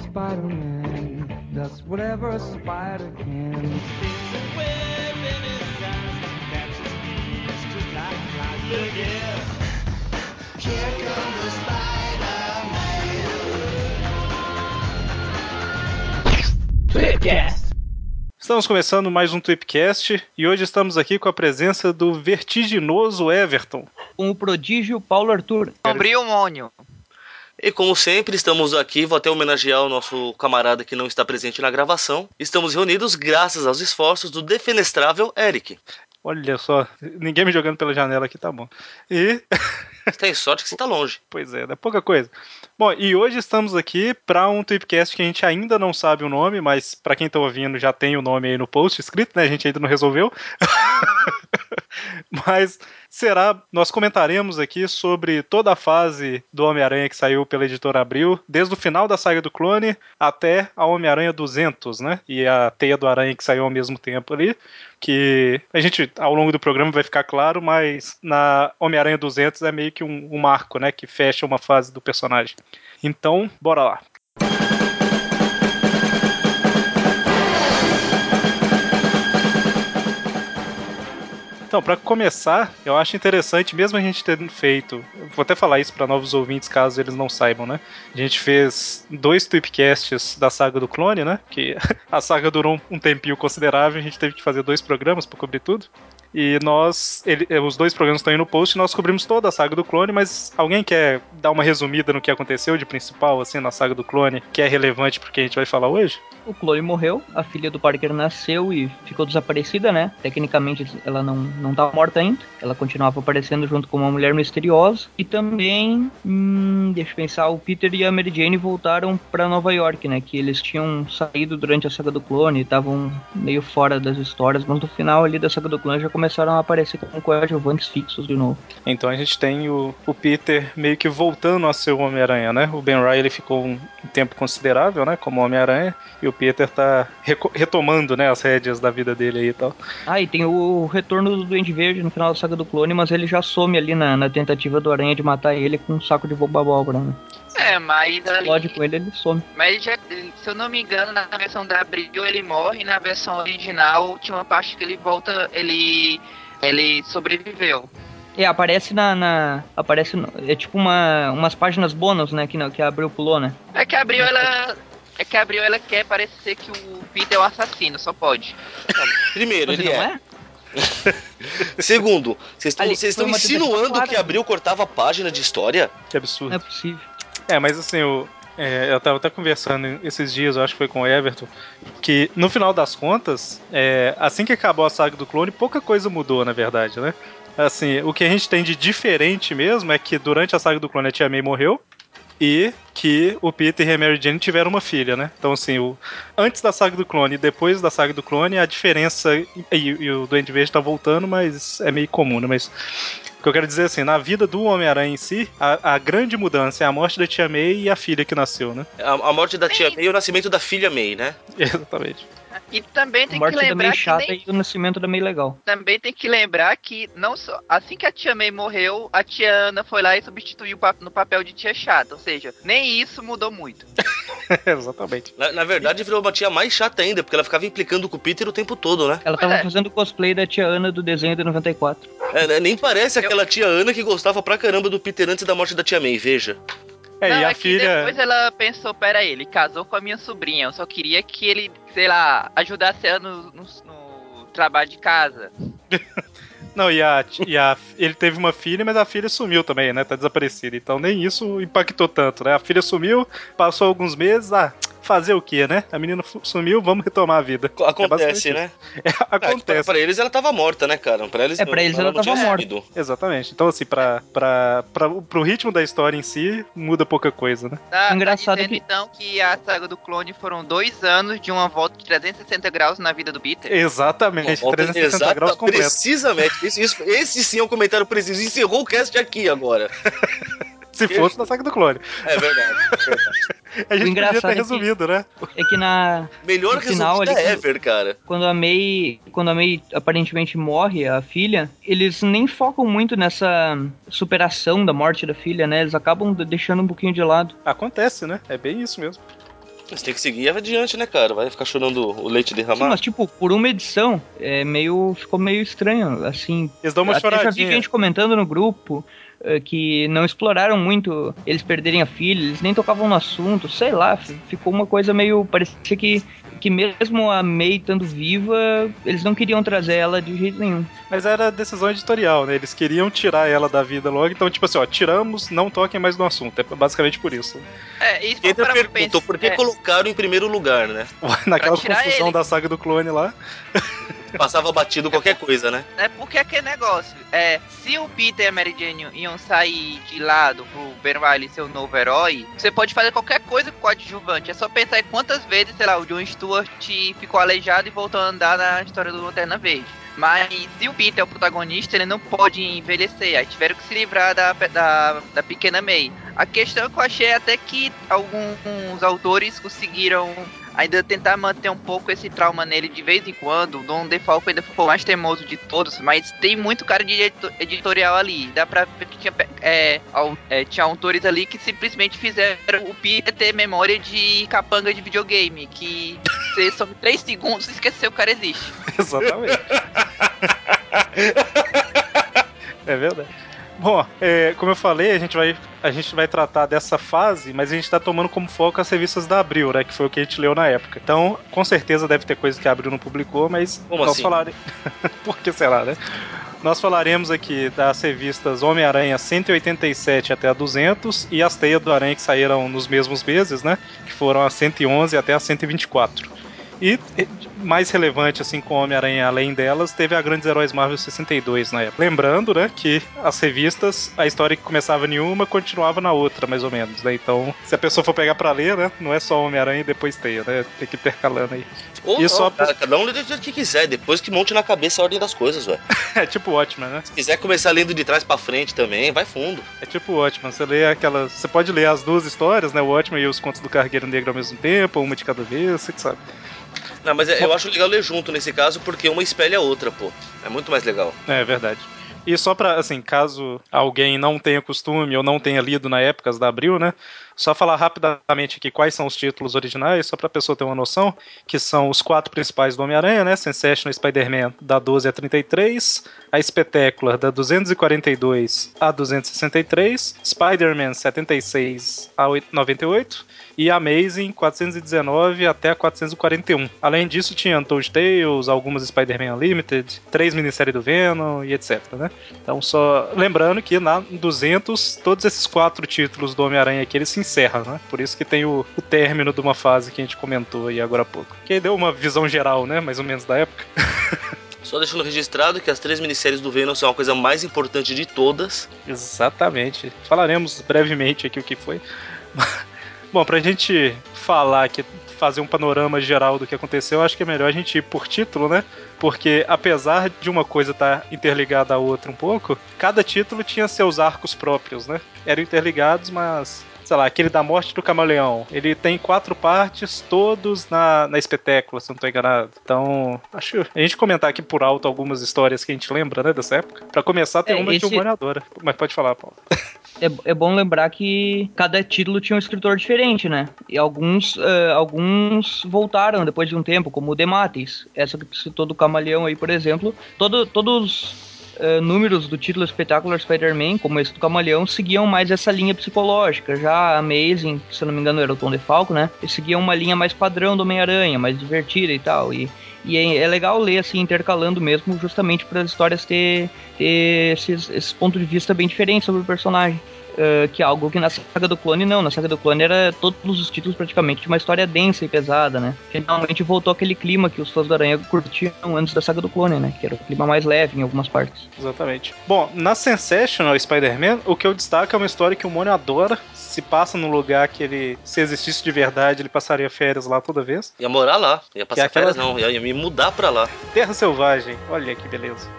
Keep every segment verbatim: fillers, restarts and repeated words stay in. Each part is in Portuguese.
Spider-Man does whatever a spider can. There's a web in his eyes that just feels just like flies. Look here, here comes the Spider-Man. Tweepcast. Estamos começando mais um Tweepcast e hoje estamos aqui com a presença do vertiginoso Everton. Com o prodígio Paulo Arthur. Sombrio Mônio. E como sempre, estamos aqui, vou até homenagear o nosso camarada que não está presente na gravação. Estamos reunidos graças aos esforços do defenestrável Eric. Olha só, ninguém me jogando pela janela aqui, tá bom. E... Tem sorte que você tá longe. Pois é, é pouca coisa. Bom, e hoje estamos aqui para um Tweepcast que a gente ainda não sabe o nome, mas para quem tá ouvindo já tem o nome aí no post escrito, né? A gente ainda não resolveu. Mas será, nós comentaremos aqui sobre toda a fase do Homem-Aranha que saiu pela editora Abril, desde o final da saga do Clone até a Homem-Aranha duzentos, né? E a Teia do Aranha que saiu ao mesmo tempo ali, que a gente, ao longo do programa vai ficar claro, mas na Homem-Aranha duzentos é meio que um, um marco, né? Que fecha uma fase do personagem. Então, bora lá. Então, para começar, eu acho interessante, mesmo a gente tendo feito, vou até falar isso para novos ouvintes, caso eles não saibam, né? A gente fez dois tweepcasts da saga do Clone, né? Que a saga durou um tempinho considerável, a gente teve que fazer dois programas para cobrir tudo. E nós, ele, os dois programas estão aí no post, nós cobrimos toda a saga do Clone, mas alguém quer dar uma resumida no que aconteceu de principal, assim, na saga do Clone, que é relevante pro que a gente vai falar hoje? O Clone morreu, a filha do Parker nasceu e ficou desaparecida, né? Tecnicamente ela não, não tá morta ainda, ela continuava aparecendo junto com uma mulher misteriosa. E também, hum, deixa eu pensar, o Peter e a Mary Jane voltaram pra Nova York, né? Que eles tinham saído durante a saga do Clone, estavam meio fora das histórias, mas no final ali da saga do Clone já começaram a aparecer como coadjuvantes fixos de novo. Então a gente tem o, o Peter meio que voltando a ser o Homem-Aranha, né? O Ben Reilly ficou um tempo considerável, né? Como Homem-Aranha, e o Peter tá reco- retomando, né? As rédeas da vida dele aí e tal. Ah, e tem o retorno do Duende Verde no final da saga do Clone, mas ele já some ali na, na tentativa do Aranha de matar ele com um saco de abóbora, né? É, mas ali... Explode com ele, ele some. Mas já, se eu não me engano, na versão da Abril ele morre, na versão original tinha uma parte que ele volta, ele, ele sobreviveu. É, aparece na... na aparece, no, é tipo uma, umas páginas bônus, né, que, que a Abril pulou, né? É que a Abril, ela... É que a Abril, ela quer parecer que o Peter é um assassino, só pode. Primeiro, Mas ele não é. é? Segundo, vocês Ali, estão foi uma insinuando tentativa que Abril cortava a página de história? Que absurdo. Não é possível. É, mas assim, eu, é, eu tava até conversando esses dias, eu acho que foi com o Everton, que no final das contas, é, assim que acabou a saga do Clone, pouca coisa mudou, na verdade, né? Assim, o que a gente tem de diferente mesmo é que durante a saga do Clone a Tia May morreu e que o Peter e a Mary Jane tiveram uma filha, né? Então, assim, o, antes da saga do Clone e depois da saga do Clone, a diferença... E, e o Duende Verde tá voltando, mas é meio comum, né? Mas o que eu quero dizer, assim, na vida do Homem-Aranha em si, a, a grande mudança é a morte da Tia May e a filha que nasceu, né? A, a morte da Tia May e o nascimento da filha May, né? Exatamente. E também tem A morte que da lembrar meio que chata nem... e o nascimento da meio legal. Também tem que lembrar que não só assim que a Tia May morreu, a Tia Ana foi lá e substituiu no papel de Tia Chata, ou seja, nem isso mudou muito. Exatamente. Na, na verdade, virou uma tia mais chata ainda, porque ela ficava implicando com o Peter o tempo todo, né? Ela tava é. fazendo cosplay da tia Ana do desenho de noventa e quatro. É, nem parece aquela tia Ana que gostava pra caramba do Peter antes da morte da Tia May, veja. É, não, e a é que filha... depois ela pensou, pera aí, ele casou com a minha sobrinha, eu só queria que ele, sei lá, ajudasse ela no, no, no trabalho de casa. Não, e, a, e a, ele teve uma filha, mas a filha sumiu também, né? Tá desaparecida. Então nem isso impactou tanto, né? A filha sumiu, passou alguns meses, ah, fazer o quê, né? A menina sumiu, vamos retomar a vida. Acontece, é né? É, acontece. Ah, pra, pra eles ela tava morta, né, cara? Pra eles, É, pra eles ela, ela tava morta. Exatamente. Então, assim, pra, pra, pra, pro ritmo da história em si, muda pouca coisa, né? Tá, engraçado tá dizendo, que... então, que a saga do Clone foram dois anos de uma volta de trezentos e sessenta graus na vida do Peter? Exatamente, trezentos e sessenta graus completo. Precisamente. Isso, isso, esse sim é um comentário preciso. Encerrou o cast aqui agora. Se fosse na saga do Clone. É verdade. É verdade. A gente podia ter é resumido, que, né? É que na... Melhor no final, resumida ali, ever, cara. Quando a May... Quando a May aparentemente morre, a filha, eles nem focam muito nessa superação da morte da filha, né? Eles acabam deixando um pouquinho de lado. Acontece, né? É bem isso mesmo. Você tem que seguir adiante, né, cara? Vai ficar chorando o leite derramado. Sim, mas tipo, por uma edição, é meio, ficou meio estranho, assim. Eles dão uma Até já vi choradinha. gente comentando no grupo eh, que não exploraram muito eles perderem a filha, eles nem tocavam no assunto, sei lá, f- ficou uma coisa meio, parecia que, que mesmo a May estando viva, eles não queriam trazer ela de jeito nenhum. Mas era decisão editorial, né? Eles queriam tirar ela da vida logo, então, tipo assim, ó, tiramos, não toquem mais no assunto. É basicamente por isso. É, isso Quem foi para perguntou por que é, colocaram em primeiro lugar, né? Naquela Pra tirar confusão ele. da saga do clone lá. Passava batido qualquer coisa, né? É porque aquele negócio, é, se o Peter e a Mary Jane iam sair de lado pro Ben Reilly ser o novo herói, você pode fazer qualquer coisa com o coadjuvante. É só pensar em quantas vezes, sei lá, o Jon Stewart ficou aleijado e voltou a andar na história do Lanterna Verde. Mas se o Peter é o protagonista, ele não pode envelhecer. Aí tiveram que se livrar da, da, da pequena May. A questão que eu achei é até que alguns autores conseguiram ainda tentar manter um pouco esse trauma nele de vez em quando. O Don DeFalco ainda foi o mais teimoso de todos, mas tem muito cara de edito- editorial ali. Dá pra ver que tinha, é, au- é, tinha autores ali que simplesmente fizeram o Peter ter memória de capanga de videogame, que você some três segundos e esqueceu que o cara existe. Exatamente. É verdade. Bom, é, como eu falei, a gente, vai, a gente vai tratar dessa fase, mas a gente tá tomando como foco as revistas da Abril, né? Que foi o que a gente leu na época. Então, com certeza deve ter coisa que a Abril não publicou, mas Como nós assim? falaremos. Por que será, né? Nós falaremos aqui das revistas Homem-Aranha cento e oitenta e sete até a duzentos e as Teias do Aranha que saíram nos mesmos meses, né? Que foram a cento e onze até a cento e vinte e quatro. E mais relevante, assim, com o Homem-Aranha além delas, teve a Grandes Heróis Marvel sessenta e dois na época. Lembrando, né, que as revistas, a história que começava em uma, continuava na outra, mais ou menos, né? Então, se a pessoa for pegar pra ler, né, não é só Homem-Aranha e depois Teia, né? Tem que ir intercalando aí. Ou E não, só cara, cada um lê do jeito que quiser, depois que monte na cabeça a ordem das coisas, velho. É tipo Watchmen, né? Se quiser começar lendo de trás pra frente também, vai fundo. É tipo Watchmen, você lê aquelas... Você pode ler as duas histórias, né, o Watchmen e os Contos do Cargueiro Negro ao mesmo tempo, uma de cada vez, você que sabe. Não, mas é- eu acho legal ler junto nesse caso, porque uma espelha a outra, pô. É muito mais legal. É verdade. E só pra, assim, caso alguém não tenha costume ou não tenha lido na época da Abril, né? Só falar rapidamente aqui quais são os títulos originais, só pra pessoa ter uma noção, que são os quatro principais do Homem-Aranha, né? Sensational Spider-Man da doze a trinta e três, a Spectacular da duzentos e quarenta e dois a duzentos e sessenta e três, Spider-Man setenta e seis a noventa e oito e Amazing quatrocentos e dezenove até a quatrocentos e quarenta e um. Além disso, tinha Untold Tales, algumas Spider-Man Unlimited, três minisséries do Venom e etc, né? Então, só lembrando que na duzentos, todos esses quatro títulos do Homem-Aranha aqui, eles se encerram, né? Por isso que tem o, o término de uma fase que a gente comentou aí agora há pouco. Que deu uma visão geral, né? Mais ou menos da época. Só deixando registrado que as três minisséries do Venom são a coisa mais importante de todas. Exatamente. Falaremos brevemente aqui o que foi. Bom, pra gente falar aqui, fazer um panorama geral do que aconteceu, acho que é melhor a gente ir por título, né? Porque apesar de uma coisa estar interligada à outra um pouco, cada título tinha seus arcos próprios, né? Eram interligados, mas... sei lá, aquele da morte do camaleão. Ele tem quatro partes, todos na, na Espetácula, se não tô enganado. Então, acho que a gente comentar aqui por alto algumas histórias que a gente lembra, né, dessa época. Pra começar, tem É, uma de esse- Humaniadora. Mas pode falar, Paulo. É, é bom lembrar que cada título tinha um escritor diferente, né? E alguns, eh, alguns voltaram depois de um tempo, como o Dematis. Essa que tu citou do Camaleão aí, por exemplo. Todo, todos eh, números do título Spectacular Spider-Man, como esse do Camaleão, seguiam mais essa linha psicológica. Já a Amazing, se eu não me engano era o Tom DeFalco, né? Eles seguiam uma linha mais padrão do Homem-Aranha, mais divertida e tal. E, e é, é legal ler assim, intercalando mesmo, justamente para as histórias ter, ter esses, esses pontos de vista bem diferentes sobre o personagem. Uh, que é algo que na saga do clone não, na saga do clone era todos os títulos praticamente de uma história densa e pesada, né? Finalmente voltou aquele clima que os fãs do Aranha curtiam antes da saga do clone, né? Que era o clima mais leve em algumas partes. Exatamente. Bom, na Sensational Spider-Man, o que eu destaco é uma história que o Mônio adora. Se passa num lugar que ele, se existisse de verdade, ele passaria férias lá toda vez. Ia morar lá, ia passar Que é aquela- férias não, ia, ia me mudar pra lá. Terra Selvagem, olha que beleza.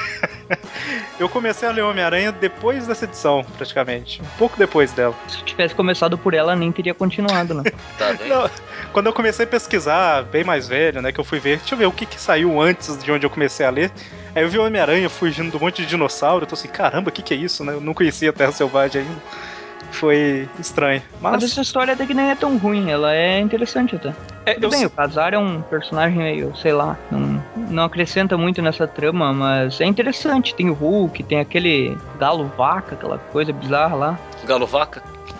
Eu comecei a ler Homem-Aranha depois dessa edição, praticamente. Um pouco depois dela. Se tivesse começado por ela, nem teria continuado, né? Tá vendo? Não, quando eu comecei a pesquisar, bem mais velho, né, que eu fui ver, deixa eu ver o que, que saiu antes de onde eu comecei a ler. Aí eu vi o Homem-Aranha fugindo de um monte de dinossauro, eu tô assim, caramba, o que, que é isso, né? Eu não conhecia a Terra Selvagem ainda. foi estranho. Mas Mas, essa história até que nem é tão ruim, ela é interessante até. é, Tudo eu, bem, o Kazar é um personagem meio, sei lá, não, não acrescenta muito nessa trama, mas é interessante. Tem o Hulk, tem aquele galo-vaca, aquela coisa bizarra lá. Galo-vaca?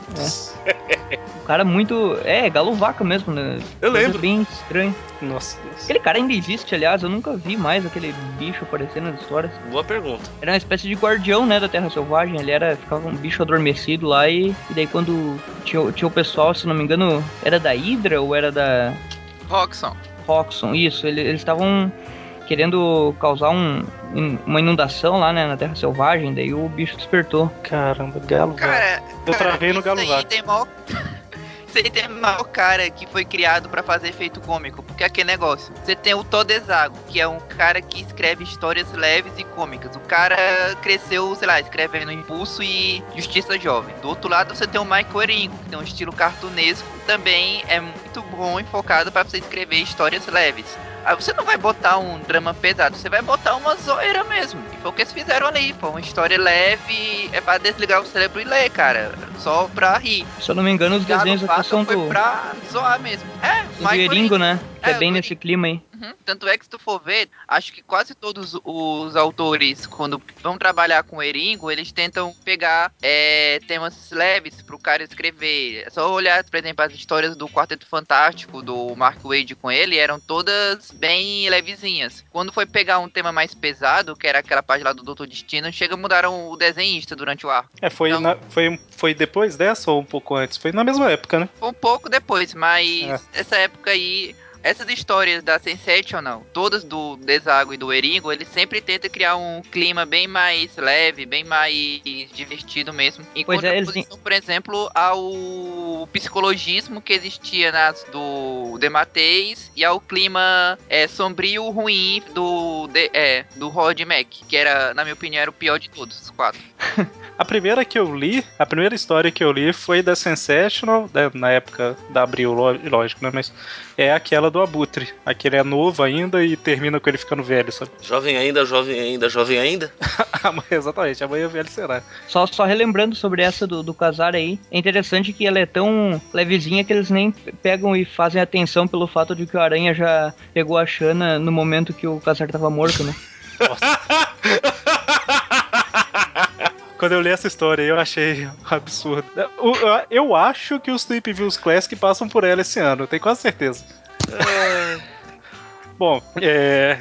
O cara muito... É, galo-vaca mesmo, né? Eu Coisa lembro. bem estranho. nossa Deus. Aquele cara ainda existe, aliás, eu nunca vi mais aquele bicho aparecendo nas histórias. Boa pergunta. Era uma espécie de guardião, né, da Terra Selvagem. Ele era, ficava um bicho adormecido lá e, e daí quando tinha, tinha o pessoal, se não me engano, era da Hydra ou era da Roxxon. Roxxon, isso. Ele, eles estavam querendo causar um, um- uma inundação lá, né, na Terra Selvagem. Daí o bicho despertou. Caramba, galo vaca. Cara, Eu cara, travei no isso galo aí vaca. tem mó... Isso aí tem maior cara que foi criado pra fazer efeito cômico. Porque aquele negócio. Você tem o Todezago, que é um cara que escreve histórias leves e cômicas. O cara cresceu, sei lá, escrevendo Impulso e Justiça Jovem. Do outro lado você tem o Michael Eringo, que tem um estilo cartunesco. Também é muito bom e focado pra você escrever histórias leves. Aí você não vai botar um drama pesado, você vai botar uma zoeira mesmo. E foi o que eles fizeram ali, pô. Uma história leve, é pra desligar o cérebro e ler, cara. Só pra rir. Se eu não me engano, os Galo desenhos aqui Vaca são foi do, pra zoar mesmo. É, do Eringo, né? Que é, É, bem do nesse clima aí. Uhum. Tanto é que se tu for ver, acho que quase todos os autores, quando vão trabalhar com o Eringo, eles tentam pegar é, temas leves pro cara escrever. É só olhar, por exemplo, as histórias do Quarteto Fantástico, do Mark Waid com ele, eram todas bem levezinhas. Quando foi pegar um tema mais pesado, que era aquela página lá do Doutor Destino, chega mudaram o desenhista durante o arco. É, foi, Então, na, foi, foi depois dessa ou um pouco antes? Foi na mesma época, né? Foi um pouco depois, mas essa época aí, essas histórias da Sensational, todas do Desago e do Eringo, ele sempre tenta criar um clima bem mais leve, bem mais divertido mesmo. Em Pois é, eles- contraposição, por exemplo, ao psicologismo que existia nas do Demateis e ao clima é, sombrio ruim do, de, é, do Rod Mac, que era, na minha opinião, era o pior de todos, os quatro. A primeira que eu li, a primeira história que eu li foi da Sensational, né, na época da Abril, lo- lógico, né? Mas é aquela do Abutre. Aquele é novo ainda e termina com ele ficando velho, sabe? Jovem ainda, jovem ainda, jovem ainda. Amanhã, exatamente, amanhã velho será. Só, só relembrando sobre essa do, do Kazar aí, é interessante que ela é tão levezinha que eles nem pegam e fazem atenção pelo fato de que o Aranha já pegou a Shanna no momento que o Kazar tava morto, né? Quando eu li essa história aí, eu achei absurdo. Eu, eu acho que os Tweep Views Classic passam por ela esse ano, eu tenho quase certeza. Bom, é...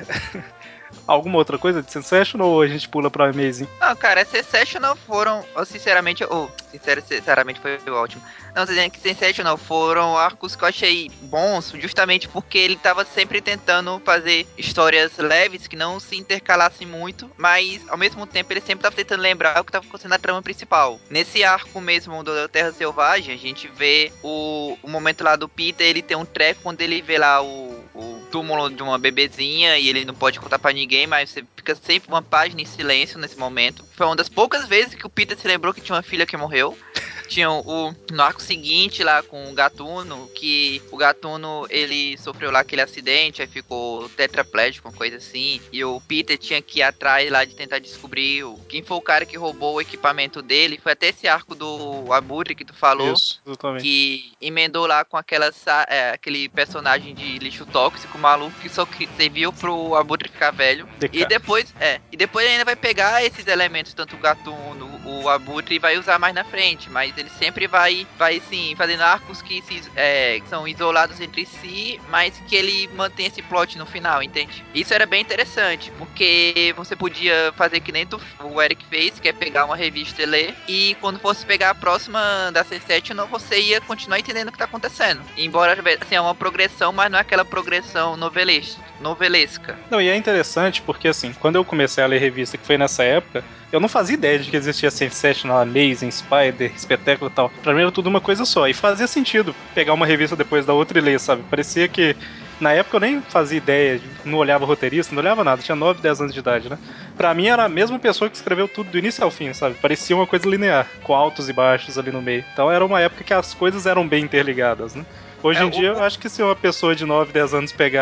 alguma outra coisa de Sensational ou a gente pula pra Amazing? Não, cara, Sensational foram, ou, sinceramente, ou, sincero, sinceramente foi ótimo. Não, dizendo que Sensational foram arcos que eu achei bons, justamente porque ele tava sempre tentando fazer histórias leves que não se intercalassem muito, mas ao mesmo tempo ele sempre tava tentando lembrar o que tava acontecendo na trama principal. Nesse arco mesmo do Terra Selvagem, a gente vê o, o momento lá do Peter, ele tem um treco quando ele vê lá o, o túmulo de uma bebezinha e ele não pode contar pra ninguém, mas você fica sempre uma página em silêncio nesse momento. Foi uma das poucas vezes que o Peter se lembrou que tinha uma filha que morreu. Tinha o, no arco seguinte lá com o Gatuno, que o Gatuno ele sofreu lá aquele acidente, aí ficou tetraplégico, uma coisa assim, e o Peter tinha que ir atrás lá de tentar descobrir o, quem foi o cara que roubou o equipamento dele. Foi até esse arco do Abutre que tu falou. Isso, exatamente. Que emendou lá com aquela, é, aquele personagem de lixo tóxico maluco que só que serviu pro Abutre ficar velho. D K. E depois, é, e depois ainda vai pegar esses elementos, tanto o Gatuno, o Abutre, e vai usar mais na frente. Mas ele sempre vai, vai sim, fazendo arcos que, se, é, que são isolados entre si, mas que ele mantém esse plot no final, entende? Isso era bem interessante, porque você podia fazer que nem tu, o Eric fez, que é pegar uma revista e ler, e quando fosse pegar a próxima da C sete, não, você ia continuar entendendo o que tá acontecendo. Embora, assim, é uma progressão, mas não é aquela progressão novelesca. novelesca. Não, e é interessante porque, assim, quando eu comecei a ler revista, que foi nessa época, eu não fazia ideia de que existia Sensational, Amazing, Spider, Espetáculo e tal. Pra mim era tudo uma coisa só. E fazia sentido pegar uma revista depois da outra e ler, sabe? Parecia que, na época, eu nem fazia ideia, não olhava roteirista, não olhava nada. Tinha nove, dez anos de idade, né? Pra mim era a mesma pessoa que escreveu tudo do início ao fim, sabe? Parecia uma coisa linear, com altos e baixos ali no meio. Então era uma época que as coisas eram bem interligadas, né? Hoje É, em dia, o- eu acho que se uma pessoa de nove, dez anos pegar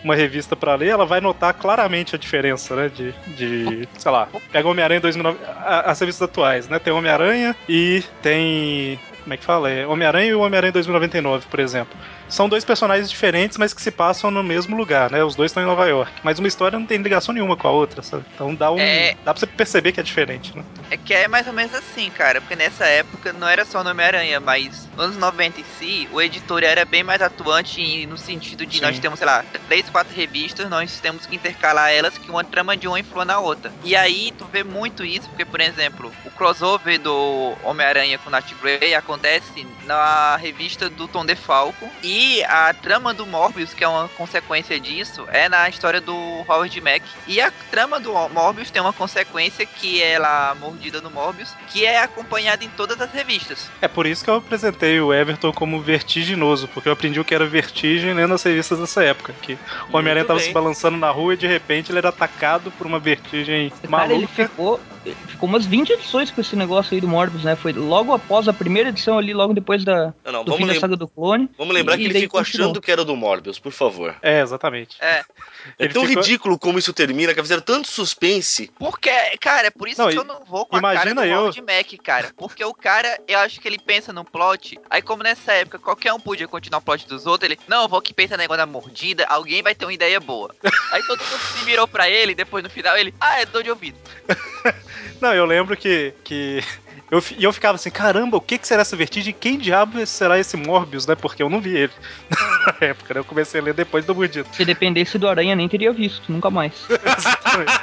uma revista pra ler, ela vai notar claramente a diferença, né? De, de sei lá, pega o Homem-Aranha dois mil e nove, as revistas atuais, né? Tem Homem-Aranha e tem... Como é que fala? É Homem-Aranha e o Homem-Aranha dois mil e noventa e nove, por exemplo. São dois personagens diferentes, mas que se passam no mesmo lugar, né? Os dois estão em Nova York. Mas uma história não tem ligação nenhuma com a outra, sabe? Então dá um. É... Dá pra você perceber que é diferente, né? É que é mais ou menos assim, cara. Porque nessa época não era só o Homem-Aranha, mas nos anos noventa em si, o editor era bem mais atuante no sentido de Sim. nós temos, sei lá, três, quatro revistas, nós temos que intercalar elas, que uma trama de uma influa na outra. E aí tu vê muito isso, porque, por exemplo, o crossover do Homem-Aranha com Nat Grey acontece na revista do Tom DeFalco, e a trama do Morbius, que é uma consequência disso, é na história do Howard Mack. E a trama do Morbius tem uma consequência que é a mordida do Morbius, que é acompanhada em todas as revistas. É por isso que eu apresentei o Everton como vertiginoso, porque eu aprendi o que era vertigem lendo as revistas dessa época, que o Homem-Aranha tava se balançando na rua e de repente ele era atacado por uma vertigem Cara, maluca. Ele ficou, ele ficou umas vinte edições com esse negócio aí do Morbius, né? Foi logo após a primeira edição ali, logo depois da, não, não, do fim lem- da saga do clone. Vamos lembrar e, que ele daí ficou continuou. achando que era do Morbius, por favor. É, exatamente. É. É Ele tão ficou... ridículo como isso termina, que fizeram tanto suspense. Porque, cara, é por isso Não, que e- eu não vou com a imagina cara do eu- Howard Mack, cara. Porque o cara, eu acho que ele pensa no plot. Aí, como nessa época qualquer um podia continuar o plot dos outros, ele, não, eu vou aqui pensar no negócio da mordida, alguém vai ter uma ideia boa. Aí todo mundo se virou pra ele, depois no final ele, ah, é dor de ouvido. Não, eu lembro que... que... Eu, fi- e eu ficava assim, caramba, o que, que será essa vertigem? Quem diabo será esse Morbius, né? Porque eu não vi ele na época, né? Eu comecei a ler depois do Mordida. Se dependesse do Aranha, nem teria visto, nunca mais. Exatamente.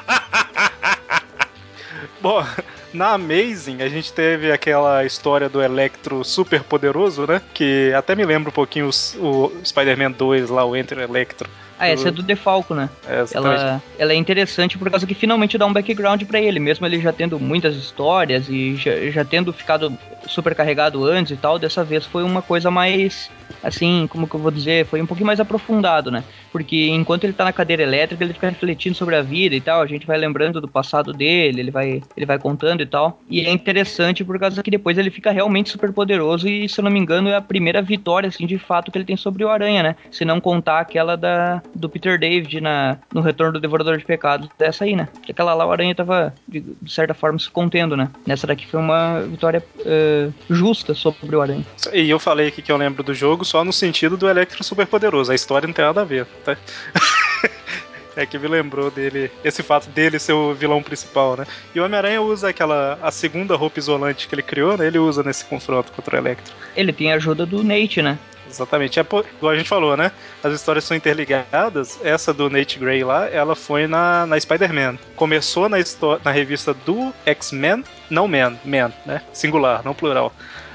Bom, na Amazing a gente teve aquela história do Electro super poderoso, né? Que até me lembra um pouquinho os- o Spider-Man dois lá, o Enter Electro. Ah, essa é do DeFalco, né? É, exatamente. Ela, ela é interessante por causa que finalmente dá um background pra ele, mesmo ele já tendo muitas histórias e já, já tendo ficado super carregado antes e tal, dessa vez foi uma coisa mais, assim, como que eu vou dizer, foi um pouquinho mais aprofundado, né? Porque enquanto ele tá na cadeira elétrica, ele fica refletindo sobre a vida e tal, a gente vai lembrando do passado dele, ele vai, ele vai contando e tal. E é interessante por causa que depois ele fica realmente super poderoso e, se eu não me engano, é a primeira vitória, assim, de fato que ele tem sobre o Aranha, né? Se não contar aquela da, do Peter David na, no Retorno do Devorador de Pecados, dessa aí, né? Que aquela lá o Aranha tava, de, de certa forma, se contendo, né? Nessa daqui foi uma vitória uh, justa sobre o Aranha. E eu falei aqui que eu lembro do jogo só no sentido do Electro super poderoso. A história não tem nada a ver, tá? É que me lembrou dele, esse fato dele ser o vilão principal, né? E o Homem-Aranha usa aquela, a segunda roupa isolante que ele criou, né? Ele usa nesse confronto contra o Electro. Ele tem a ajuda do Nate, né? Exatamente. É, igual a gente falou, né? As histórias são interligadas. Essa do Nate Grey lá, ela foi na, na Spider-Man. Começou na, na revista do X-Men, não Man, Man, né? Singular, não plural.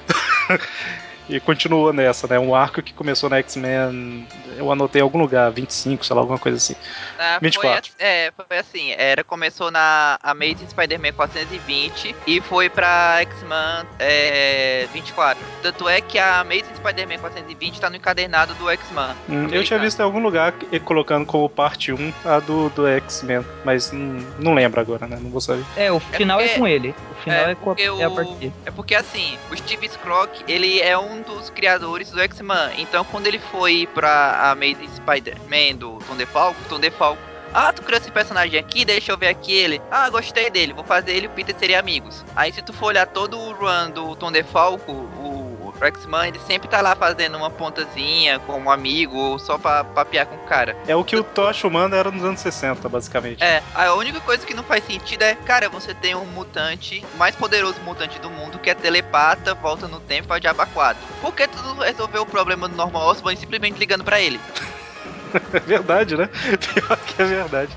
E continuou nessa, né? Um arco que começou na X-Men, eu anotei em algum lugar, vinte e cinco, sei lá, alguma coisa assim. Ah, vinte e quatro. Foi, é, foi assim, era, começou na Amazing Spider-Man quatrocentos e vinte e foi pra X-Men é, vinte e quatro. Tanto é que a Amazing Spider-Man quatrocentos e vinte tá no encadernado do X-Men. Hum, eu tinha visto em algum lugar colocando como parte um a do, do X-Men, mas não, não lembro agora, né? Não vou saber. É, o final é, porque, é com ele. O final é, é, com a, o, é a parte dele. É porque assim, o Steve Skrock, ele é um dos criadores do X-Men. Então quando ele foi pra Amazing Spider-Man do Tom DeFalco, Tom DeFalco, ah, tu criou esse personagem aqui, deixa eu ver aqui ele. Ah, gostei dele, vou fazer ele e o Peter serem amigos. Aí se tu for olhar todo o run do Tom DeFalco, o o X-Men, ele sempre tá lá fazendo uma pontazinha com um amigo ou só pra papear com o cara. É o que o Tocha Humana era nos anos sessenta, basicamente. É, a única coisa que não faz sentido é, cara, você tem um mutante, o mais poderoso mutante do mundo, que é telepata, volta no tempo, é o Diabo quatro. Por que tu não resolveu o problema do Norman Osborn simplesmente ligando pra ele? É verdade, né? Pior que é verdade.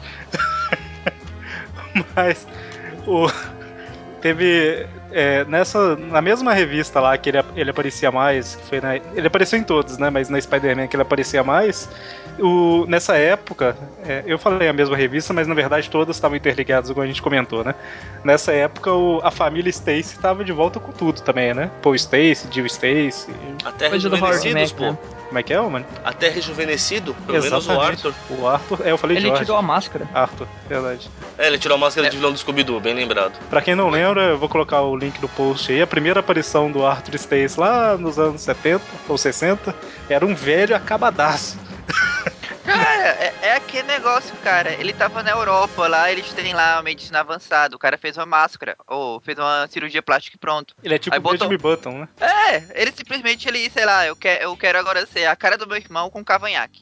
Mas o teve é, nessa na mesma revista lá que ele, ele aparecia mais, que foi na, ele apareceu em todos, né? Mas na Spider-Man que ele aparecia mais. O, nessa época, é, eu falei a mesma revista, mas na verdade todas estavam interligadas, como a gente comentou, né? Nessa época, o, a família Stacy estava de volta com tudo também, né? Paul Stacy, Jill Stacy. Até Coisa do Howard rejuvenescidos, Mack, pô. né? Como é que é, mano? Até rejuvenescido, pelo Exatamente. menos o Arthur. O Arthur, é, eu falei Ele George. tirou a máscara. Arthur, verdade. É, ele tirou a máscara É. de vilão do Scooby-Doo, bem lembrado. Pra quem não lembra, eu vou colocar o link no post aí. A primeira aparição do Arthur Stacy lá nos anos setenta ou sessenta era um velho acabadaço. Cara, é, é, negócio, cara. Ele tava na Europa, lá eles têm lá a medicina avançada. O cara fez uma máscara, ou fez uma cirurgia plástica e pronto. Ele é tipo Aí o botou- Benjamin Button, né? É, ele simplesmente, ele, sei lá, eu quero, eu quero agora ser a cara do meu irmão com cavanhaque.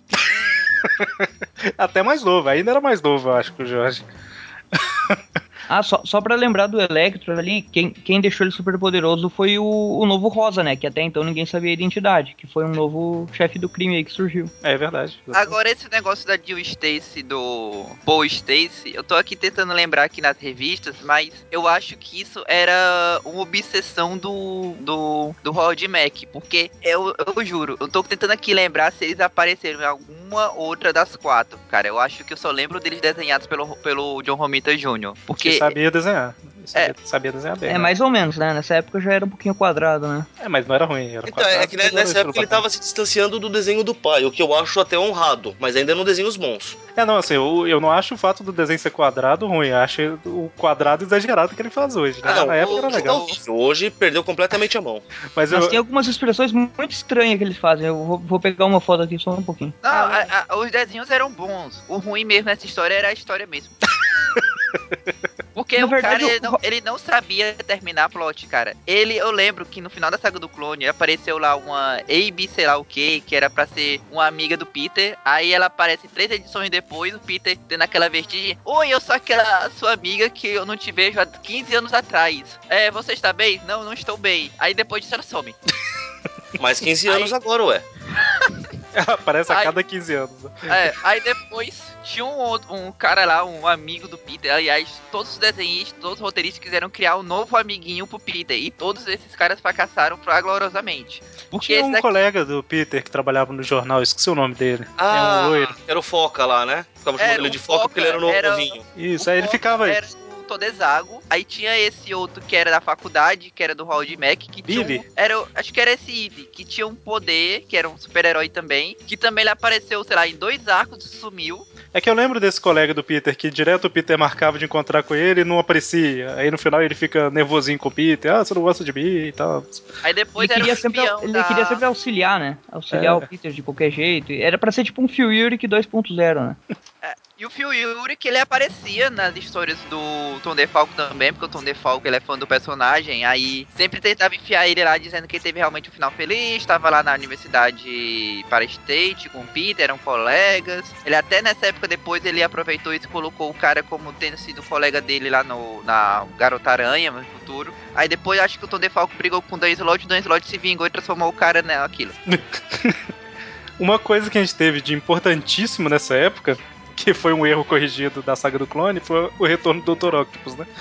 Até mais novo, ainda era mais novo, eu acho, que o Jorge. Ah, só, só pra lembrar do Electro ali, quem, quem deixou ele super poderoso foi o, o novo Rosa, né? Que até então ninguém sabia a identidade, que foi um novo chefe do crime aí que surgiu. É verdade. Agora esse negócio da Jill Stacy, do Paul Stacy, eu tô aqui tentando lembrar aqui nas revistas, mas eu acho que isso era uma obsessão do do, do Howard Mack, porque eu, eu juro, eu tô tentando aqui lembrar se eles apareceram em alguma outra das quatro, cara. Eu acho que eu só lembro deles desenhados pelo, pelo John Romita Júnior, Que porque sabia desenhar. Sabia, É. sabia desenhar bem. É, né? mais ou menos, né? Nessa época já era um pouquinho quadrado, né? É, mas não era ruim. Era Então, é quadrado, que mas era nessa estilo época ele bacana. tava se distanciando do desenho do pai, o que eu acho até honrado, mas ainda não desenhos bons. É, não, assim, eu, eu não acho o fato do desenho ser quadrado ruim. Eu acho o quadrado exagerado que ele faz hoje, né? Ah, não, Na época era hoje tá legal. horrível. Hoje perdeu completamente a mão. Mas, Mas eu, tem algumas expressões muito estranhas que eles fazem. Eu vou, vou pegar uma foto aqui só um pouquinho. não, Ah, a- a- os desenhos eram bons. O ruim mesmo nessa história era a história mesmo. Porque Na o verdade, cara, ele o- não, ele não sabia terminar a plot, cara. Ele, eu lembro que no final da saga do clone apareceu lá uma Abe, sei lá o que, que era pra ser uma amiga do Peter. Aí ela aparece três edições depois, o Peter tendo aquela vertigem. Oi, eu sou aquela sua amiga que eu não te vejo há quinze anos atrás. É, você está bem? Não, não estou bem. Aí depois disso ela some. Mais quinze anos Aí- agora, ué. aparece a Ai. cada quinze anos. É, aí depois tinha um, outro, um cara lá, um amigo do Peter. Aliás, todos os desenhistas, todos os roteiristas quiseram criar um novo amiguinho pro Peter. E todos esses caras fracassaram gloriosamente. Porque Tinha esse um daqui, colega do Peter que trabalhava no jornal, esqueci o nome dele. é um Ah, loiro. era o Foca lá, né? Ficava chamando Era ele o de Foca porque ele era Foca, era- novinho. Isso, o aí ele Fox ficava aí. era o Todezago. Aí tinha esse outro que era da faculdade, que era do Howard Mack, que tinha Ivy? um, era, o- acho que era esse Ivy, que tinha um poder, que era um super-herói também, que também ele apareceu, sei lá, em dois arcos e sumiu. É que eu lembro desse colega do Peter que direto o Peter marcava de encontrar com ele e não aparecia. Aí no final ele fica nervosinho com o Peter. Ah, você não gosta de mim e tal. Aí depois Ele era o queria, sempre, espião ele da... queria sempre auxiliar, né? Auxiliar É. o Peter de qualquer jeito. Era pra ser tipo um Phil Urich dois ponto zero, né? É, e o Phil Yuri, que ele aparecia nas histórias do Tom DeFalco também, porque o Tom DeFalco ele é fã do personagem, aí sempre tentava enfiar ele lá dizendo que ele teve realmente um final feliz, estava lá na universidade para State com o Peter, eram colegas. Ele até nessa época depois ele aproveitou isso e colocou o cara como tendo sido colega dele lá no, na Garota Aranha no futuro. Aí depois acho que o Tom DeFalco brigou com o Dan Slott, o Dan Slott se vingou e transformou o cara naquilo. Uma coisa que a gente teve de importantíssimo nessa época, que foi um erro corrigido da saga do clone, foi o retorno do doutor Octopus, né?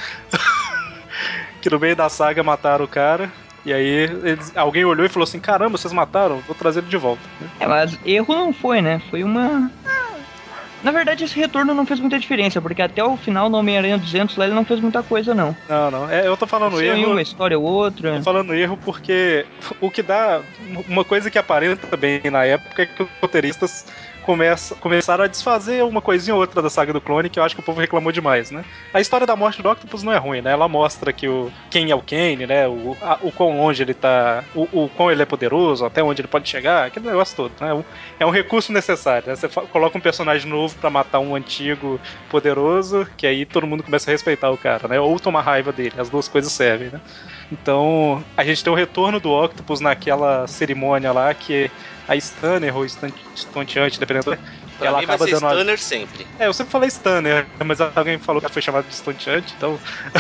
Que no meio da saga mataram o cara. E aí eles, alguém olhou e falou assim: caramba, vocês mataram, vou trazer ele de volta. É, mas erro não foi, né? Foi uma... Na verdade, esse retorno não fez muita diferença, porque até o final no Homem-Aranha duzentos lá ele não fez muita coisa, não. Não, não. É, eu tô falando Saiu em erro. uma história ou outra. Tô falando erro porque o que dá. Uma coisa que aparenta bem na época é que os roteiristas começa, começaram a desfazer uma coisinha ou outra da saga do clone, que eu acho que o povo reclamou demais, né? A história da morte do Octopus não é ruim, né? Ela mostra que o quem é o Kane, né? O, a, o quão longe ele tá. O, o quão ele é poderoso, até onde ele pode chegar, aquele negócio todo, né? Um, é um recurso necessário, né? Você coloca um personagem novo pra matar um antigo poderoso, que aí todo mundo começa a respeitar o cara, né? Ou tomar raiva dele. As duas coisas servem, né? Então, a gente tem o retorno do Octopus naquela cerimônia lá, que a Stunner ou Stonteante, dependendo, Pra ela mim vai acaba ser dando uma... Stunner sempre. É, eu sempre falei Stunner, mas alguém falou que foi chamado de Stonteante, então...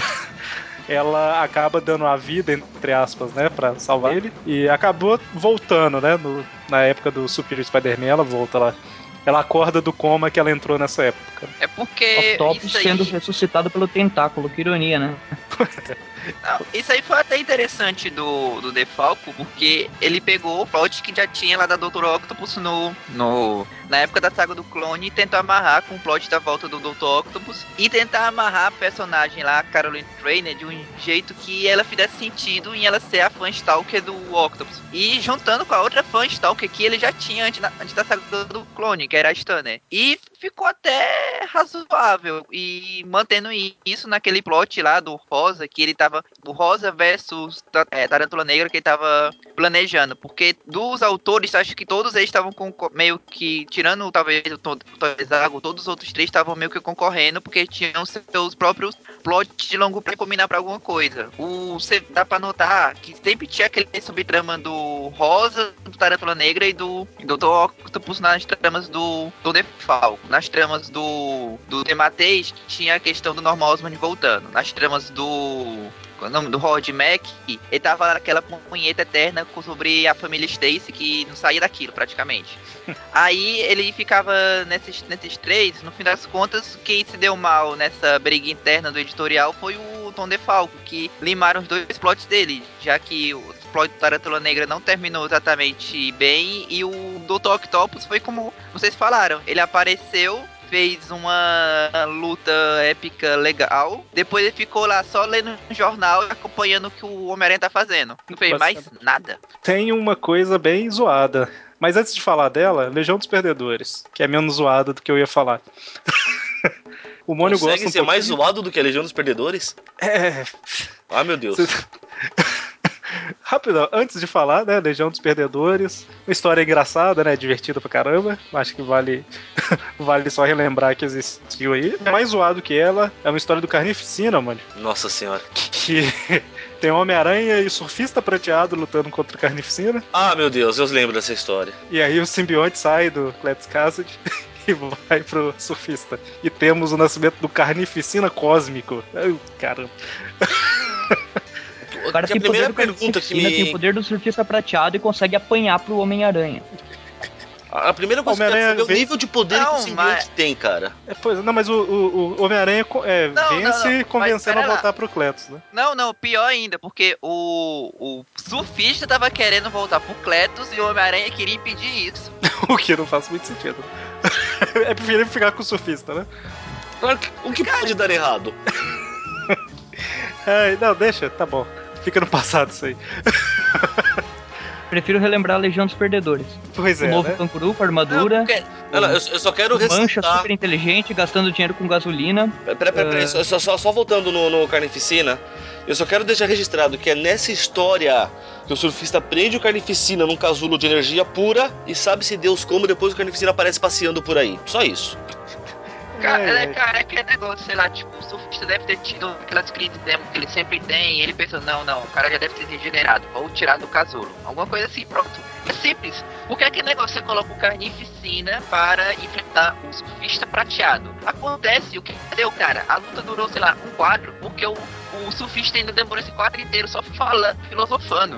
ela acaba dando a vida, entre aspas, né, pra salvar ele, e acabou voltando, né, no, na época do Superior Spider-Man, ela volta lá. Ela acorda do coma que ela entrou nessa época. É porque Octopus isso aí... sendo ressuscitado pelo tentáculo, que ironia, né? Não, isso aí foi até interessante do, do DeFalco, porque ele pegou o plot que já tinha lá da doutor Octopus no, no, na época da saga do clone e tentou amarrar com o plot da volta do doutor Octopus e tentar amarrar a personagem lá, a Caroline Trainer, de um jeito que ela fizesse sentido em ela ser a fã stalker do Octopus. E juntando com a outra fã stalker que ele já tinha antes, na, antes da saga do clone, que era a Stunner. E ficou até razoável. E mantendo isso naquele plot lá do Rosa, que ele tava o Rosa versus é, Tarântula Negra que ele tava planejando. Porque dos autores, acho que todos eles estavam meio que, tirando talvez o Tom Zago, todos os outros três estavam meio que concorrendo, porque tinham seus próprios plots de longo prazo combinar pra alguma coisa. O, cê, dá pra notar que sempre tinha aquele subtrama do Rosa, do Tarântula Negra e do doutor Octopus nas tramas do, do Defalco. Nas tramas do, do Dematês, tinha a questão do Norman Osborn voltando. Nas tramas do... o nome do Howard Mack, ele tava naquela punheta eterna sobre a família Stacy, que não saía daquilo praticamente. Aí ele ficava nesses, nesses três, no fim das contas, quem se deu mal nessa briga interna do editorial foi o Tom DeFalco, que limaram os dois plots dele, já que o plot do Tarântula Negra não terminou exatamente bem, e o doutor Octopus foi como vocês falaram, ele apareceu, fez uma luta épica legal. Depois ele ficou lá só lendo o jornal e acompanhando o que o Homem-Aranha tá fazendo. Não fez mais nada. Tem uma coisa bem zoada. Mas antes de falar dela, Legião dos Perdedores, que é menos zoada do que eu ia falar. O Mônio gosta um Consegue ser pouquinho... mais zoado do que a Legião dos Perdedores? É... Ah, meu Deus. Rapidão, antes de falar, né, Legião dos Perdedores, uma história engraçada, né, divertida pra caramba, acho que vale vale só relembrar que existiu aí. É mais zoado que ela, é uma história do Carnificina, mano. Nossa senhora. Que tem Homem-Aranha e Surfista Prateado lutando contra o Carnificina. Ah, meu Deus, eu lembro dessa história. E aí o simbionte sai do Cletus Cassidy e vai pro Surfista. E temos o nascimento do Carnificina Cósmico. Ai, caramba. O cara que tem a primeira poder do pergunta que me... tem o poder do Surfista Prateado e consegue apanhar pro Homem-Aranha. A primeira coisa que eu quero saber é o vem... nível de poder não, que o simbionte mas... tem, cara. É, pois, não, mas o, o, o Homem-Aranha é, não, vence não, não, convencendo a lá. voltar pro Cletus, né? Não, não, pior ainda, porque o, o Surfista tava querendo voltar pro Cletus e o Homem-Aranha queria impedir isso. O que não faz muito sentido. É preferível ficar com o Surfista, né? O que pode dar errado? É, não, deixa, tá bom. Fica no passado isso aí. Prefiro relembrar a Legião dos Perdedores. Pois o é, novo né? Canguru com armadura. Não, porque... não, não, eu, eu só quero ressaltar... Mancha super inteligente, gastando dinheiro com gasolina. Peraí, peraí, peraí, Uh... só, só, só voltando no, no Carnificina, eu só quero deixar registrado que é nessa história que o surfista prende o Carnificina num casulo de energia pura e sabe-se Deus como depois o Carnificina aparece passeando por aí. Só isso. Cara, é, é, cara, é que é negócio, sei lá, tipo, o surfista deve ter tido aquelas crises demo que ele sempre tem, e ele pensou, não, não, o cara já deve ter regenerado, vou tirar do casulo. Alguma coisa assim, pronto. É simples. Porque aquele negócio, você coloca o Carnificina para enfrentar o surfista prateado. Acontece o que deu, cara. A luta durou, sei lá, um quadro, porque o, o surfista ainda demorou esse quadro inteiro só falando, filosofando.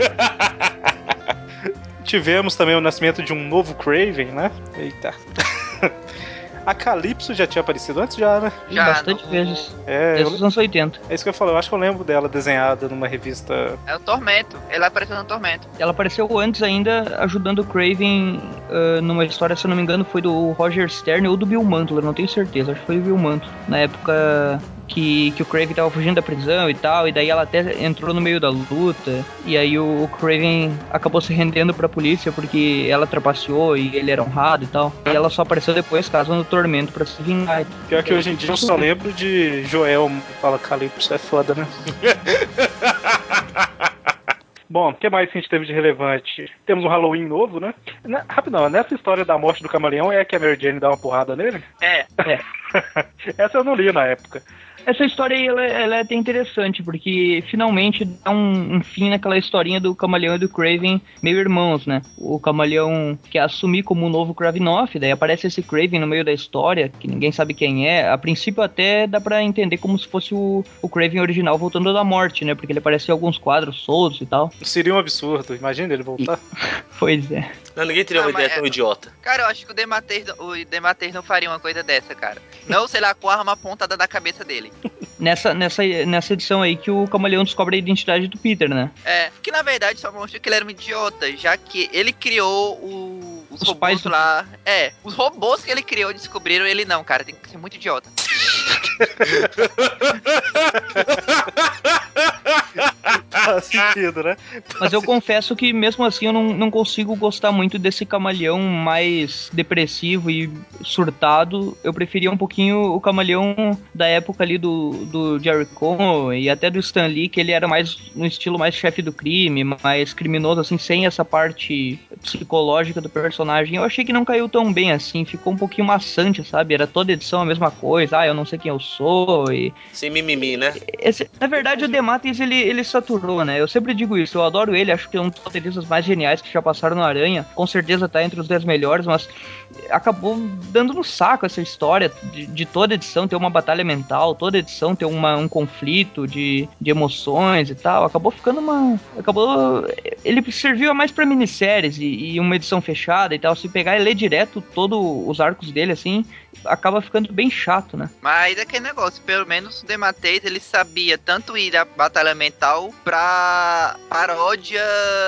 Tivemos também o nascimento de um novo Kraven, né? Eita. A Calypso já tinha aparecido antes, já, né? Já, Bastante no... vezes. É, Desde eu... os anos oitenta. É isso que eu falo, eu acho que eu lembro dela desenhada numa revista... É o Tormento, ela apareceu no Tormento. Ela apareceu antes ainda ajudando o Kraven uh, numa história, se eu não me engano, foi do Roger Stern ou do Bill Mantler, não tenho certeza, acho que foi do Bill Mantler. Na época que, que o Kraven tava fugindo da prisão e tal, e daí ela até entrou no meio da luta, e aí o, o Kraven acabou se rendendo pra polícia porque ela trapaceou e ele era honrado e tal. E ela só apareceu depois, caso no Tormento, pra se vingar. Pior que hoje em dia eu só lembro de Joel, fala Calypso, é foda, né? Bom, o que mais que a gente teve de relevante? Temos um Halloween novo, né? Na, rapidão, nessa história da morte do camaleão é que a Mary Jane dá uma porrada nele? É. É. Essa eu não li na época. Essa história aí, ela, ela é até interessante, porque finalmente dá um, um fim naquela historinha do Camaleão e do Kraven meio irmãos, né? O Camaleão quer assumir como o novo Kravinoff, daí aparece esse Kraven no meio da história, que ninguém sabe quem é. A princípio até dá pra entender como se fosse o, o Kraven original voltando da morte, né? Porque ele aparece em alguns quadros soltos e tal. Seria um absurdo, imagina ele voltar. Pois é. Não, ninguém teria Não, uma ideia mas tão é- idiota. Cara, eu acho que o Dematês, o Dematês não faria uma coisa dessa, cara. Não, sei lá, com a arma apontada na cabeça dele. Nessa, nessa, nessa edição aí que o Camaleão descobre a identidade do Peter, né? É, que na verdade só mostra que ele era um idiota, já que ele criou o, os, Os robôs pais do- lá. É, os robôs que ele criou descobriram ele não, cara, tem que ser muito idiota. Faz sentido, né? Mas eu confesso que mesmo assim eu não, não consigo gostar muito desse camaleão mais depressivo e surtado. Eu preferia um pouquinho o camaleão da época ali do, do Jerry Conway e até do Stan Lee, que ele era mais no estilo mais chefe do crime, mais criminoso, assim, sem essa parte psicológica do personagem. Eu achei que não caiu tão bem assim, ficou um pouquinho maçante, sabe? Era toda edição a mesma coisa, ah, eu não sei quem eu sou e... Sem mimimi, né? Esse, na verdade, o DeMatteis, ele, ele saturou, né? Eu sempre digo isso, eu adoro ele, acho que é um dos roteiristas mais geniais que já passaram no Aranha. Com certeza tá entre os dez melhores, mas acabou dando no saco essa história de, de toda edição ter uma batalha mental, toda edição ter uma, um conflito de, de emoções e tal. Acabou ficando uma... Acabou... Ele serviu mais pra minisséries e, e uma edição fechada e tal. Se pegar e ler direto todos os arcos dele, assim, acaba ficando bem chato, né? Mas é aquele negócio, pelo menos o DeMatteis, ele sabia tanto ir da batalha mental pra paródia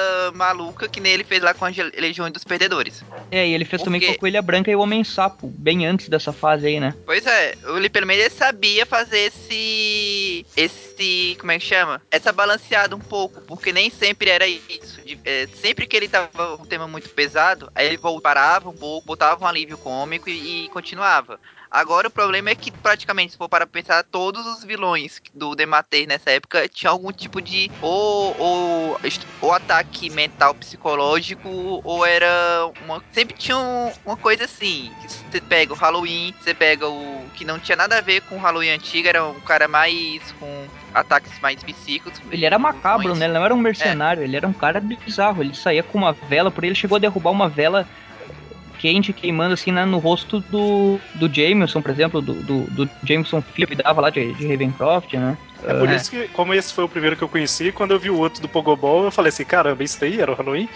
maluca que nem ele fez lá com a Legião dos Perdedores. É, e ele fez Por também quê? com a Coelha Branca e o Homem-Sapo, bem antes dessa fase aí, né? Pois é, ele pelo menos ele sabia fazer esse... Esse... Como é que chama? Essa balanceada um pouco, porque nem sempre era isso. De, é, sempre que ele tava um tema muito pesado, aí ele voltava, parava um pouco, botava um alívio cômico e, e continuava. Agora o problema é que praticamente, se for para pensar, todos os vilões do DeMatteis nessa época tinham algum tipo de ou, ou, ou ataque mental psicológico, ou era uma... Sempre tinha um, uma coisa assim, que você pega o Halloween, você pega o que não tinha nada a ver com o Halloween antigo, era um cara mais com ataques mais psíquicos. Ele era macabro, vilões. né? Ele não era um mercenário, é. Ele era um cara bizarro. Ele saía com uma vela, por ele chegou a derrubar uma vela quente, queimando assim na, no rosto do, do Jameson, por exemplo, do, do, do Jameson filho que dava lá de, de Ravencroft, né? É por Uh, isso que, como esse foi o primeiro que eu conheci, quando eu vi o outro do Pogobol, eu falei assim, caramba, isso daí era o Halloween?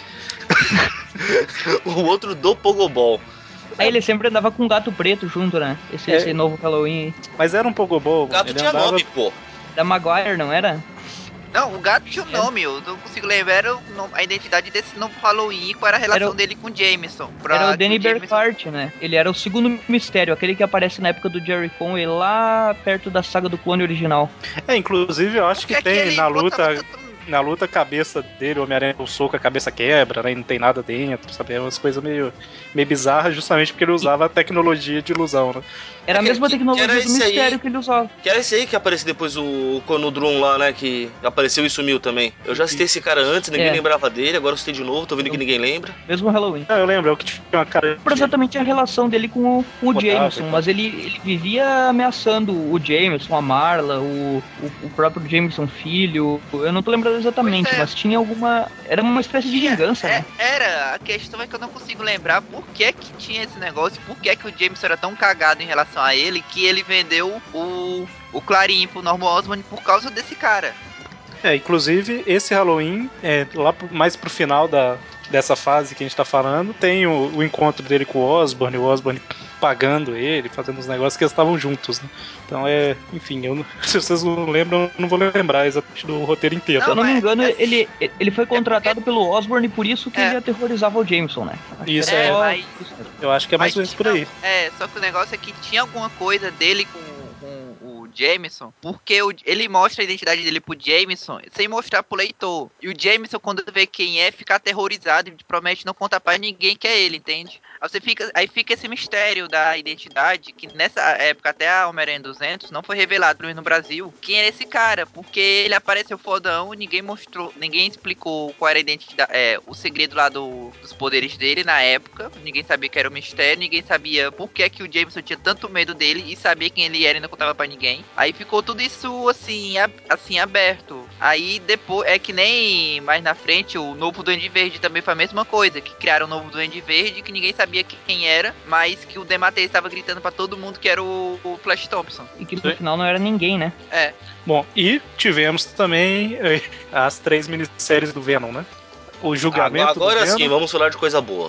O outro do Pogobol. Aí ele sempre andava com um gato preto junto, né? Esse, É. esse novo Halloween aí. Mas era um Pogobol, O gato ele tinha andava... nome, pô. Da Maguire, não era? Não, o gato tinha um nome, eu não consigo lembrar era o nome- a identidade desse novo Halloween e qual era a relação Era o- dele com o Jameson. pra Era o que Danny Jameson- Berkart, né? Ele era o segundo mistério, aquele que aparece na época do Jerry Conway, lá perto da saga do clone original. É, inclusive eu acho Porque que tem aquele na botava luta... tanto- Na luta, a cabeça dele, o Homem-Aranha com o soco, a cabeça quebra, né? E não tem nada dentro, sabe? É umas coisas meio, meio bizarras, justamente porque ele usava a tecnologia de ilusão, né? Era a Que- mesma que- tecnologia que era do esse mistério aí. que ele usava. Que era esse aí que apareceu depois o Conudrum lá, né? Que apareceu e sumiu também. Eu já citei esse cara antes, ninguém É. lembrava dele, agora eu citei de novo, tô vendo que ninguém lembra. Mesmo Halloween. Não, eu lembro, é o que tinha uma cara Por exatamente a relação dele com o, com o Otávio, Jameson, então. mas ele, ele vivia ameaçando o Jameson, a Marla, o, o, o próprio Jameson filho. Eu não tô lembrando exatamente, Pois é. mas tinha alguma. Era uma espécie de Tinha- vingança, é- né? Era, a questão é que eu não consigo lembrar por que que tinha esse negócio, por que que o Jameson era tão cagado em relação a ele, que ele vendeu o, o Clarim pro Norman Osborn por causa desse cara. É, inclusive, esse Halloween, é, lá pro- mais pro final da, dessa fase que a gente tá falando, tem o, o encontro dele com o Osborn, o Osborn pagando ele, fazendo os negócios que eles estavam juntos, né? Então é, enfim, eu não- se vocês não lembram, eu não vou lembrar exatamente do roteiro inteiro. Se eu não me mas- engano, é- ele, ele foi contratado pelo Osborn e por isso que É. ele aterrorizava o Jameson, né? Acho que Isso, era é. só mas- isso mesmo. Eu acho que é mais ou Mas menos por aí. tinha- É, só que o negócio é que tinha alguma coisa dele com, com o Jameson, porque o- ele mostra a identidade dele pro Jameson sem mostrar pro leitor. E o Jameson, quando vê quem é, fica aterrorizado e promete não contar pra ninguém que é ele, entende? Aí, você fica, aí fica esse mistério da identidade, que nessa época, até a Homem-Aranha duzentos, não foi revelado, pelo menos no Brasil, quem era esse cara, porque ele apareceu fodão, ninguém mostrou, ninguém explicou qual era a identidade, é, o segredo lá do, dos poderes dele na época, ninguém sabia que era o mistério, ninguém sabia por que que o Jameson tinha tanto medo dele e sabia quem ele era e não contava pra ninguém. Aí ficou tudo isso assim, ab- assim aberto. Aí depois, é que nem mais na frente, o novo Duende Verde também foi a mesma coisa, que criaram o novo Duende Verde, que ninguém sabia quem era, mas que o DeMatteis estava gritando pra todo mundo que era o, o Flash Thompson. E que no final não era ninguém, né? É. Bom, e tivemos também eh, as três minisséries do Venom, né? O julgamento Agora do Venom, sim, vamos falar de coisa boa.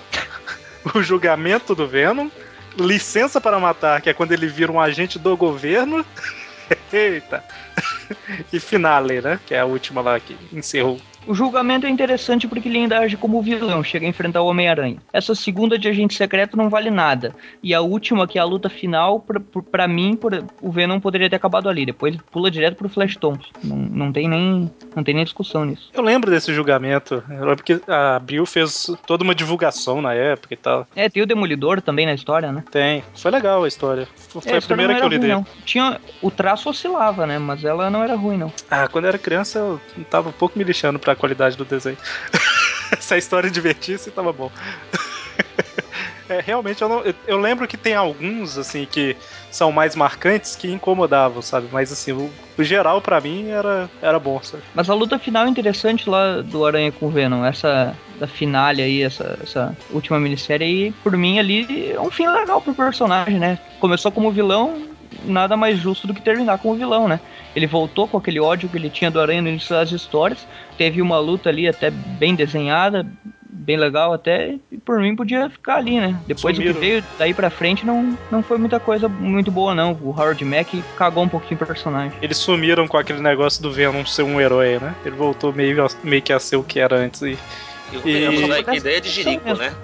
o julgamento do Venom, licença para matar, que é quando ele vira um agente do governo. Eita! E finale, né? Que é a última lá que encerrou O julgamento é interessante porque ele ainda age como vilão, chega a enfrentar o Homem-Aranha. Essa segunda de agente secreto não vale nada. E a última, que é a luta final, pra, pra mim, por, o Venom poderia ter acabado ali. Depois pula direto pro Flash Thompson. Não, não, tem nem, não tem nem discussão nisso. Eu lembro desse julgamento. Eu lembro que a Abril fez toda uma divulgação na época e tal. É, tem o Demolidor também na história, né? Tem. Foi legal a história. Foi É, a, a primeira que eu li dele. Não. Tinha, o traço oscilava, né? Mas ela não era ruim, não. Ah, quando eu era criança eu tava um pouco me lixando pra qualidade do desenho. Se a história divertisse, tava bom. É, realmente, eu, não, eu, eu lembro que tem alguns, assim, que são mais marcantes que incomodavam, sabe? Mas, assim, o, o geral, pra mim, era, era bom, sabe? Mas a luta final é interessante lá do Aranha com o Venom. Essa da finale aí, essa, essa última minissérie aí, por mim, ali, é um fim legal pro personagem, né? Começou como vilão, nada mais justo do que terminar como vilão, né? Ele voltou com aquele ódio que ele tinha do Aranha no início das histórias. Teve uma luta ali até bem desenhada, bem legal até, e por mim podia ficar ali, né? Depois Sumiram. O que veio daí pra frente não, não foi muita coisa muito boa, não. O Howard Mack cagou um pouquinho o personagem. Eles sumiram com aquele negócio do Venom ser um herói, né? Ele voltou meio, meio que a ser o que era antes. E, E vemos, e... né, que ideia de jirico, né?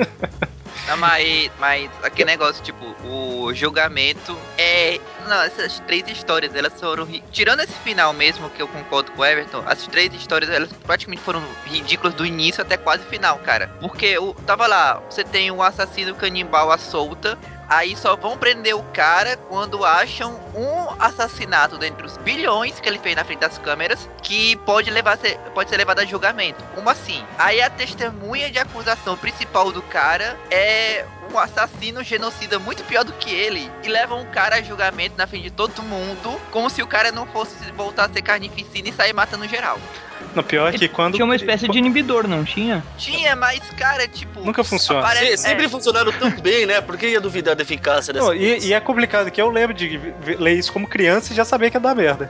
Não, mas, mas aquele negócio, tipo, o julgamento é... Não, essas três histórias, elas foram... Tirando esse final mesmo, que eu concordo com o Everton, as três histórias, elas praticamente foram ridículas do início até quase o final, cara. Porque eu tava lá, você tem um assassino canibal à solta, aí só vão prender o cara quando acham um assassinato dentre os bilhões que ele fez na frente das câmeras que pode, levar ser, pode ser levado a julgamento. Como assim? Aí a testemunha de acusação principal do cara é um assassino genocida muito pior do que ele e levam um cara a julgamento na frente de todo mundo como se o cara não fosse voltar a ser carnificina e sair matando geral. No pior é que quando... Tinha uma espécie de inibidor, não tinha? Tinha, mas, cara, tipo... Nunca funciona. Aparece, Se, sempre é. funcionaram tão bem, né? Por que ia duvidar da eficácia dessa Não, e, e é complicado, que eu lembro de ler isso como criança e já sabia que ia dar merda.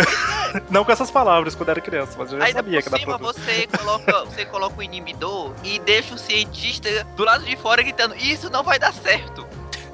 Não com essas palavras quando era criança, mas eu já Ainda sabia por que ia dar cima problema. você coloca, você coloca o inibidor e deixa o cientista do lado de fora gritando, isso não vai dar certo.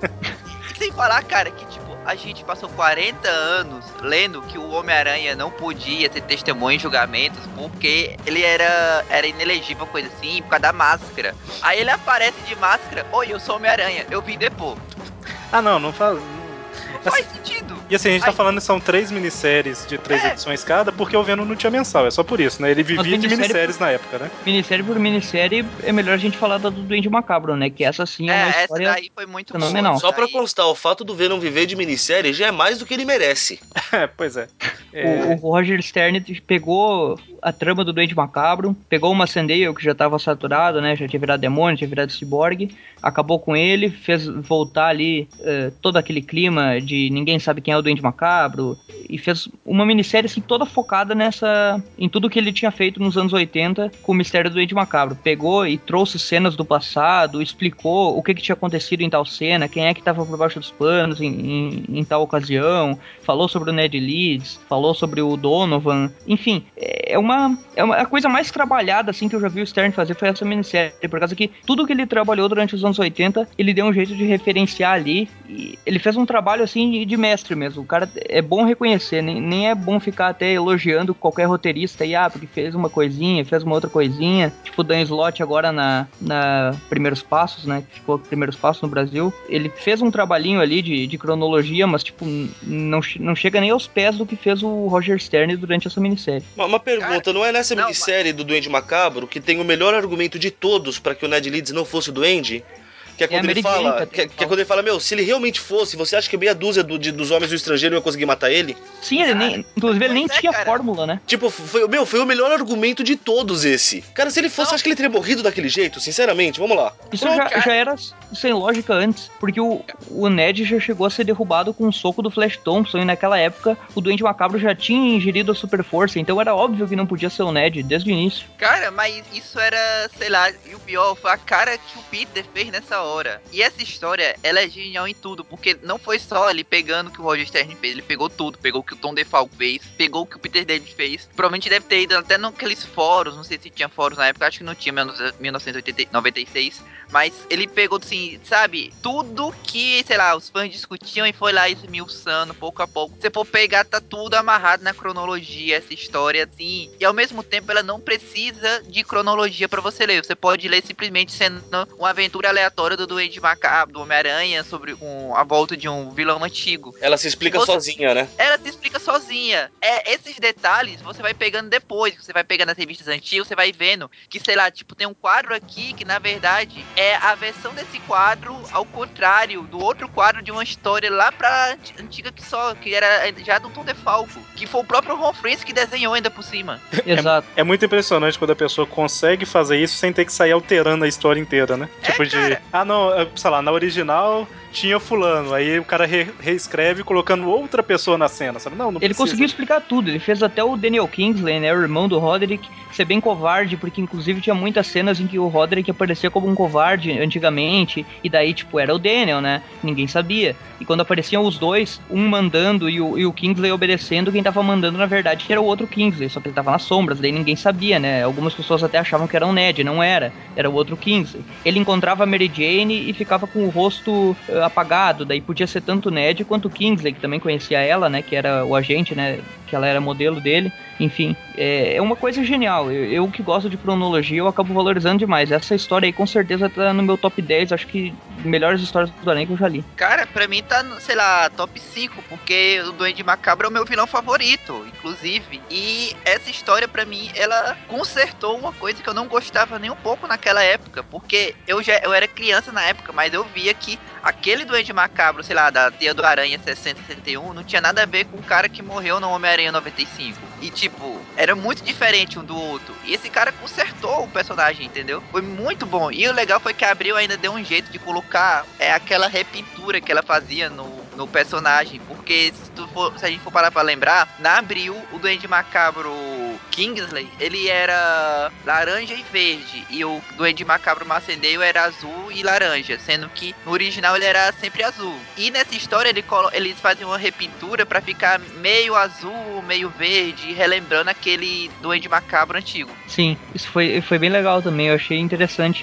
E sem falar, cara, que tipo, a gente passou quarenta anos lendo que o Homem-Aranha não podia ser testemunha em julgamentos porque ele era, era inelegível, coisa assim, por causa da máscara. Aí ele aparece de máscara, oi, eu sou Homem-Aranha, eu vim depor. Ah, não, não faz... Não faz sentido. E assim, a gente Ai. tá falando que são três minisséries de três É. edições cada, porque o Venom não tinha mensal, é só por isso, né? Ele vivia Mas de minissérie minisséries por- na época, né? Minissérie por minissérie, é melhor a gente falar da do Duende Macabro, né? Que essa sim é uma É, essa história... daí foi muito fenomenal. boa. Só pra Daí- constar, o fato do Venom viver de minissérie já é mais do que ele merece. É, pois é. O, É, o Roger Stern pegou a trama do Duende Macabro, pegou uma Sandale que já estava saturado, né? Já tinha virado demônio, tinha virado ciborgue, acabou com ele, fez voltar ali eh, todo aquele clima de ninguém sabe quem é o Duende Macabro, e fez uma minissérie assim, toda focada nessa, em tudo que ele tinha feito nos anos oitenta com o mistério do Duende Macabro. Pegou e trouxe cenas do passado, explicou o que, que tinha acontecido em tal cena, quem é que estava por baixo dos panos em, em, em tal ocasião, falou sobre o Ned Leeds, falou sobre o Donovan, enfim, é uma, é uma a coisa mais trabalhada assim que eu já vi o Stern fazer foi essa minissérie, por causa que tudo que ele trabalhou durante os anos oitenta, ele deu um jeito de referenciar ali, e ele fez um trabalho assim de, de mestre mesmo. O cara é bom reconhecer, nem, nem é bom ficar até elogiando qualquer roteirista e ah, porque fez uma coisinha, fez uma outra coisinha, tipo o Dan Slott agora na, na Primeiros Passos, né, que ficou Primeiros Passos no Brasil, ele fez um trabalhinho ali de, de cronologia, mas tipo, não, não chega nem aos pés do que fez o Roger Stern durante essa minissérie. Uma, uma pergunta, Cara, não é nessa não, minissérie do Duende Macabro que tem o melhor argumento de todos pra que o Ned Leeds não fosse o Duende? Que é quando a ele Mary Jane fala, que que, até que é quando ele fala, meu, se ele realmente fosse, você acha que meia dúzia do- de- dos homens do estrangeiro ia conseguir matar ele? Sim, ele nem, inclusive ele nem Pois é, tinha cara. fórmula, né? Tipo, foi, meu, foi o melhor argumento de todos esse. Cara, se ele fosse, Não. acho que ele teria morrido daquele jeito, sinceramente, vamos lá. Isso Pô, já, cara. já era sem lógica antes, porque o, o Ned já chegou a ser derrubado com um soco do Flash Thompson, e naquela época o Duende Macabro já tinha ingerido a super força, então era óbvio que não podia ser o Ned desde o início. Cara, mas isso era, sei lá, e o pior foi a cara que o Peter fez nessa hora. E essa história, ela é genial em tudo, porque não foi só ele pegando o que o Roger Stern fez, ele pegou tudo, pegou o que o Tom DeFalco fez, pegou o que o Peter David fez. Provavelmente deve ter ido até naqueles fóruns, não sei se tinha fóruns na época, acho que não tinha, mil novecentos e noventa e seis, mas ele pegou, assim, sabe, tudo que, sei lá, os fãs discutiam e foi lá esmiuçando pouco a pouco. Se você for pegar, tá tudo amarrado na cronologia, essa história, assim, e ao mesmo tempo ela não precisa de cronologia pra você ler, você pode ler simplesmente sendo uma aventura aleatória do Duende Macabro, do Homem-Aranha, sobre um, a volta de um vilão antigo. Ela se explica Você- sozinha, né? Ela se explica sozinha. É, esses detalhes você vai pegando depois, você vai pegando as revistas antigas, você vai vendo que, sei lá, tipo, tem um quadro aqui que, na verdade, é a versão desse quadro ao contrário do outro quadro de uma história lá pra anti- antiga que só, que era já do Tom DeFalco, que foi o próprio Ron Frenz que desenhou ainda por cima. Exato. É muito impressionante quando a pessoa consegue fazer isso sem ter que sair alterando a história inteira, né? É, Tipo de, cara. ah não, é, sei lá, na original tinha fulano, aí o cara re- reescreve colocando outra pessoa na cena, sabe? Não, não Ele precisa. conseguiu explicar tudo, ele fez até o Daniel Kingsley, né, o irmão do Roderick, ser bem covarde, porque inclusive tinha muitas cenas em que o Roderick aparecia como um covarde antigamente, e daí, tipo, era o Daniel, né, ninguém sabia. E quando apareciam os dois, um mandando e o, e o Kingsley obedecendo, quem tava mandando, na verdade, era o outro Kingsley, só que ele tava nas sombras, daí ninguém sabia, né, algumas pessoas até achavam que era o Ned, não era, era o outro Kingsley. Ele encontrava a Mary Jane e ficava com o rosto uh, apagado, daí podia ser tanto o Ned quanto o Kingsley, que também conhecia ela, né, que era o agente, né, que ela era modelo dele. Enfim, é, é uma coisa genial. Eu, eu que gosto de cronologia, eu acabo valorizando demais. Essa história aí com certeza tá no meu top dez, acho que melhores histórias do Aranha que eu já li. Cara, pra mim tá, no, sei lá, top cinco, porque o Duende Macabro é o meu vilão favorito, inclusive. E essa história, pra mim, ela consertou uma coisa que eu não gostava nem um pouco naquela época, porque eu já eu era criança na época, mas eu via que aquele Duende Macabro, sei lá, da Teia do Aranha sessenta, sessenta e um, não tinha nada a ver com o cara que morreu no Homem-Aranha noventa e cinco. E, tipo, era muito diferente um do outro. E esse cara consertou o personagem, entendeu? Foi muito bom. E o legal foi que a Abril ainda deu um jeito de colocar é, aquela repintura que ela fazia no, no personagem. Porque se, tu for, se a gente for parar pra lembrar, na Abril, o Duende Macabro Kingsley, ele era laranja e verde. E o Duende Macabro Marceneiro era azul e laranja. Sendo que no original ele era sempre azul. E nessa história ele colo- eles faziam uma repintura pra ficar meio azul, meio verde, relembrando aquele Duende Macabro antigo. Sim, isso foi, foi bem legal também, eu achei interessante.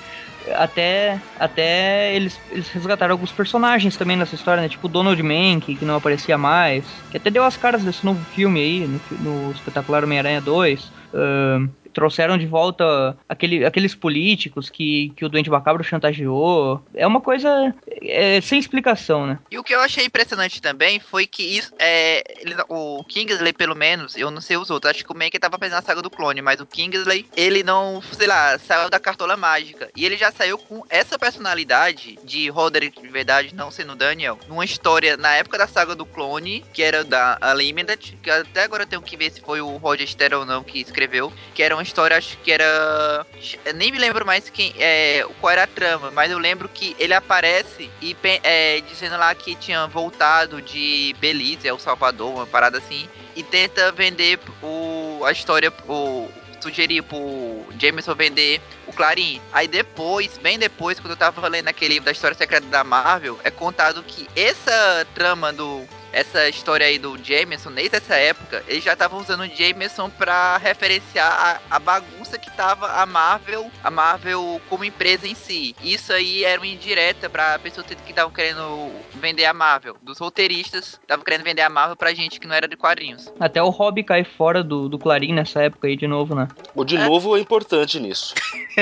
Até, até eles, eles resgataram alguns personagens também nessa história, né? Tipo o Donald Mank, que não aparecia mais. Que até deu as caras desse novo filme aí, no, fi- no Espetacular Homem-Aranha dois. Ahn, trouxeram de volta aquele, aqueles políticos que, que o Duende Macabro chantageou. É uma coisa é, sem explicação, né? E o que eu achei impressionante também foi que isso, é, eles- o Kingsley, pelo menos, eu não sei os outros, acho que o Mank tava fazendo a saga do clone, mas o Kingsley, ele não, sei lá, saiu da cartola mágica. E ele já saiu com essa personalidade de Roderick de verdade, não sendo Daniel, numa história na época da saga do clone, que era da Unlimited, que até agora eu tenho que ver se foi o Roger Stern ou não que escreveu, que era uma história, acho que era... eu nem me lembro mais quem, é, qual era a trama, mas eu lembro que ele aparece e pe- é, dizendo lá que tinha voltado de Belize, El Salvador, uma parada assim, e tenta vender o, a história, o, sugerir pro Jameson vender o Clarim. Aí depois, bem depois, quando eu tava lendo aquele livro da História Secreta da Marvel, é contado que essa trama do... essa história aí do Jameson, desde essa época, eles já estavam usando o Jameson pra referenciar a, a bagunça que tava a Marvel, a Marvel como empresa em si. Isso aí era uma indireta pra pessoas que estavam querendo vender a Marvel, dos roteiristas, estavam querendo vender a Marvel pra gente que não era de quadrinhos. Até o Hobby cai fora do, do Clarim nessa época aí de novo, né? O de novo é importante nisso.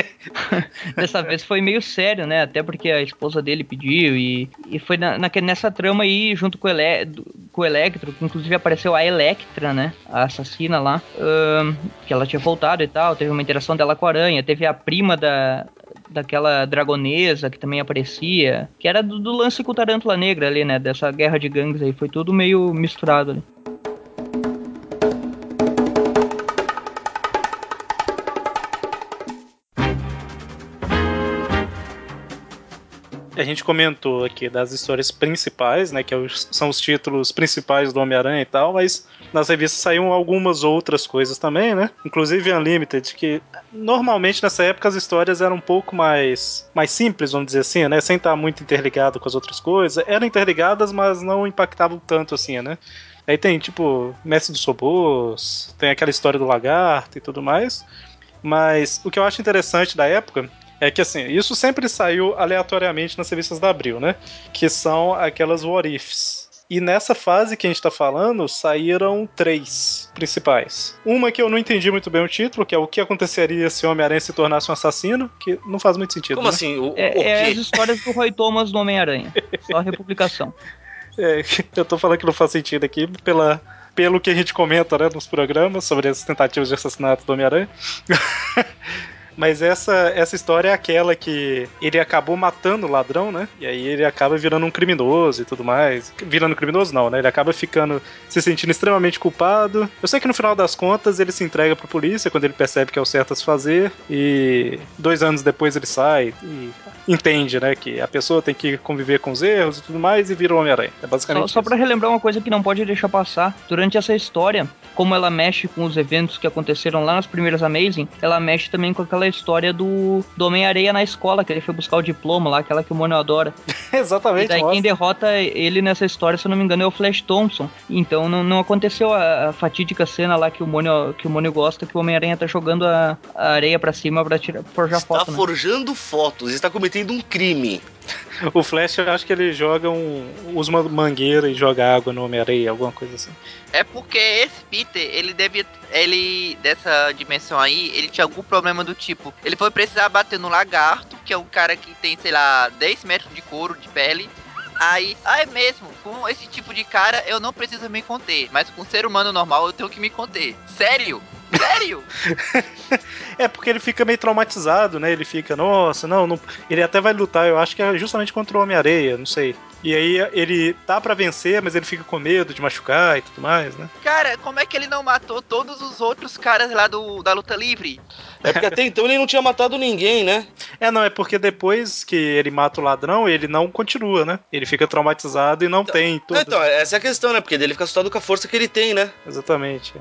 Dessa vez foi meio sério, né? Até porque a esposa dele pediu e, e foi na, naque- nessa trama aí, junto com o, Ele, do- com o Electro, que inclusive apareceu a Electra, né? A assassina lá, ahn, que ela tinha voltado e tal, teve uma interação dela com a Aranha, teve a prima da... daquela dragonesa que também aparecia, que era do, do lance com o Tarântula Negra ali, né? Dessa guerra de gangues aí, foi tudo meio misturado ali. a gente comentou aqui das histórias principais, né, que é os- são os títulos principais do Homem-Aranha e tal, mas nas revistas saíam algumas outras coisas também, né? Inclusive Unlimited, que normalmente nessa época as histórias eram um pouco mais, mais simples, vamos dizer assim, né? Sem estar muito interligado com as outras coisas. Eram interligadas, mas não impactavam tanto assim, né? Aí tem, tipo, Mestre dos Robôs, tem aquela história do lagarto e tudo mais. Mas o que eu acho interessante da época é que, assim, isso sempre saiu aleatoriamente nas revistas da Abril, né? Que são aquelas what ifs. E nessa fase que a gente tá falando, saíram três principais. Uma que eu não entendi muito bem o título, que é o que aconteceria se o Homem-Aranha se tornasse um assassino, que não faz muito sentido, Como né? assim? O, o É, é as quê? histórias do Roy Thomas do Homem-Aranha. Só a republicação. É, eu tô falando que não faz sentido aqui pela, pelo que a gente comenta, né, nos programas sobre as tentativas de assassinato do Homem-Aranha. Mas essa, essa história é aquela que ele acabou matando o ladrão, né? E aí ele acaba virando um criminoso e tudo mais. Virando criminoso não, né? Ele acaba ficando, se sentindo extremamente culpado. Eu sei que no final das contas ele se entrega pra polícia quando ele percebe que é o certo a se fazer. E dois anos depois ele sai e entende, né? Que a pessoa tem que conviver com os erros e tudo mais e vira o Homem-Aranha. É Só, basicamente só isso. pra relembrar uma coisa que não pode deixar passar, durante essa história, como ela mexe com os eventos que aconteceram lá nas primeiras Amazing, ela mexe também com aquela história do, do Homem-Areia na escola, que ele foi buscar o diploma lá, aquela que o Mônio adora. E Exatamente, daí quem mostra. derrota ele nessa história, se eu não me engano, é o Flash Thompson. Então não, não aconteceu a, a fatídica cena lá que o Mônio, que o Mônio gosta, que o Homem-Aranha tá jogando a, a areia pra cima pra tirar, forjar Está foto, né? forjando fotos, está cometendo um crime. O Flash, eu acho que ele joga um. usa uma mangueira e joga água no Homem-Areia, alguma coisa assim. É porque esse Peter, ele devia. Ele, dessa dimensão aí, ele tinha algum problema do tipo. Ele foi precisar bater no lagarto, que é um cara que tem, sei lá, dez metros de couro, de pele. Aí, ah, é mesmo, com esse tipo de cara eu não preciso me conter. Mas com um ser humano normal eu tenho que me conter. Sério? Sério? É porque ele fica meio traumatizado, né? Ele fica, nossa, não, não. Ele até vai lutar, eu acho que é justamente contra o Homem-Areia, não sei. E aí ele tá pra vencer, mas ele fica com medo de machucar e tudo mais, né? Cara, como é que ele não matou todos os outros caras lá do, da luta livre? É porque até então ele não tinha matado ninguém, né? É, não, é porque depois que ele mata o ladrão, ele não continua, né? Ele fica traumatizado e não tem É, todas. então, essa é a questão, né? Porque daí ele fica assustado com a força que ele tem, né? Exatamente.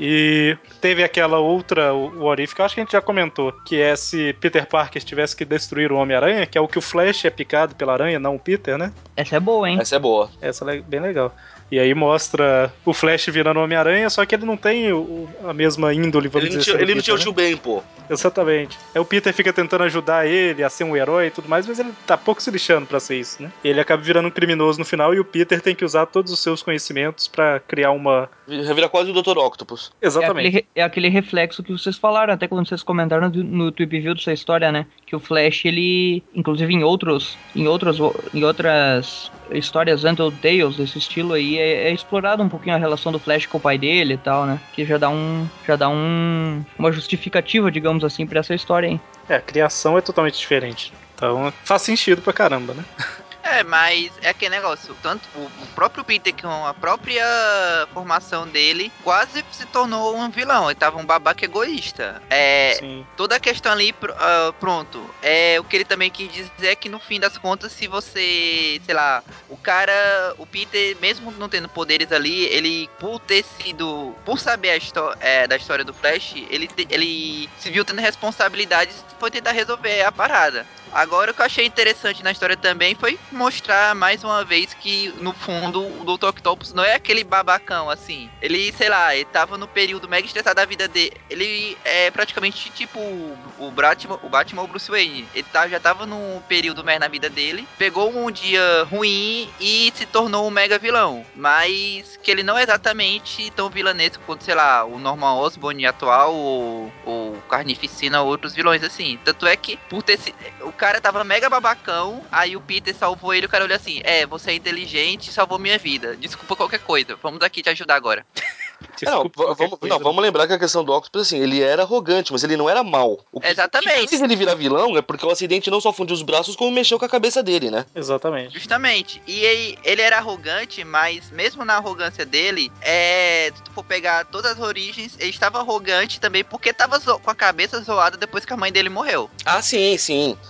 E teve aquela outra o What If, que eu acho que a gente já comentou, que é se Peter Parker tivesse que destruir o Homem-Aranha, que é o que o Flash é picado pela aranha, não o Peter, né? Essa é boa, hein? Essa é boa. Essa é bem legal. E aí mostra o Flash virando Homem-Aranha, só que ele não tem o, a mesma índole, vamos Ele não dizer tinha, assim. ele do não tinha o Peter, tio Ben, pô. né? Exatamente. Aí o Peter fica tentando ajudar ele a ser um herói e tudo mais, mas ele tá pouco se lixando pra ser isso, né? Ele acaba virando um criminoso no final e o Peter tem que usar todos os seus conhecimentos pra criar uma... Revira quase o doutor Octopus. É aquele, Exatamente. re- é aquele reflexo que vocês falaram, até quando vocês comentaram no, no Tweep View dessa história, né? Que o Flash, ele, inclusive em outros, em outros, em outras histórias Untold Tales desse estilo aí, é, é explorado um pouquinho a relação do Flash com o pai dele e tal, né? Que já dá um, já dá um, uma justificativa, digamos assim, pra essa história aí. É, a criação é totalmente diferente. Então faz sentido pra caramba, né? É, mas é aquele negócio, tanto o, o próprio Peter com a própria formação dele quase se tornou um vilão, ele tava um babaca egoísta. É, Sim. toda a questão ali, pr- ah, pronto, é o que ele também quis dizer é que no fim das contas, se você, sei lá, o cara, o Peter, mesmo não tendo poderes ali, ele, por ter sido, por saber a história é, da história do Flash, ele, te- ele se viu tendo responsabilidades, foi tentar resolver a parada. Agora, o que eu achei interessante na história também foi mostrar mais uma vez que, no fundo, o doutor Octopus não é aquele babacão, assim. Ele, sei lá, ele tava no período mega estressado da vida dele. Ele é praticamente tipo o Batman, o Batman ou o Bruce Wayne. Ele tá, já tava num período mais na vida dele, pegou um dia ruim e se tornou um mega vilão. Mas que ele não é exatamente tão vilanesco quanto, sei lá, o Norman Osborn atual ou o Carnificina ou outros vilões, assim. Tanto é que, por ter sido... O cara tava mega babacão, aí o Peter salvou ele, o cara olhou assim, é, você é inteligente, salvou minha vida, desculpa qualquer coisa, vamos aqui te ajudar agora. É, não, Desculpa v- qualquer vamos, coisa, não, né? vamos lembrar que a questão do Octopus, assim, ele era arrogante, mas ele não era mal. O que, o que Exatamente. fez ele virar vilão é porque o acidente não só fundiu os braços, como mexeu com a cabeça dele, né? Exatamente. Justamente, e aí, ele era arrogante, mas mesmo na arrogância dele, é, se tu for pegar todas as origens, ele estava arrogante também porque tava zo- com a cabeça zoada depois que a mãe dele morreu. Ah, sim, sim.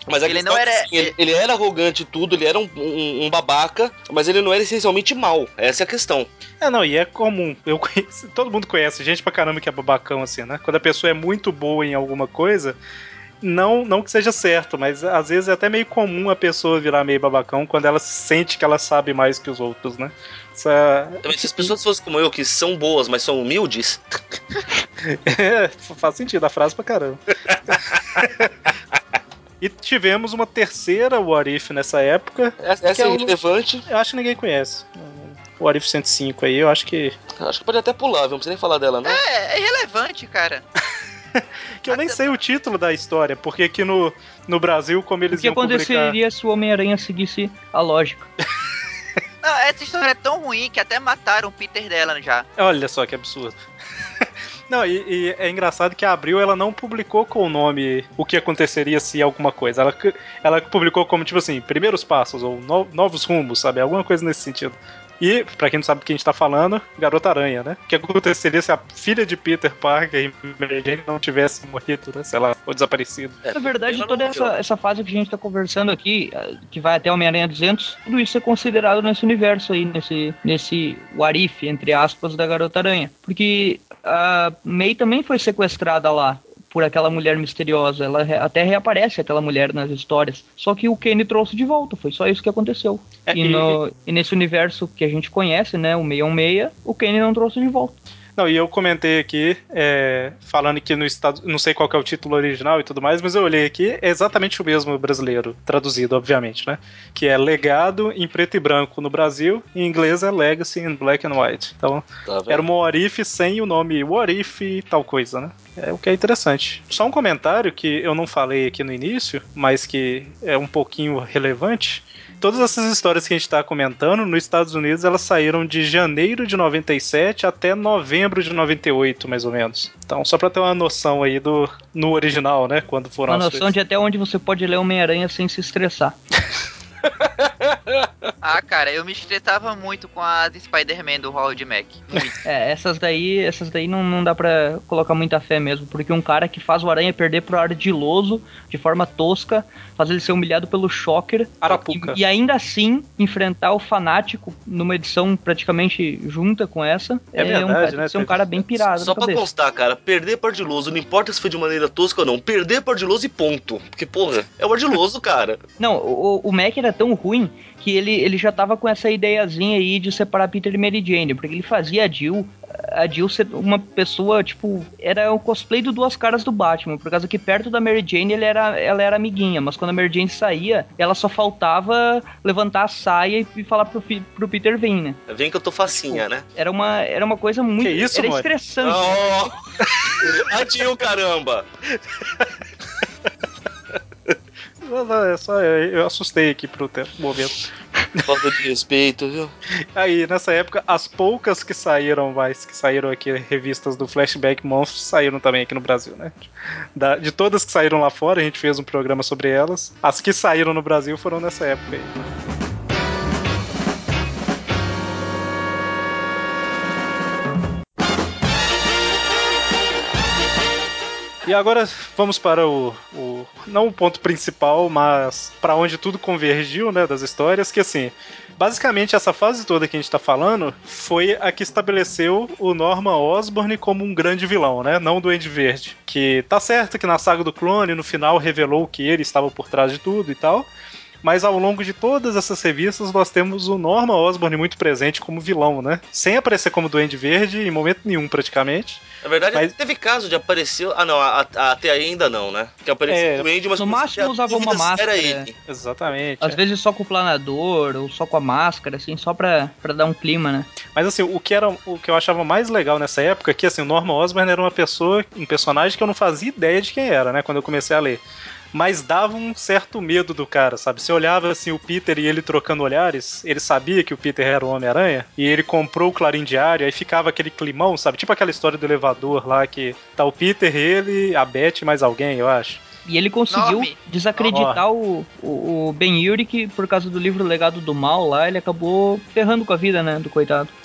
Mas a Ele questão não é que, era- assim, ele, ele era arrogante e tudo, ele era um, um- um babaca, mas ele não era essencialmente mal. Essa é a questão. É, não, e é comum. Eu conheço, todo mundo conhece gente pra caramba que é babacão, assim, né? Quando a pessoa é muito boa em alguma coisa, não, não que seja certo, mas às vezes é até meio comum a pessoa virar meio babacão quando ela sente que ela sabe mais que os outros, né? Essa... Também, se as pessoas fossem como eu, que são boas, mas são humildes, É, faz sentido a frase pra caramba. E tivemos uma terceira What If nessa época. essa, essa que é é o- irrelevante. Eu acho que ninguém conhece. O What If cento e cinco aí, eu acho que. Acho que pode até pular, viu? Não precisa nem falar dela, não. É, é irrelevante, cara. Que eu nem sei o título da história, porque aqui no, no Brasil, como O eles que iam publicar... aconteceria se o Homem-Aranha seguisse a lógica? Não, essa história é tão ruim que até mataram o Peter dela já. Olha só que absurdo. Não, e, e é engraçado que a Abril ela não publicou com o nome o que aconteceria se alguma coisa. Ela, ela publicou como, tipo assim, primeiros passos ou no, novos rumos, sabe? Alguma coisa nesse sentido. E, pra quem não sabe do que a gente tá falando, Garota Aranha, né? O que aconteceria se a filha de Peter Parker e Mary Jane não tivesse morrido, né? Sei lá, ou desaparecido. É, Na verdade, ela toda não essa, morreu. essa fase que a gente tá conversando aqui, eh, que vai até Homem-Aranha duzentos, tudo isso é considerado nesse universo aí, nesse, nesse what if, entre aspas, da Garota Aranha. Porque a May também foi sequestrada lá por aquela mulher misteriosa. Ela re- até reaparece aquela mulher nas histórias. Só que o Kenny trouxe de volta, foi só isso que aconteceu. É, e, e- no, e nesse universo que a gente conhece, né, o seiscentos e dezesseis, o Kenny não trouxe de volta. Não, e eu comentei aqui, é, falando que no estado, não sei qual que é o título original e tudo mais, mas eu olhei aqui, é exatamente o mesmo brasileiro, traduzido, obviamente, né? Que é Legado em preto e branco no Brasil, em inglês é Legacy in Black and White. Então, Tá vendo? era uma What If sem o nome What If e tal coisa, né? É o que é interessante. Só um comentário que eu não falei aqui no início, mas que é um pouquinho relevante. Todas essas histórias que a gente está comentando, nos Estados Unidos, elas saíram de janeiro de noventa e sete até novembro de noventa e oito, mais ou menos. Então, só para ter uma noção aí do no original, né? Quando foram Uma as noção coisas. de até onde você pode ler Homem-Aranha sem se estressar. Ah, cara, eu me estressava muito com as Spider-Man do Howard Mack. Muito. É, essas daí, essas daí não, não dá pra colocar muita fé mesmo, porque um cara que faz o Aranha perder pro ardiloso, de forma tosca, faz ele ser humilhado pelo Shocker, Arapuca. e, e ainda assim enfrentar o Fanático numa edição praticamente junta com essa, É um, verdade, tem né, que ser um teve- cara bem pirado Só na pra cabeça. constar, cara, perder pro ardiloso, não importa se foi de maneira tosca ou não, perder pro ardiloso e ponto. Porque, porra, é o ardiloso, cara. Não, o, o Mac era tão ruim que ele, ele já tava com essa ideiazinha aí de separar Peter e Mary Jane, porque ele fazia a Jill, a Jill ser uma pessoa, tipo, era o cosplay do Duas Caras do Batman, por causa que perto da Mary Jane ele era, ela era amiguinha, mas quando a Mary Jane saía, ela só faltava levantar a saia e, e falar pro, fi- pro Peter vir, né? Vem que eu tô facinha, né? Era uma, era uma coisa muito... Que isso, era mano? estressante, né? Oh! Adil, caramba! Não, não, é só, eu, eu assustei aqui pro tempo, momento. Falta de respeito, viu? Aí, nessa época, as poucas que saíram, mais que saíram aqui, revistas do Flashback Monstros, saíram também aqui no Brasil, né? Da- de todas que saíram lá fora, a gente fez um programa sobre elas. As que saíram no Brasil foram nessa época aí. E agora vamos para o, o não o ponto principal, mas para onde tudo convergiu, né, das histórias, que assim, basicamente essa fase toda que a gente tá falando foi a que estabeleceu o Norman Osborn como um grande vilão, né, não o Duende Verde, que tá certo que na saga do clone no final revelou que ele estava por trás de tudo e tal. Mas ao longo de todas essas revistas nós temos o Norman Osborn muito presente como vilão, né? Sem aparecer como Duende Verde em momento nenhum praticamente. Na verdade, Mas- teve caso de aparecer. Ah, não, a- a- até aí ainda não, né? Que apareceu É, o Duende, mas no você máximo tinha usava uma dúvida se máscara. Era ele. Exatamente. Às é. vezes só com o planador, ou só com a máscara, assim, só pra, pra dar um clima, né? Mas assim, o que, era, o que eu achava mais legal nessa época é que assim, o Norman Osborn era uma pessoa, um personagem que eu não fazia ideia de quem era, né? Quando eu comecei a ler. Mas dava um certo medo do cara, sabe? Você olhava assim o Peter e ele trocando olhares, ele sabia que o Peter era o Homem-Aranha, e ele comprou o Clarim Diário, aí ficava aquele climão, sabe? Tipo aquela história do elevador lá, que tá o Peter, ele, a Beth e mais alguém, eu acho. E ele conseguiu Norme. desacreditar o, o, o Ben Urich por causa do livro Legado do Mal lá, ele acabou ferrando com a vida, né, do coitado.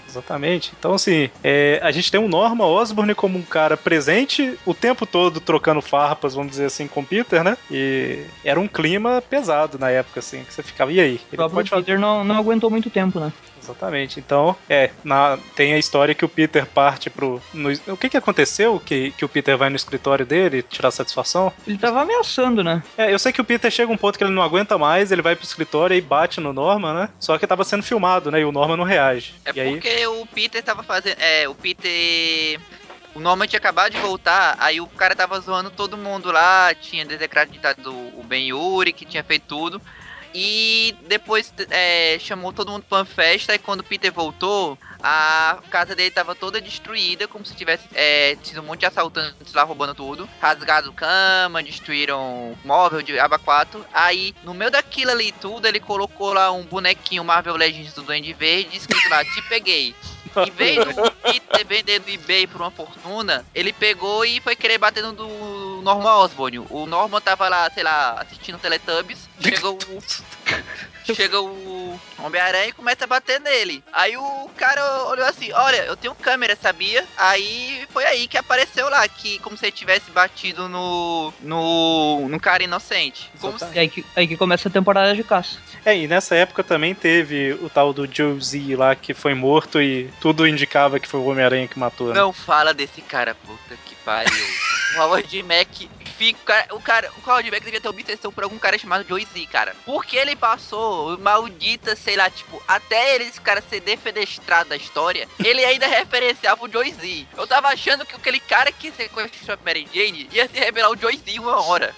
Exatamente. Então, assim, é, a gente tem o Norman Osborn como um cara presente o tempo todo trocando farpas, vamos dizer assim, com o Peter, né? E era um clima pesado na época, assim, que você ficava, e aí? Ele O próprio pode falar... Peter não, não aguentou muito tempo, né? Exatamente. Então, é, na, tem a história que o Peter parte pro... No, o que que aconteceu que, que o Peter vai no escritório dele tirar satisfação? Ele tava ameaçando, né? É, eu sei que o Peter chega um ponto que ele não aguenta mais, ele vai pro escritório e bate no Norman, né? Só que tava sendo filmado, né? E o Norman não reage. É e aí... porque o Peter tava fazendo. É, o Peter. O Norman tinha acabado de voltar, aí o cara tava zoando todo mundo lá, tinha desacreditado o Ben Urich, que tinha feito tudo. E depois é, chamou todo mundo pra uma festa, e quando o Peter voltou, a casa dele tava toda destruída, como se tivesse é, tido um monte de assaltantes lá roubando tudo. Rasgado cama, destruíram móvel de aba quatro. Aí, no meio daquilo ali tudo, ele colocou lá um bonequinho Marvel Legends do Duende Verde, escrito lá, te peguei. Em vez do Peter vender no eBay por uma fortuna, ele pegou e foi querer bater no do Norman Osborn. O Norman tava lá, sei lá, assistindo Teletubbies. Chegou o... Chega o Homem-Aranha e começa a bater nele. Aí o cara olhou assim, olha, eu tenho câmera, sabia? Aí foi aí que apareceu lá, que como se ele tivesse batido no no, no cara inocente. Como se... E aí que, aí que começa a temporada de caça. É, e nessa época também teve o tal do Joe Z lá, que foi morto e tudo indicava que foi o Homem-Aranha que matou, né? Não fala desse cara, puta que pariu. O Howard Mack fica. O cara. O Howard Mack devia ter obsessão por algum cara chamado Joe Z, cara. Porque ele passou maldita, sei lá, tipo, até ele, esse cara ser defenestrado da história, ele ainda referenciava o Joe Z. Eu tava achando que aquele cara que sequestrou a Mary Jane ia se revelar o Joe Z em uma hora.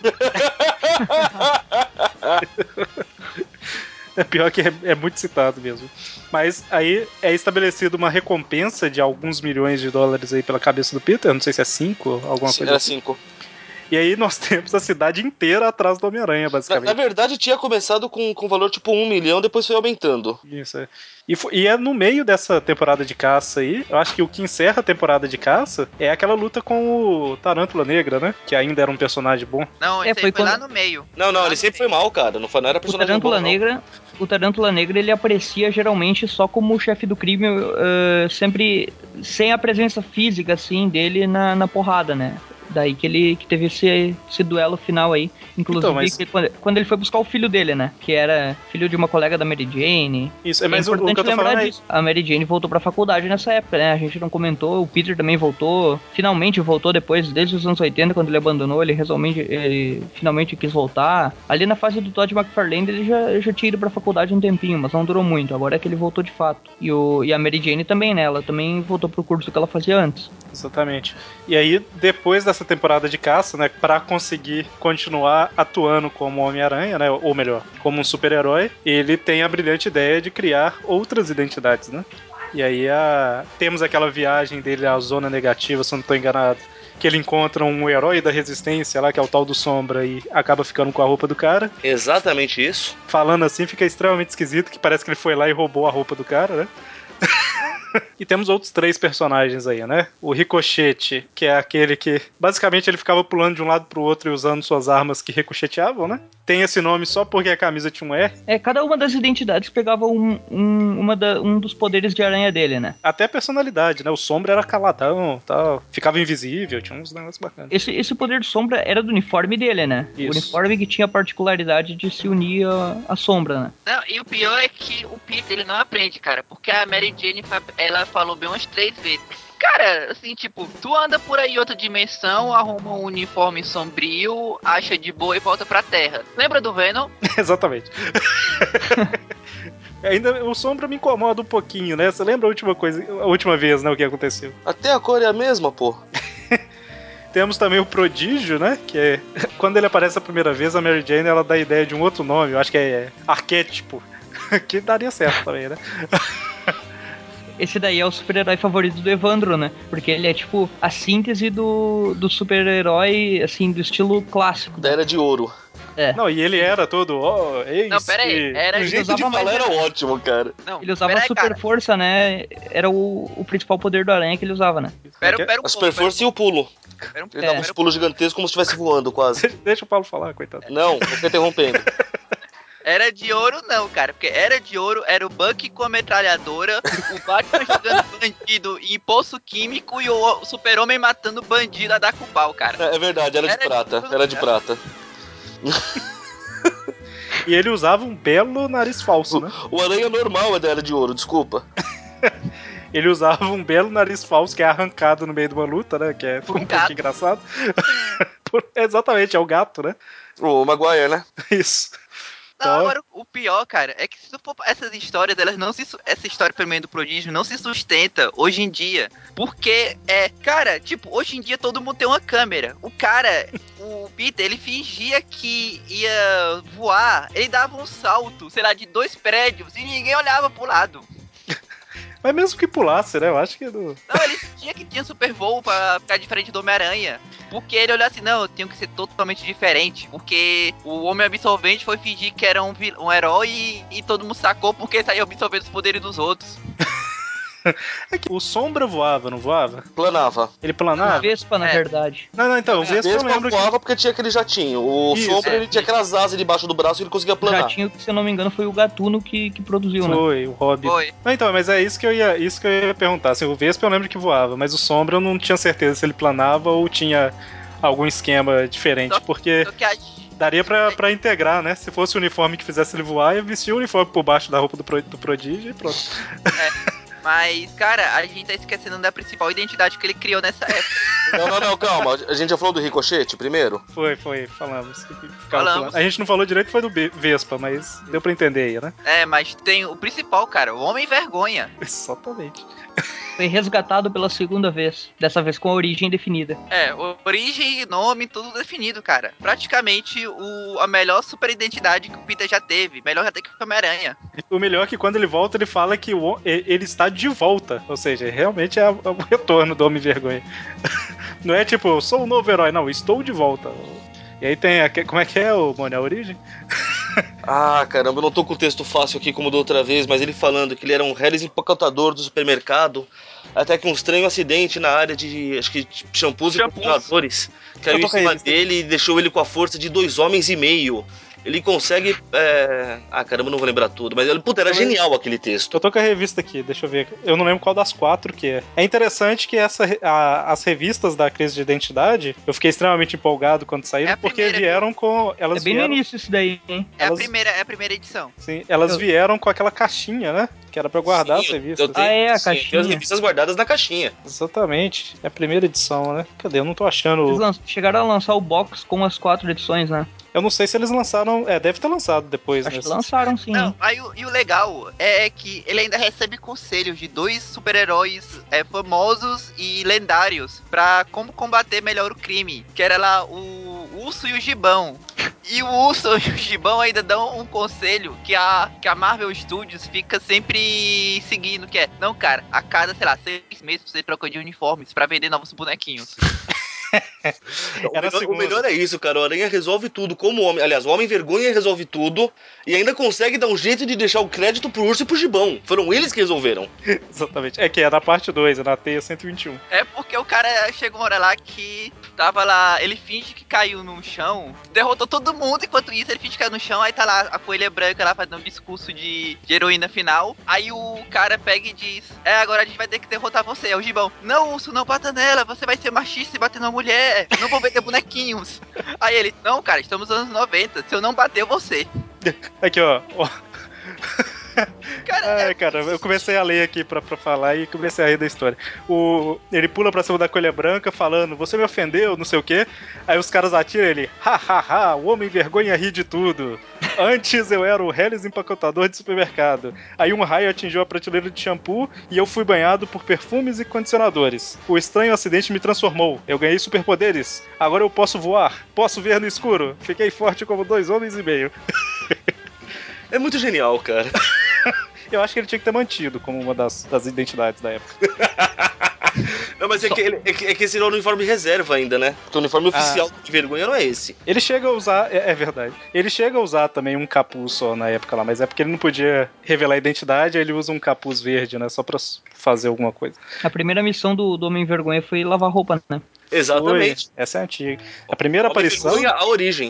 É pior que é, é muito citado mesmo. Mas aí é estabelecido uma recompensa de alguns milhões de dólares aí pela cabeça do Peter, não sei se é cinco, alguma coisa Era assim. cinco. E aí nós temos a cidade inteira atrás do Homem-Aranha, Na, basicamente. na verdade, tinha começado com, com valor tipo um milhão, depois foi aumentando. Isso, é. E, fo- e é no meio dessa temporada de caça aí, eu acho que o que encerra a temporada de caça é aquela luta com o Tarântula Negra, né? Que ainda era um personagem bom. Não, É, esse foi aí foi lá quando- no meio. Não, não, Lá ele no sempre meio. foi mal, cara. Não, foi, não era O personagem Tarântula bom, não. Negra, o Tarântula Negra, ele aparecia geralmente só como o chefe do crime, uh, sempre sem a presença física, assim, dele na, na porrada, né? Daí que ele que teve esse, esse duelo final aí. Inclusive, Então, mas- que quando, quando ele foi buscar o filho dele, né? Que era filho de uma colega da Mary Jane. Isso, é, mas o- o importante que eu tô lembrar falando é- disso. A Mary Jane voltou pra faculdade nessa época, né? A gente não comentou, o Peter também voltou. Finalmente voltou depois, desde os anos oitenta, quando ele abandonou, ele resolmente, ele finalmente quis voltar. Ali na fase do Todd McFarlane, ele já, ele já tinha ido pra faculdade um tempinho, mas não durou muito. Agora é que ele voltou de fato. E, o, e a Mary Jane também, né? Ela também voltou pro curso que ela fazia antes. Exatamente. E aí, depois dessa temporada de caça, né, pra conseguir continuar atuando como Homem-Aranha, né, ou melhor, como um super-herói, ele tem a brilhante ideia de criar outras identidades, né? E aí a... temos aquela viagem dele à Zona Negativa, se eu não tô enganado, que ele encontra um herói da resistência lá, que é o tal do Sombra, e acaba ficando com a roupa do cara. Exatamente isso. Falando assim, fica extremamente esquisito, que parece que ele foi lá e roubou a roupa do cara, né? E temos outros três personagens aí, né? O Ricochete, que é aquele que basicamente ele ficava pulando de um lado pro outro e usando suas armas que ricocheteavam, né? Tem esse nome só porque a camisa tinha um R. É, cada uma das identidades pegava um, um, uma da, um dos poderes de aranha dele, né? Até a personalidade, né? O Sombra era caladão, tal, ficava invisível, tinha uns negócios bacanas. Esse, esse poder de sombra era do uniforme dele, né? Isso. O uniforme que tinha a particularidade de se unir à sombra, né? Não, e o pior é que o Peter, ele não aprende, cara. Porque a Mary Jane, ela falou bem umas três vezes. Cara, assim, tipo, tu anda por aí em outra dimensão, arruma um uniforme sombrio, acha de boa e volta pra Terra. Lembra do Venom? Exatamente. Ainda o Sombra me incomoda um pouquinho, né? Você lembra a última coisa, a última vez, né, o que aconteceu? Até a cor é a mesma, pô. Temos também o Prodígio, né? Que é quando ele aparece a primeira vez, a Mary Jane ela dá a ideia de um outro nome, eu acho que é Arquétipo, que daria certo também, né? Esse daí é o super-herói favorito do Evandro, né? Porque ele é, tipo, a síntese do, do super-herói, assim, do estilo clássico. Da Né? Era de Ouro. É. Não, e ele era todo, ó, oh, eis Não, pera aí. que- Era O ele jeito de usava falar mais- era ótimo, cara. Não, Ele usava pera aí, super cara. força, né? Era o, o principal poder do aranha que ele usava, né? Pera, Que é? pera um A pouco. super força e o pulo. Pera um Ele É. dava uns pulos gigantescos como se estivesse voando, quase. Deixa o Paulo falar, coitado. Não, eu tô interrompendo. Era de ouro não, cara, porque era de ouro, era o Bucky com a metralhadora, o Batman jogando bandido em poço químico e o Super-Homem matando bandido a dar com pau, cara. É, é verdade, era, Era de prata, de- era de prata. E ele usava um belo nariz falso, né? O Aranha normal era de ouro, desculpa. Ele usava um belo nariz falso que é arrancado no meio de uma luta, né? Que é Por um um pouco gato. engraçado. Por- Exatamente, é o gato, né? O Maguire, né? Isso. Não, Então, agora o pior, cara, é que se tu for essas histórias, elas não se su- essa história pelo menos do prodígio não se sustenta hoje em dia, porque é, cara, tipo, hoje em dia todo mundo tem uma câmera. O cara, o Peter, ele fingia que ia voar, ele dava um salto, sei lá, de dois prédios e ninguém olhava pro lado. mas mesmo que pulasse, né? Eu acho que não. Não, ele fingia que tinha super voo pra ficar diferente do Homem-Aranha. Porque ele olhou assim, não, eu tenho que ser totalmente diferente. Porque o Homem Absorvente foi fingir que era um, vil- um herói e, e todo mundo sacou porque saiu absorvendo os poderes dos outros. É que o Sombra voava, não voava? Planava. Ele O planava? Vespa, na É. verdade. Não, não, então, o Vespa eu Vespa lembro que... voava porque tinha aquele jatinho. O Isso, Sombra, é, ele tinha isso. aquelas asas debaixo do braço e ele conseguia O planar. jatinho que, se eu não me engano, foi o Gatuno que, que produziu, né? Foi, o Hobby. Foi. Não, então, mas é isso que eu ia, isso que eu ia perguntar. Assim, o Vespa eu lembro que voava, mas o Sombra eu não tinha certeza se ele planava ou tinha algum esquema diferente, Só- porque Só que a, daria pra, pra integrar, né? Se fosse o uniforme que fizesse ele voar, eu vestia o uniforme por baixo da roupa do, pro, do prodígio e pronto. mas, cara, a gente tá esquecendo da principal identidade que ele criou nessa época. Não, não, não, calma. A gente já falou do Ricochete primeiro? Foi, foi, falamos. Ficava Falamos. pulando. A gente não falou direito, foi do Be- Vespa, mas deu pra entender aí, né? É, mas tem o principal, cara, o Homem Vergonha. Exatamente. Foi resgatado pela segunda vez. Dessa vez com a origem definida. É, origem, nome, tudo definido, cara. Praticamente o, a melhor super identidade que o Peter já teve. Melhor até que o Homem-Aranha. O melhor é que quando ele volta, ele fala que o, e- ele está de volta. Ou seja, realmente é, a- é o retorno do Homem-Vergonha. Não é tipo, eu sou um novo herói, não, estou de volta. E aí tem, a, como é que é, o Mônio, a origem? Ah, caramba, eu não tô com o texto fácil aqui como da outra vez, mas ele falando que ele era um Harris empacotador do supermercado, até que um estranho acidente na área de, acho que, de shampoos e Shampoos. condicionadores caiu Eu tô em cima com ele. dele e deixou ele com a força de dois homens e meio. Ele consegue. É... Ah, caramba, eu não vou lembrar tudo, mas ele, puta, era Mas- genial aquele texto. Eu tô com a revista aqui, deixa eu ver. Eu não lembro qual das quatro que é. É interessante que essa, re- a- as revistas da crise de identidade, eu fiquei extremamente empolgado quando saíram, É a porque primeira, vieram com. Elas É bem vieram, no início isso daí, hein? É Elas- a primeira, é a primeira edição. sim, elas Eu- vieram com aquela caixinha, né? Que era pra guardar Sim, as eu- revistas. Eu tenho, Ah, é, a sim, eu tenho as caixinha. revistas guardadas na caixinha. Exatamente. É a primeira edição, né? Cadê? Eu não tô Eles achando. lan- chegaram a lançar o box com as quatro edições, né? Eu não sei se eles lançaram. É, deve ter lançado depois, Acho né? que lançaram sim. Não, aí o, e o legal é que ele ainda recebe conselhos de dois super-heróis é, famosos e lendários pra como combater melhor o crime. Que era lá o Urso e o Gibão. E o Urso e o Gibão ainda dão um conselho que a, que a Marvel Studios fica sempre seguindo, que é, não, cara, a cada, sei lá, seis meses você troca de uniformes pra vender novos bonequinhos. O Era a melhor, o segunda. melhor é isso, cara. O Aranha resolve tudo como homem. Aliás, o Homem Vergonha resolve tudo e ainda consegue dar um jeito de deixar o crédito pro Urso e pro Gibão. Foram eles que resolveram. Exatamente. É que é na parte dois, é na teia cento e vinte e um. É porque o cara chegou uma hora lá que tava lá, ele finge que caiu no chão, derrotou todo mundo, enquanto isso ele finge que caiu no chão, aí tá lá a coelha branca lá fazendo um discurso de, de heroína final, aí o cara pega e diz, é, agora a gente vai ter que derrotar você, é o Gibão, não, Urso, não bata nela, você vai ser machista e bater na mulher, não vou vender bonequinhos. Aí ele, não, cara, estamos nos anos noventa, se eu não bater, você. Aqui, ó. ó. Cara, Ai, é- cara, eu comecei a ler aqui pra, pra falar e comecei a rir da história. O, ele pula pra cima da coelha branca falando, você me ofendeu, não sei o quê. Aí os caras atiram ele, ha, ha, ha, o homem vergonha ri de tudo. Antes eu era o Helles empacotador de supermercado. Aí um raio atingiu a prateleira de shampoo e eu fui banhado por perfumes e condicionadores. O estranho acidente me transformou. Eu ganhei superpoderes. Agora eu posso voar. Posso ver no escuro. Fiquei forte como dois homens e meio. É muito genial, cara. Eu acho que ele tinha que ter mantido como uma das, das identidades da época. Não, mas é que, ele- é que, é que esse é o uniforme reserva ainda, né? Porque o uniforme oficial de vergonha não é esse. Ele chega a usar, é, é verdade. Ele chega a usar também um capuz só na época lá, mas é porque ele não podia revelar a identidade, aí ele usa um capuz verde, né? Só pra fazer alguma coisa. A primeira missão do, do Homem-Vergonha foi lavar roupa, né? Exatamente. Foi, essa é a antiga. A primeira Homem aparição. Vergonha, a origem.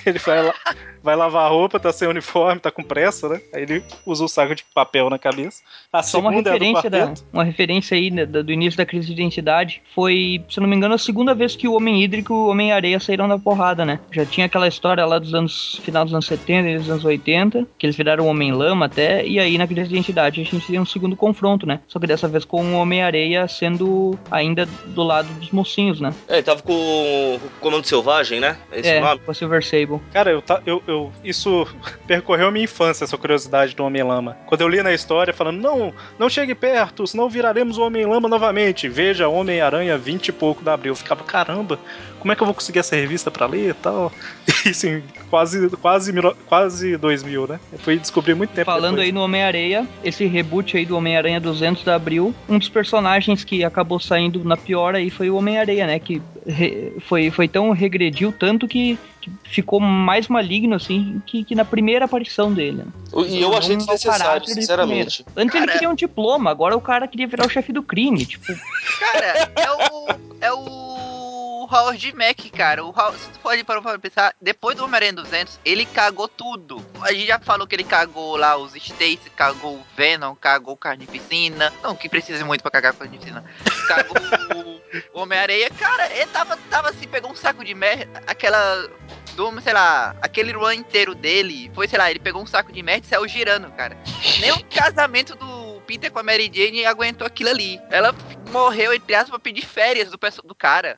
Ele vai, lá, vai lavar a roupa, tá sem uniforme, tá com pressa, né? Aí ele usa o saco de papel na cabeça. A Só uma segunda é a do referência, da, quarteto. uma referência aí né, da- do início da crise de identidade. Foi, se eu não me engano, a segunda vez que o Homem-Hídrico e o Homem-Areia saíram da porrada, né? Já tinha aquela história lá dos anos, final dos anos setenta e dos anos oitenta, que eles viraram o Homem-Lama até, e aí na crise de identidade a gente tem um segundo confronto, né? Só que dessa vez com o Homem-Areia sendo ainda do lado dos mocinhos, né? É, ele tava com o Comando Selvagem, né? É esse o É, nome? com a Silver Sable. Cara, eu, ta- eu, eu, isso percorreu a minha infância, essa curiosidade do Homem-Lama. Quando eu li na história falando, não, não chegue perto, senão viraremos o Homem-Lama novamente. Veja Homem-Aranha vinte e pouco de abril. Eu ficava, caramba, como é que eu vou conseguir essa revista pra ler e tal? E assim, quase, quase, mil- quase dois mil, né? Eu fui descobrir muito tempo Falando depois. aí no Homem-Areia, esse reboot aí do Homem-Aranha duzentos de abril, um dos personagens que acabou saindo na pior aí foi o Homem-Areia, né? Que re- foi, foi tão, regrediu tanto que, que ficou mais maligno, assim, que, que na primeira aparição dele. Né? E eu achei Não ao desnecessário, caráter de sinceramente. primeira. Antes ele Cara- queria um diploma, agora o cara queria virar o chefe do crime, tipo... Cara, é o. É o Howard Mack, cara. O Howard, se tu pode parar pra pensar, depois do Homem-Aranha duzentos, ele cagou tudo. A gente já falou que ele cagou lá os Stacy, cagou o Venom, cagou o Carnificina. Não, que precisa muito pra cagar o Carnificina. Cagou o Homem-Areia. Cara, ele tava, tava assim, pegou um saco de merda. Aquela. Do, sei lá, aquele run inteiro dele foi, sei lá, ele pegou um saco de merda e saiu girando, cara. Nem o casamento do Peter com a Mary Jane aguentou aquilo ali. Ela morreu, entre aspas, pra pedir férias do, perso- do cara.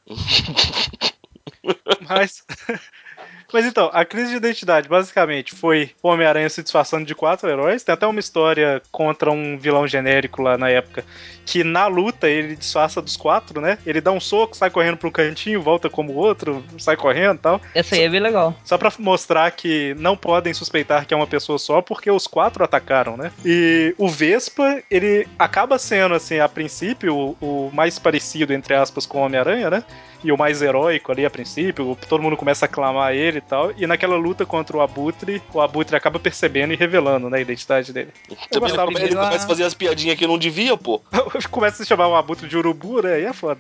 Mas... Mas então, a crise de identidade basicamente foi o Homem-Aranha se disfarçando de quatro heróis. Tem até uma história contra um vilão genérico lá na época, que na luta ele disfarça dos quatro, né? Ele dá um soco, sai correndo pro cantinho, volta como o outro, sai correndo e tal. Essa aí é bem legal. Só pra mostrar que não podem suspeitar que é uma pessoa só, porque os quatro atacaram, né? E o Vespa, ele acaba sendo, assim, a princípio, o, o mais parecido, entre aspas, com o Homem-Aranha, né? E o mais heróico ali a princípio, todo mundo começa a aclamar ele e tal. E naquela luta contra o Abutre, o Abutre acaba percebendo e revelando, né, a identidade dele. Eu Também gostava ele primeiro começa a- a fazer as piadinhas que não devia, pô. Começa a chamar o Abutre de urubu, né? Aí é foda.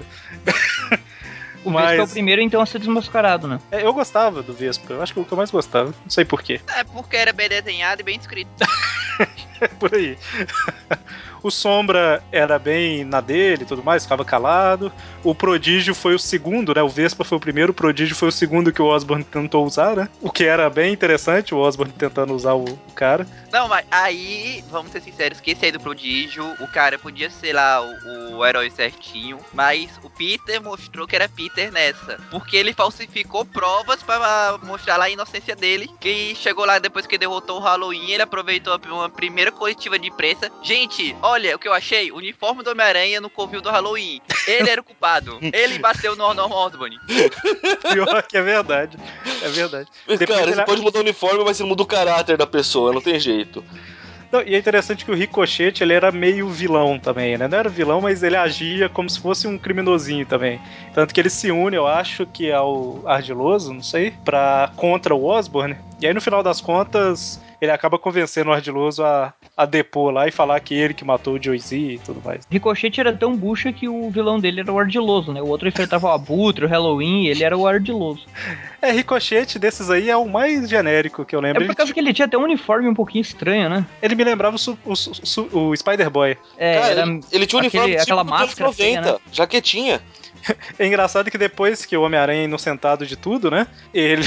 O Vespa é o Mas primeiro, então, a ser desmascarado, né? é, eu gostava do Vespa. Eu acho que o que eu mais gostava. Não sei porquê. É porque era bem desenhado e bem escrito. Por aí. O Sombra era bem na dele e tudo mais, ficava calado. O Prodígio foi o segundo, né? O Vespa foi o primeiro, o Prodígio foi o segundo que o Osborn tentou usar, né? O que era bem interessante, o Osborn tentando usar o, o cara. Não, mas aí, vamos ser sinceros, que esse aí do Prodígio, o cara podia ser lá o, o herói certinho, mas o Peter mostrou que era Peter nessa. Porque ele falsificou provas pra mostrar lá a inocência dele, que chegou lá depois que derrotou o Halloween, ele aproveitou uma primeira coletiva de imprensa. Gente, olha o que eu achei, o uniforme do Homem-Aranha no covil do Halloween. Ele era o culpado. Ele bateu no Norman Osborn. Pior que é verdade. É verdade. Mas, Depois cara, ele- você pode mudar o uniforme, mas você muda o caráter da pessoa, não tem jeito. Não, e é interessante que o Ricochete, ele era meio vilão também, né? Não era vilão, mas ele agia como se fosse um criminosinho também. Tanto que ele se une, eu acho que ao Ardiloso, não sei, pra, contra o Osborn. E aí, no final das contas, ele acaba convencendo o Ardiloso a, a depor lá e falar que ele que matou o Joyce e tudo mais. Ricochete era tão bucha que o vilão dele era o Ardiloso, né? O outro enfrentava o Abutre, o Halloween, e ele era o Ardiloso. É, Ricochete desses aí é o mais genérico que eu É lembro. por Ele, causa que ele tinha até um uniforme um pouquinho estranho, né? ele me lembrava o, su- o, su- su- o Spider-Boy. É, Cara, era ele, ele tinha um uniforme aquele, tipo aquela dos anos máscara feia, noventa, né? jaquetinha. É engraçado que depois que o Homem-Aranha é inocentado de tudo, né? Ele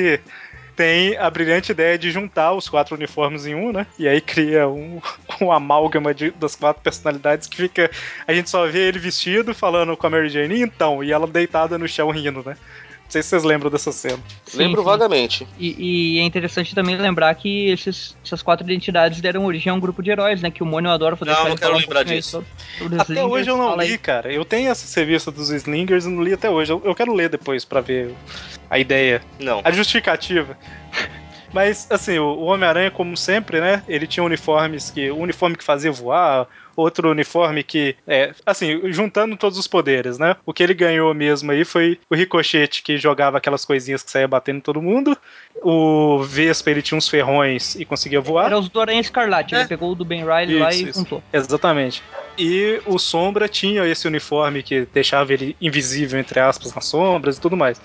tem a brilhante ideia de juntar os quatro uniformes em um, né? E aí cria um, um amálgama de, das quatro personalidades que fica. A gente só vê ele vestido, falando com a Mary Jane, então, e ela deitada no chão rindo, né? Não sei se vocês lembram dessa cena. Sim, Lembro sim. vagamente. E, e é interessante também lembrar que esses, essas quatro identidades deram origem a um grupo de heróis, né? Que o Mônio adora fazer Não, história não e quero falar um lembrar pouquinho aí disso. sobre- sobre os Até Slingers. hoje eu não Fala li, aí. cara. Eu tenho essa revista dos Slingers e não li até hoje. Eu, eu quero ler depois pra ver a ideia, Não. a justificativa. Mas, assim, o o Homem-Aranha, como sempre, né? Ele tinha uniformes que. Um uniforme que fazia voar, outro uniforme que. É, assim, juntando todos os poderes, né? O que ele ganhou mesmo aí foi o Ricochete, que jogava aquelas coisinhas que saía batendo em todo mundo. O Vespa, ele tinha uns ferrões e conseguia voar. Era os do Aranha Escarlate, É. ele pegou o do Ben Riley lá Isso, e isso. juntou. Exatamente. E o Sombra tinha esse uniforme que deixava ele invisível, entre aspas, nas sombras e tudo mais.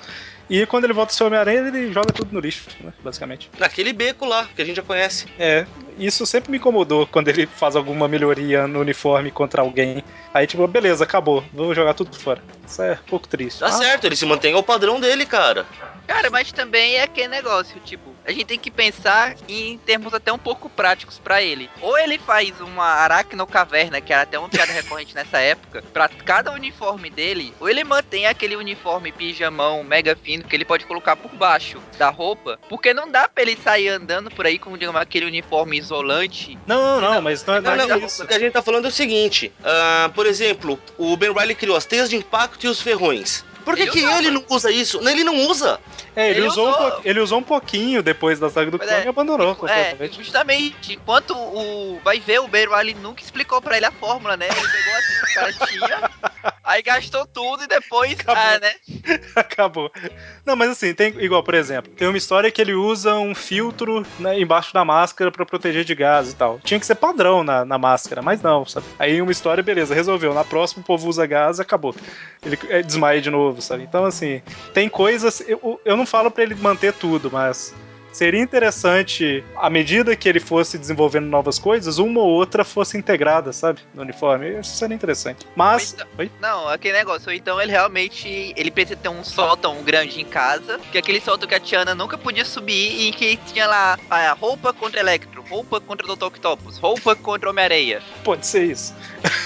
E quando ele volta a ser Homem-Aranha, ele joga tudo no lixo, né, basicamente. Naquele beco lá, que a gente já conhece. É, isso sempre me incomodou quando ele faz alguma melhoria no uniforme contra alguém. Aí, tipo, beleza, acabou, vou jogar tudo fora. Isso é um pouco triste. Tá Ah, certo, ele se mantém ao padrão dele, cara. Cara, mas também é aquele negócio, tipo, a gente tem que pensar em termos até um pouco práticos pra ele. Ou ele faz uma aracnocaverna, que era até uma piada recorrente nessa época, pra cada uniforme dele, ou ele mantém aquele uniforme pijamão mega fino que ele pode colocar por baixo da roupa, porque não dá pra ele sair andando por aí com, digamos, aquele uniforme isolante. Não, não, mas não é Não, nada não, disso. o que a gente tá falando é o seguinte, ah, por exemplo, o Ben Reilly criou as teias de impacto e os ferrões. Por que Ele que usava. ele não usa isso? Não, ele não usa. É, ele, Ele usou, usou. Um po- ele usou um pouquinho depois da saga do Pois clone é, e abandonou tipo, é, completamente. justamente, enquanto o... Vai ver, o Ben Reilly nunca explicou pra ele a fórmula, né? Ele pegou assim, o cara tinha, aí gastou tudo e depois... Acabou. Ah, né? Acabou. Não, mas assim, tem igual, por exemplo, tem uma história que ele usa um filtro, né, embaixo da máscara pra proteger de gás e tal. Tinha que ser padrão na, na máscara, mas não, sabe? Aí uma história, beleza, resolveu. Na próxima o povo usa gás, acabou. Ele é, desmaia de novo, sabe? Então, assim, tem coisas... Eu, eu não falo pra ele manter tudo, mas... Seria interessante, à medida que ele fosse desenvolvendo novas coisas, uma ou outra fosse integrada, sabe? No uniforme. Isso seria interessante. Mas... Então, Oi? não, aquele negócio. Então ele realmente... Ele precisa ter um sótão grande em casa, que é aquele sótão que a Tiana nunca podia subir e que tinha lá a roupa contra Electro, roupa contra doutor Octopus, roupa contra Homem-Areia. Pode ser isso.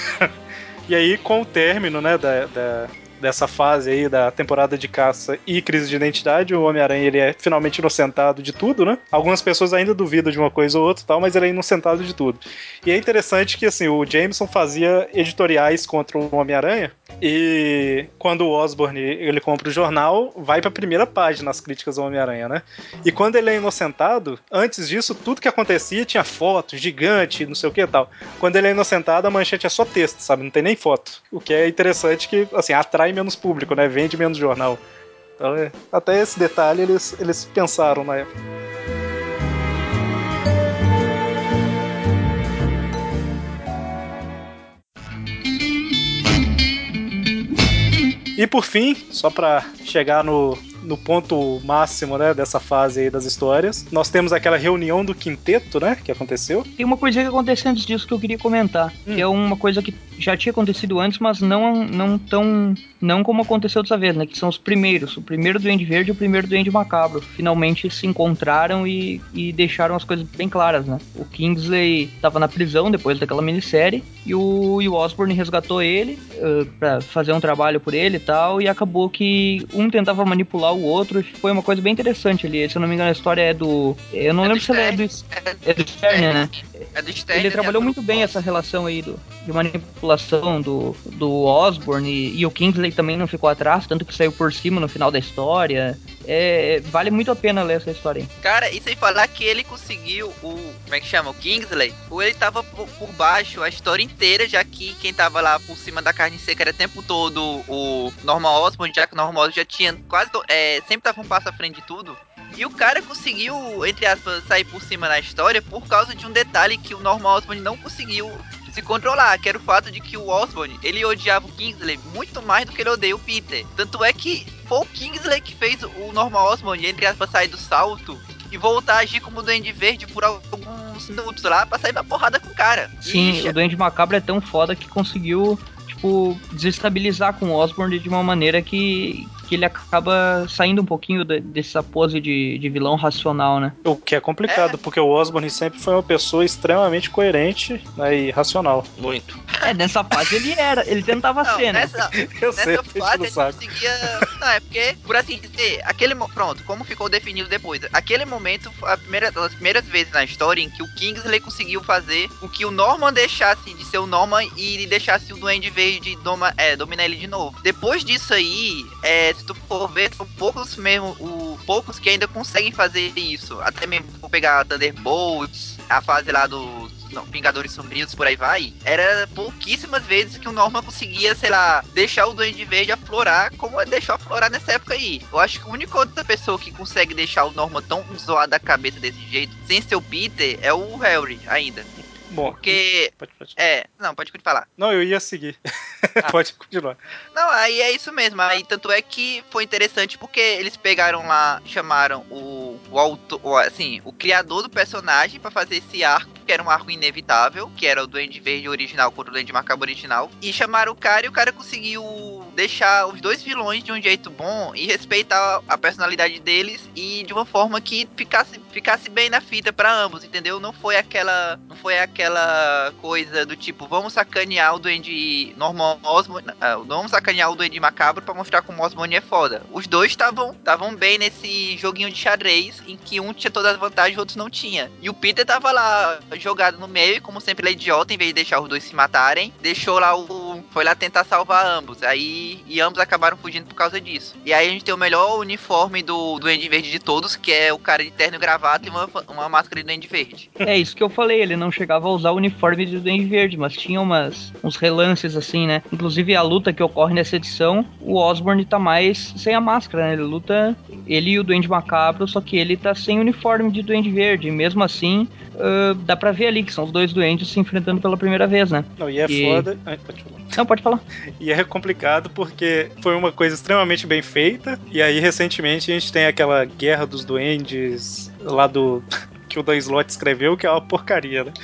E aí, com o término, né, da, da, dessa fase aí da temporada de caça e crise de identidade, o Homem-Aranha ele é finalmente inocentado de tudo, né? Algumas pessoas ainda duvidam de uma coisa ou outra, tal, mas ele é inocentado de tudo. E é interessante que assim, o Jameson fazia editoriais contra o Homem-Aranha e quando o Osborn ele compra o jornal, vai pra primeira página as críticas ao Homem-Aranha, né? E quando ele é inocentado, antes disso, tudo que acontecia tinha foto, gigante, não sei o que e tal. Quando ele é inocentado, a manchete é só texto, sabe? Não tem nem foto. O que é interessante que, assim, atrai menos público, né? Vende menos jornal. Então, é, até esse detalhe eles, eles pensaram na época. E por fim, só pra chegar no, no ponto máximo, né, dessa fase aí das histórias, nós temos aquela reunião do quinteto, né, que aconteceu. Tem uma coisa que aconteceu antes disso que eu queria comentar, Hum. que é uma coisa que já tinha acontecido antes, mas não, não tão... não como aconteceu dessa vez, né, que são os primeiros, o primeiro Duende Verde e o primeiro Duende Macabro, finalmente se encontraram e, e deixaram as coisas bem claras, né. O Kingsley tava na prisão depois daquela minissérie, e o, e o Osborn resgatou ele uh, pra fazer um trabalho por ele e tal, e acabou que um tentava manipular o outro, foi uma coisa bem interessante ali. Se eu não me engano, a história é do... Eu não É do lembro se ela é do, é do Stern, né? É do Stern, Ele trabalhou é do- muito bem essa relação aí do, de manipulação do, do Osborn e, e o Kingsley também não ficou atrás, tanto que saiu por cima no final da história. É, vale muito a pena ler essa história aí. Cara, e sem falar que ele conseguiu o... Como é que chama? O Kingsley? Ou ele tava por, por baixo a história inteira, já que quem tava lá por cima da carne seca era o tempo todo o Norman Osborn, já que o Norman Osborn já tinha quase... to- É, sempre tava um passo à frente de tudo. E o cara conseguiu, entre aspas, sair por cima na história por causa de um detalhe que o Norman Osborn não conseguiu se controlar, que era o fato de que o Osborn, ele odiava o Kingsley muito mais do que ele odeia o Peter. Tanto é que foi o Kingsley que fez o Norman Osborn, entre aspas, sair do salto e voltar a agir como Duende Verde por alguns minutos lá pra sair da porrada com o cara. Sim, Ixi, o Duende Macabro é tão foda que conseguiu, tipo, desestabilizar com o Osborn de uma maneira que, que ele acaba saindo um pouquinho de, dessa pose de, de vilão racional, né? O que é complicado, É. porque o Osborn sempre foi uma pessoa extremamente coerente, né, e racional. Muito. É, nessa fase ele era, ele tentava Não, ser, né? nessa, Eu sei, nessa deixa fase no ele saco. conseguia. Não, é porque, por assim dizer, aquele. mo- Pronto, como ficou definido depois. Aquele momento foi a primeira, das primeiras vezes na história em que o Kingsley conseguiu fazer o que o Norman deixasse de ser o Norman e deixasse o Duende Verde doma, é, dominar ele de novo. Depois disso aí, é, se tu for ver, são poucos mesmo, o, poucos que ainda conseguem fazer isso. Até mesmo se for pegar Thunderbolts, a fase lá dos não, Vingadores Sombrios, por aí vai, era pouquíssimas vezes que o Norman conseguia, sei lá, deixar o Duende Verde aflorar como ele deixou aflorar nessa época aí. Eu acho que a única outra pessoa que consegue deixar o Norman tão zoado da cabeça desse jeito, sem ser o Peter, é o Harry, ainda. Bom, Porque. pode, pode. É, não, pode falar. Não, eu ia seguir. Ah. Pode continuar. Não, aí é isso mesmo. Aí tanto é que foi interessante porque eles pegaram lá, chamaram o, o autor, o, assim, o criador do personagem pra fazer esse arco, que era um arco inevitável, que era o Duende Verde original contra o Duende Macabro original. E chamaram o cara e o cara conseguiu deixar os dois vilões de um jeito bom e respeitar a personalidade deles e de uma forma que ficasse, ficasse bem na fita pra ambos, entendeu? Não foi aquela, não foi aquela coisa do tipo, vamos sacanear o Duende normal, Osmo, uh, vamos sacanear o Duende Macabro pra mostrar como o Osmond é foda. Os dois estavam estavam bem nesse joguinho de xadrez em que um tinha todas as vantagens e o outro não tinha. E o Peter tava lá jogado no meio e como sempre ele é idiota, em vez de deixar os dois se matarem, deixou lá o... foi lá tentar salvar ambos. Aí e ambos acabaram fugindo por causa disso. E aí a gente tem o melhor uniforme do, do Duende Verde de todos, que é o cara de terno e gravata e uma, uma máscara de Duende Verde. É isso que eu falei, ele não chegava a usar o uniforme do Duende Verde, mas tinha umas, uns relances assim, né? Inclusive a luta que ocorre nessa edição, o Osborn tá mais sem a máscara, né? Ele luta, ele e o Duende Macabro, só que ele tá sem uniforme de Duende Verde. E mesmo assim, uh, dá pra ver ali que são os dois duendes se enfrentando pela primeira vez, né? Não, e é e... foda... Ai, pode falar. Não, pode falar. E é complicado porque foi uma coisa extremamente bem feita. E aí, recentemente, a gente tem aquela Guerra dos Duendes lá do... que o Dan Slott escreveu, que é uma porcaria, né?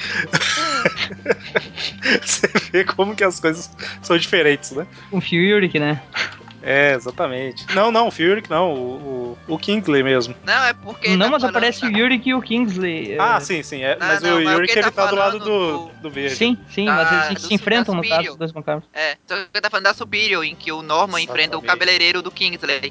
Você vê como que as coisas são diferentes, né? O Furyk, né? É, exatamente. Não, não, o Furyk não, o, o, o Kingsley mesmo. Não, é porque... Não, tá mas falando... aparece o Yurik e o Kingsley. Ah, é... sim, sim. É, Não, mas não, o mas o Yurik que ele tá tá do lado falando do, do- do verde. Sim, sim, Da- mas eles do se enfrentam da no Superior. caso, os dois macabros. É, só que eu tava falando da Superior, em que o Norman Exatamente. enfrenta o cabeleireiro do Kingsley.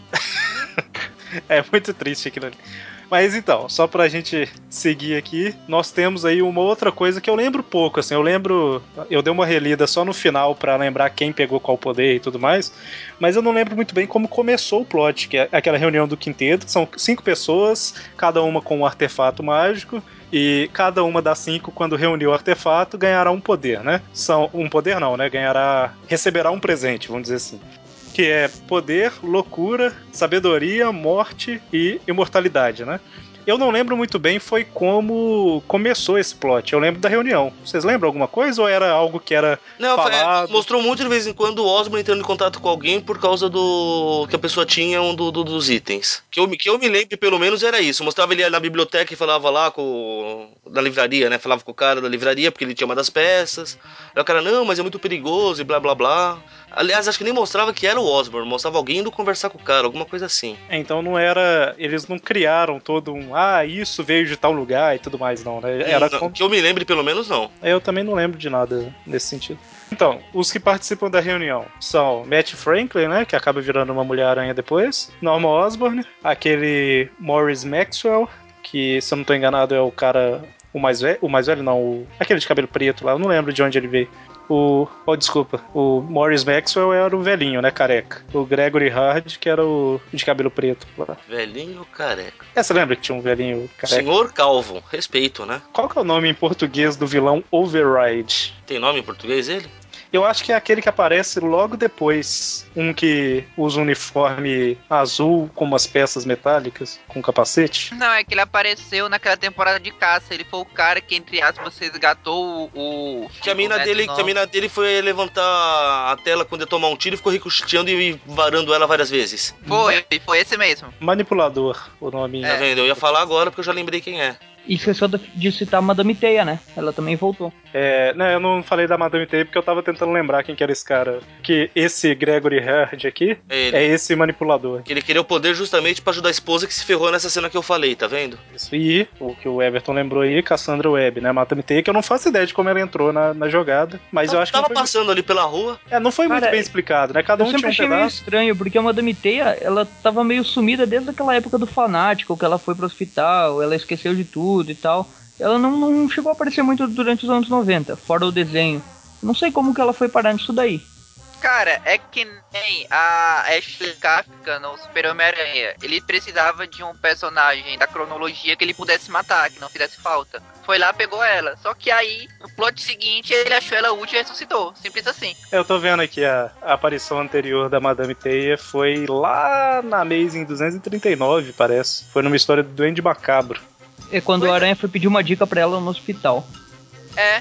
É muito triste aquilo ali. Mas então, só pra gente seguir aqui, nós temos aí uma outra coisa que eu lembro pouco, assim, eu lembro, eu dei uma relida só no final pra lembrar quem pegou qual poder e tudo mais, mas eu não lembro muito bem como começou o plot, que é aquela reunião do quinteto, que são cinco pessoas, cada uma com um artefato mágico, e cada uma das cinco, quando reunir o artefato, ganhará um poder, né? São, um poder não, né? Ganhará, receberá um presente, vamos dizer assim. Que é poder, loucura, sabedoria, morte e imortalidade, né? Eu não lembro muito bem foi como começou esse plot. Eu lembro da reunião. Vocês lembram alguma coisa ou era algo que era Não, foi- falado? mostrou muito de vez em quando o Osborn entrando em contato com alguém por causa do que a pessoa tinha um do, do- dos itens. Que eu, me- que eu me lembro, pelo menos, era isso. Mostrava ele na biblioteca e falava lá com da livraria, né? Falava com o cara da livraria porque ele tinha uma das peças. Aí o cara, não, mas é muito perigoso e blá blá blá. Aliás, acho que nem mostrava que era o Osborn, mostrava alguém indo conversar com o cara, alguma coisa assim. É, então não era... Eles não criaram todo um... Ah, isso veio de tal lugar e tudo mais, não, né? Era Não, como... que eu me lembre, pelo menos, não. Eu também não lembro de nada nesse sentido. Então, os que participam da reunião são Matt Franklin, né, que acaba virando uma Mulher-Aranha depois, Norman Osborn, aquele Morris Maxwell, que, se eu não estou enganado, é o cara... O mais velho, o mais velho não, o, aquele de cabelo preto lá, eu não lembro de onde ele veio. O, oh, desculpa, o Morris Maxwell era o velhinho, né, careca. O Gregory Hard, que era o de cabelo preto lá. Velhinho careca. É, você lembra que tinha um velhinho careca? Senhor Calvo, respeito, né? Qual que é o nome em português do vilão Override? Tem nome em português ele? Eu acho que é aquele que aparece logo depois. Um que usa um uniforme azul com umas peças metálicas, com capacete. Não, é que ele apareceu naquela temporada de caça. Ele foi o cara que, entre aspas, resgatou o... o Que a mina o dele, Neto que a mina dele foi levantar a tela quando ia tomar um tiro e ficou ricocheteando e varando ela várias vezes. Foi, foi esse mesmo. Manipulador, o nome. Tá vendo? Eu ia falar agora porque eu já lembrei quem é. E esqueceu de citar a Madame Teia, né? Ela também voltou. É, não, eu não falei da Madame Teia porque eu tava tentando lembrar quem que era esse cara. Que esse Gregory Hard aqui Ele. é esse manipulador. Que ele queria o poder justamente pra ajudar a esposa que se ferrou nessa cena que eu falei, tá vendo? Isso. E o que o Everton lembrou aí, Cassandra Webb, né? Madame Teia, que eu não faço ideia de como ela entrou na, na jogada. Mas Tava, eu acho que. tava Não foi, passando ali pela rua. é, não foi Cara, muito bem explicado, né? Cada Eu um sempre tinha um achei meio pedaço. estranho, porque a Madame Teia, ela tava meio sumida desde aquela época do Fanático, que ela foi pro hospital, ela esqueceu de tudo e tal. Ela não, não chegou a aparecer muito durante os anos noventa, fora o desenho. Não sei como que ela foi parar nisso daí. Cara, é que nem a Ashley Kafka no Super Homem-Aranha. Ele precisava de um personagem da cronologia que ele pudesse matar, que não fizesse falta. Foi lá, pegou ela. Só que aí, no plot seguinte, ele achou ela útil e ressuscitou. Simples assim. Eu tô vendo aqui a, a aparição anterior da Madame Teia foi lá na Amazing duzentos e trinta e nove, parece. Foi numa história do Duende Macabro. É quando Pois o é. Aranha foi pedir uma dica pra ela no hospital. É,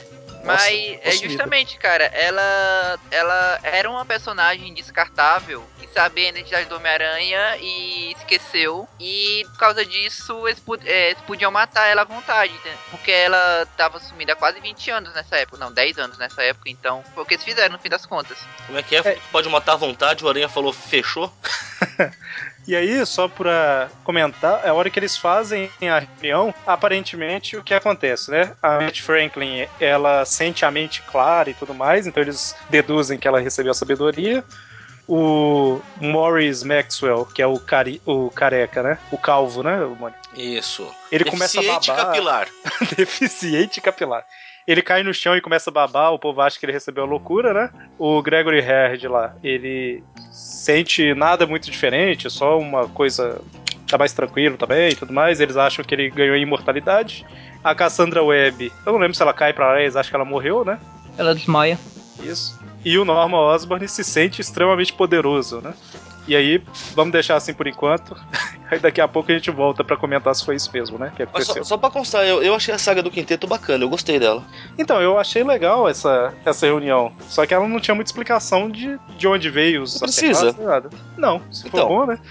Mas Nossa, é possuída. justamente, cara, ela ela era uma personagem descartável que sabia a identidade do Homem-Aranha e esqueceu. E por causa disso, eles, pod- é, eles podiam matar ela à vontade, né? Porque ela tava sumida há quase vinte anos nessa época. Não, dez anos nessa época, então foi o que eles fizeram no fim das contas. Como é que é? Pode matar à vontade, o Aranha falou, fechou? E aí, só pra comentar, é a hora que eles fazem a reunião, aparentemente o que acontece, né? A Matt Franklin, ela sente a mente clara e tudo mais, então eles deduzem que ela recebeu a sabedoria. O Morris Maxwell, que é o, cari o careca, né? O calvo, né, Mônica? Isso. Ele começa a Deficiente babar. capilar. Deficiente capilar. Ele cai no chão e começa a babar, o povo acha que ele recebeu a loucura, né? O Gregory Herd lá, ele sente nada muito diferente, só uma coisa... Tá mais tranquilo também e tudo mais. Eles acham que ele ganhou imortalidade. A Cassandra Webb, eu não lembro se ela cai pra lá, eles acham que ela morreu, né? Ela desmaia. Isso. E o Norman Osborn se sente extremamente poderoso, né? E aí, vamos deixar assim por enquanto. Aí daqui a pouco a gente volta pra comentar se foi isso mesmo, né? Que Mas aconteceu. só, só pra constar, eu, eu achei a saga do Quinteto bacana, eu gostei dela. Então, eu achei legal essa, essa reunião. Só que ela não tinha muita explicação de, de onde veio os Não precisa. artefatos, nada. Não, se Então. for bom, né?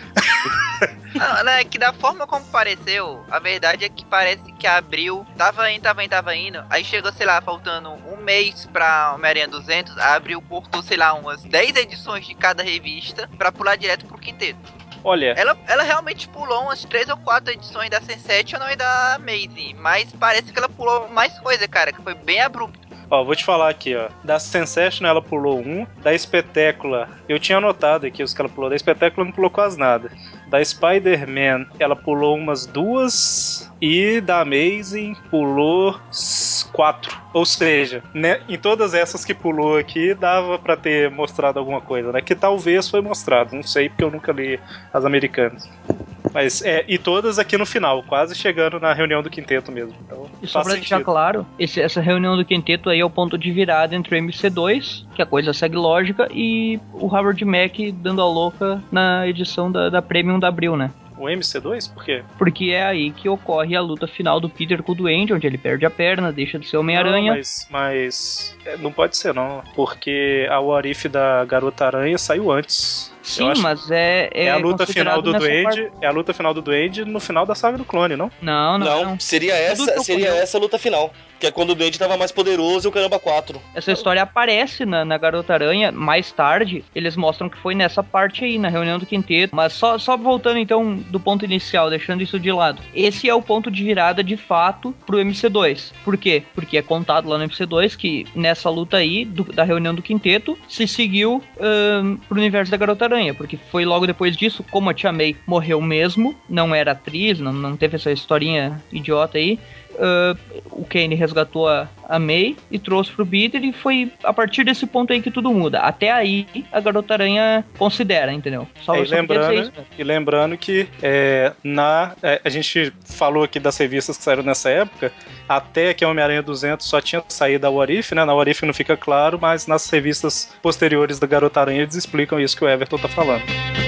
Não, né, que da forma como pareceu, a verdade é que parece que abriu, tava indo, tava indo, tava indo, aí chegou, sei lá, faltando um mês pra Homem-Aranha duzentos, abriu, cortou, sei lá, umas dez edições de cada revista pra pular direto pro quinteto. Olha, Ela, ela realmente pulou umas três ou quatro edições da Sensation e da Amazing, mas parece que ela pulou mais coisa, cara, que foi bem abrupto. ó, vou te falar aqui, ó. Da Sensation ela pulou um. Da Espetácula, eu tinha anotado aqui os que ela pulou. Da Espetácula não pulou quase nada. Da Spider-Man, ela pulou umas duas. E da Amazing pulou s- quatro. Ou seja, né, em todas essas que pulou aqui, dava pra ter mostrado alguma coisa, né? Que talvez foi mostrado. Não sei, porque eu nunca li as americanas. Mas, é, e todas aqui no final, quase chegando na reunião do quinteto mesmo. Então, E só faz pra deixar sentido. claro, esse- essa reunião do quinteto aí é o ponto de virada entre o M C dois, que a coisa segue lógica, e o Howard Mack dando a louca na edição da, da Premium da Abril, né? O M C dois? Por quê? Porque é aí que ocorre a luta final do Peter com o Duende, onde ele perde a perna, deixa de ser Homem-Aranha. Não, mas, mas é, não pode ser não, porque a What If da Garota Aranha saiu antes. Eu Sim, acho mas é, é, É a luta final considerado do nessa Duende, parte- é a luta final do Duende no final da saga do clone, não? Não, não, Não, não. seria Tudo que essa, seria ocorreu- essa a luta final. Que é quando o Duende tava mais poderoso e o Caramba quatro. Essa história aparece na, na Garota Aranha. Mais tarde, eles mostram que foi nessa parte aí, na reunião do quinteto. Mas só, só voltando então do ponto inicial, deixando isso de lado. Esse é o ponto de virada de fato pro M C dois. Por quê? Porque é contado lá no M C dois que nessa luta aí, do- da reunião do quinteto, se seguiu ahn, pro universo da Garota Aranha. Porque foi logo depois disso, como a Tia May morreu mesmo, não era atriz, não, não teve essa historinha idiota aí. Uh, o Kane resgatou a, a May e trouxe pro Peter, e foi a partir desse ponto aí que tudo muda. Até aí a Garota Aranha considera, entendeu? Só, É, e, só queria dizer lembrando, isso mesmo. e lembrando que é, na, é, a gente falou aqui das revistas que saíram nessa época, até que a Homem-Aranha duzentos só tinha saído da What If, né? Na What If não fica claro, mas nas revistas posteriores da Garota Aranha eles explicam isso que o Everton tá falando.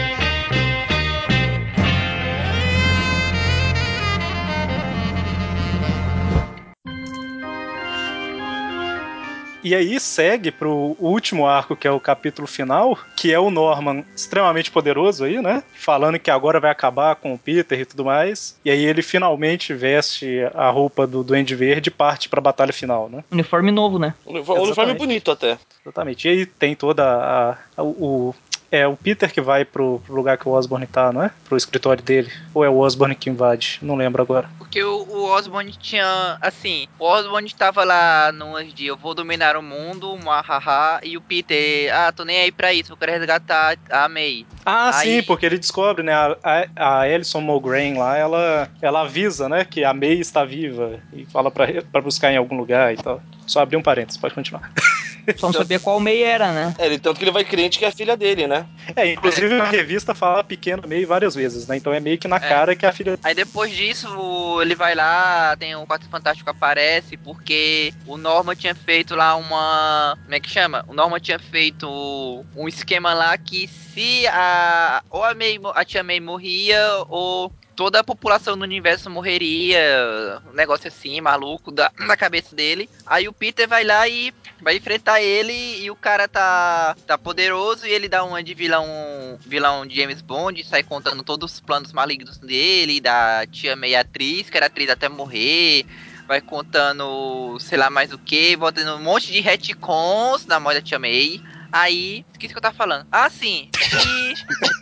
E aí segue pro último arco, que é o capítulo final, que é o Norman extremamente poderoso aí, né? Falando que agora vai acabar com o Peter e tudo mais. E aí ele finalmente veste a roupa do Duende Verde e parte pra batalha final, né? Uniforme novo, né? O uniforme, o uniforme é Exatamente. bonito até. Exatamente. E aí tem toda a... a- o, é o Peter que vai pro, pro lugar que o Osborn tá, não é? Pro escritório dele. Ou é o Osborn que invade? Não lembro agora. Porque o, o Osborn tinha, assim, o Osborn estava lá numas de eu vou dominar o mundo, um hahaha, e o Peter, ah, tô nem aí pra isso, eu quero resgatar a May. Ah, Aí- sim, porque ele descobre, né? A, a, a Alison Mulgrew lá, ela, ela avisa, né? Que a May está viva e fala pra, pra buscar em algum lugar e tal. Só abrir um parênteses, pode continuar. Só não sabia qual May era, né? É, ele- tanto que ele vai crente que é a filha dele, né? É, inclusive na revista fala pequena May várias vezes, né? Então é meio que na É. cara que a filha. Aí depois disso, ele vai lá, tem o Quarto Fantástico aparece, porque o Norman tinha feito lá uma... Como é que chama? O Norman tinha feito um esquema lá que se a... Ou a, May, a tia May morria, ou toda a população do universo morreria, um negócio assim, maluco, da, na cabeça dele. Aí o Peter vai lá e vai enfrentar ele e o cara tá, tá poderoso e ele dá uma de vilão, vilão de James Bond, sai contando todos os planos malignos dele, da tia May atriz, que era atriz até morrer, vai contando sei lá mais o que, botando um monte de retcons na morte da tia May. Aí, esqueci o que eu tava falando. Ah, sim, e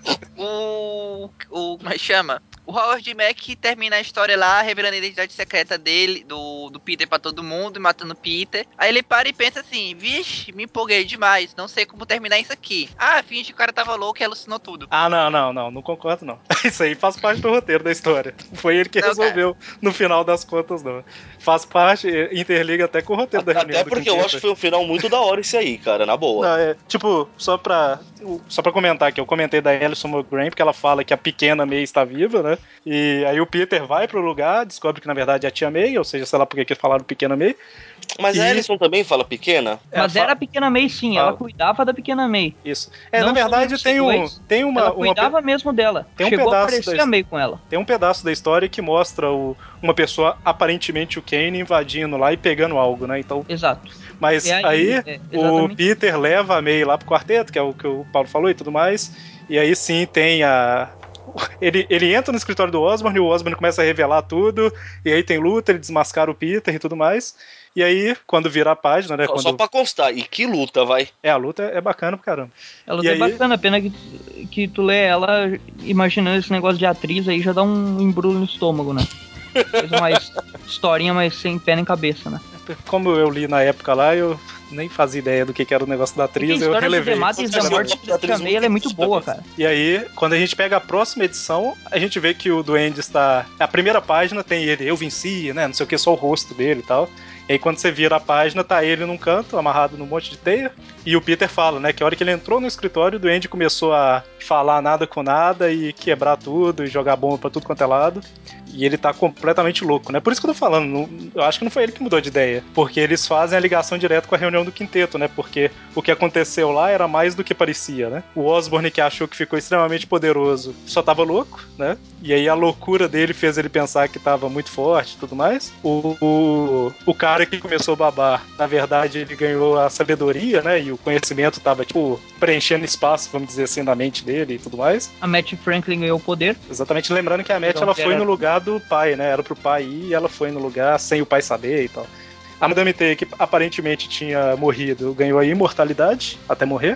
o, o, como é que chama? O Howard Mack termina a história lá, revelando a identidade secreta dele, do, do Peter pra todo mundo, matando o Peter. Aí ele para e pensa assim, vixe, me empolguei demais, não sei como terminar isso aqui. Ah, finge que o cara tava louco e alucinou tudo. Ah, não, não, não, não concordo não. Isso aí faz parte do roteiro da história. Foi ele que Não, resolveu no final das contas, não. Faz parte, interliga até com o roteiro da reunião Até do porque eu quinteto. acho que foi um final muito da hora esse aí, cara, na boa. Não, é, tipo, só pra, só pra comentar aqui, eu comentei da Alison Mulgrew, porque ela fala que a pequena May está viva, né? E aí o Peter vai pro lugar, descobre que na verdade é a tia May, ou seja, sei lá por que eles falaram pequena May. Mas E- a Alison também fala pequena? Mas É, era fa- a Pequena May, sim. fala- Ela cuidava da Pequena May. Isso. É, Não na verdade só tem, um, dois, tem uma... Ela uma cuidava mesmo dela. tem um Chegou a pedaço aparecer da- a May com ela. Tem um pedaço da história que mostra o, uma pessoa, aparentemente o Kane, invadindo lá e pegando algo, né? Então, Exato. mas E aí, aí, é, o exatamente. Peter leva a May lá pro quarteto, que é o que o Paulo falou e tudo mais. E aí sim tem a. Ele, ele entra no escritório do Osborn e o Osborn começa a revelar tudo. E aí tem luta, ele desmascara o Peter e tudo mais. E aí, quando vira a página, né? Só, quando... só pra constar, e que luta, vai. É, a luta é bacana pra caramba. Ela E é aí- bacana, pena que, que tu lê ela imaginando esse negócio de atriz aí já dá um embrulho no estômago, né? Coisa mais historinha, mas sem pé nem cabeça, né? Como eu li na época lá, eu nem fazia ideia do que que era o negócio da É que atriz, a eu história do relevei. Demates da Essa morte atriz da Tia May, ela é muito boa, cara. E aí, quando a gente pega a próxima edição, a gente vê que o Duende está... A primeira página tem ele, eu venci, né? Não sei o que, só o rosto dele e tal. E aí, quando você vira a página, tá ele num canto, amarrado num monte de teia. E o Peter fala, né? Que a hora que ele entrou no escritório, o Duende começou a falar nada com nada e quebrar tudo e jogar bomba pra tudo quanto é lado. E ele tá completamente louco, né? Por isso que eu tô falando, não, eu acho que não foi ele que mudou de ideia. Porque eles fazem a ligação direto com a reunião do quinteto, né? Porque o que aconteceu lá era mais do que parecia, né? O Osborn, que achou que ficou extremamente poderoso, só tava louco, né? E aí a loucura dele fez ele pensar que tava muito forte e tudo mais. O, o, o cara que começou a babar, na verdade, ele ganhou a sabedoria, né? E o conhecimento tava, tipo, preenchendo espaço, vamos dizer assim, na mente dele e tudo mais. A Matt Franklin ganhou o poder. Exatamente, lembrando que a Matt, Então, ela foi era- no lugar do pai, né? Era pro pai ir e ela foi no lugar sem o pai saber e tal. A Madame T, que aparentemente tinha morrido, ganhou a imortalidade até morrer,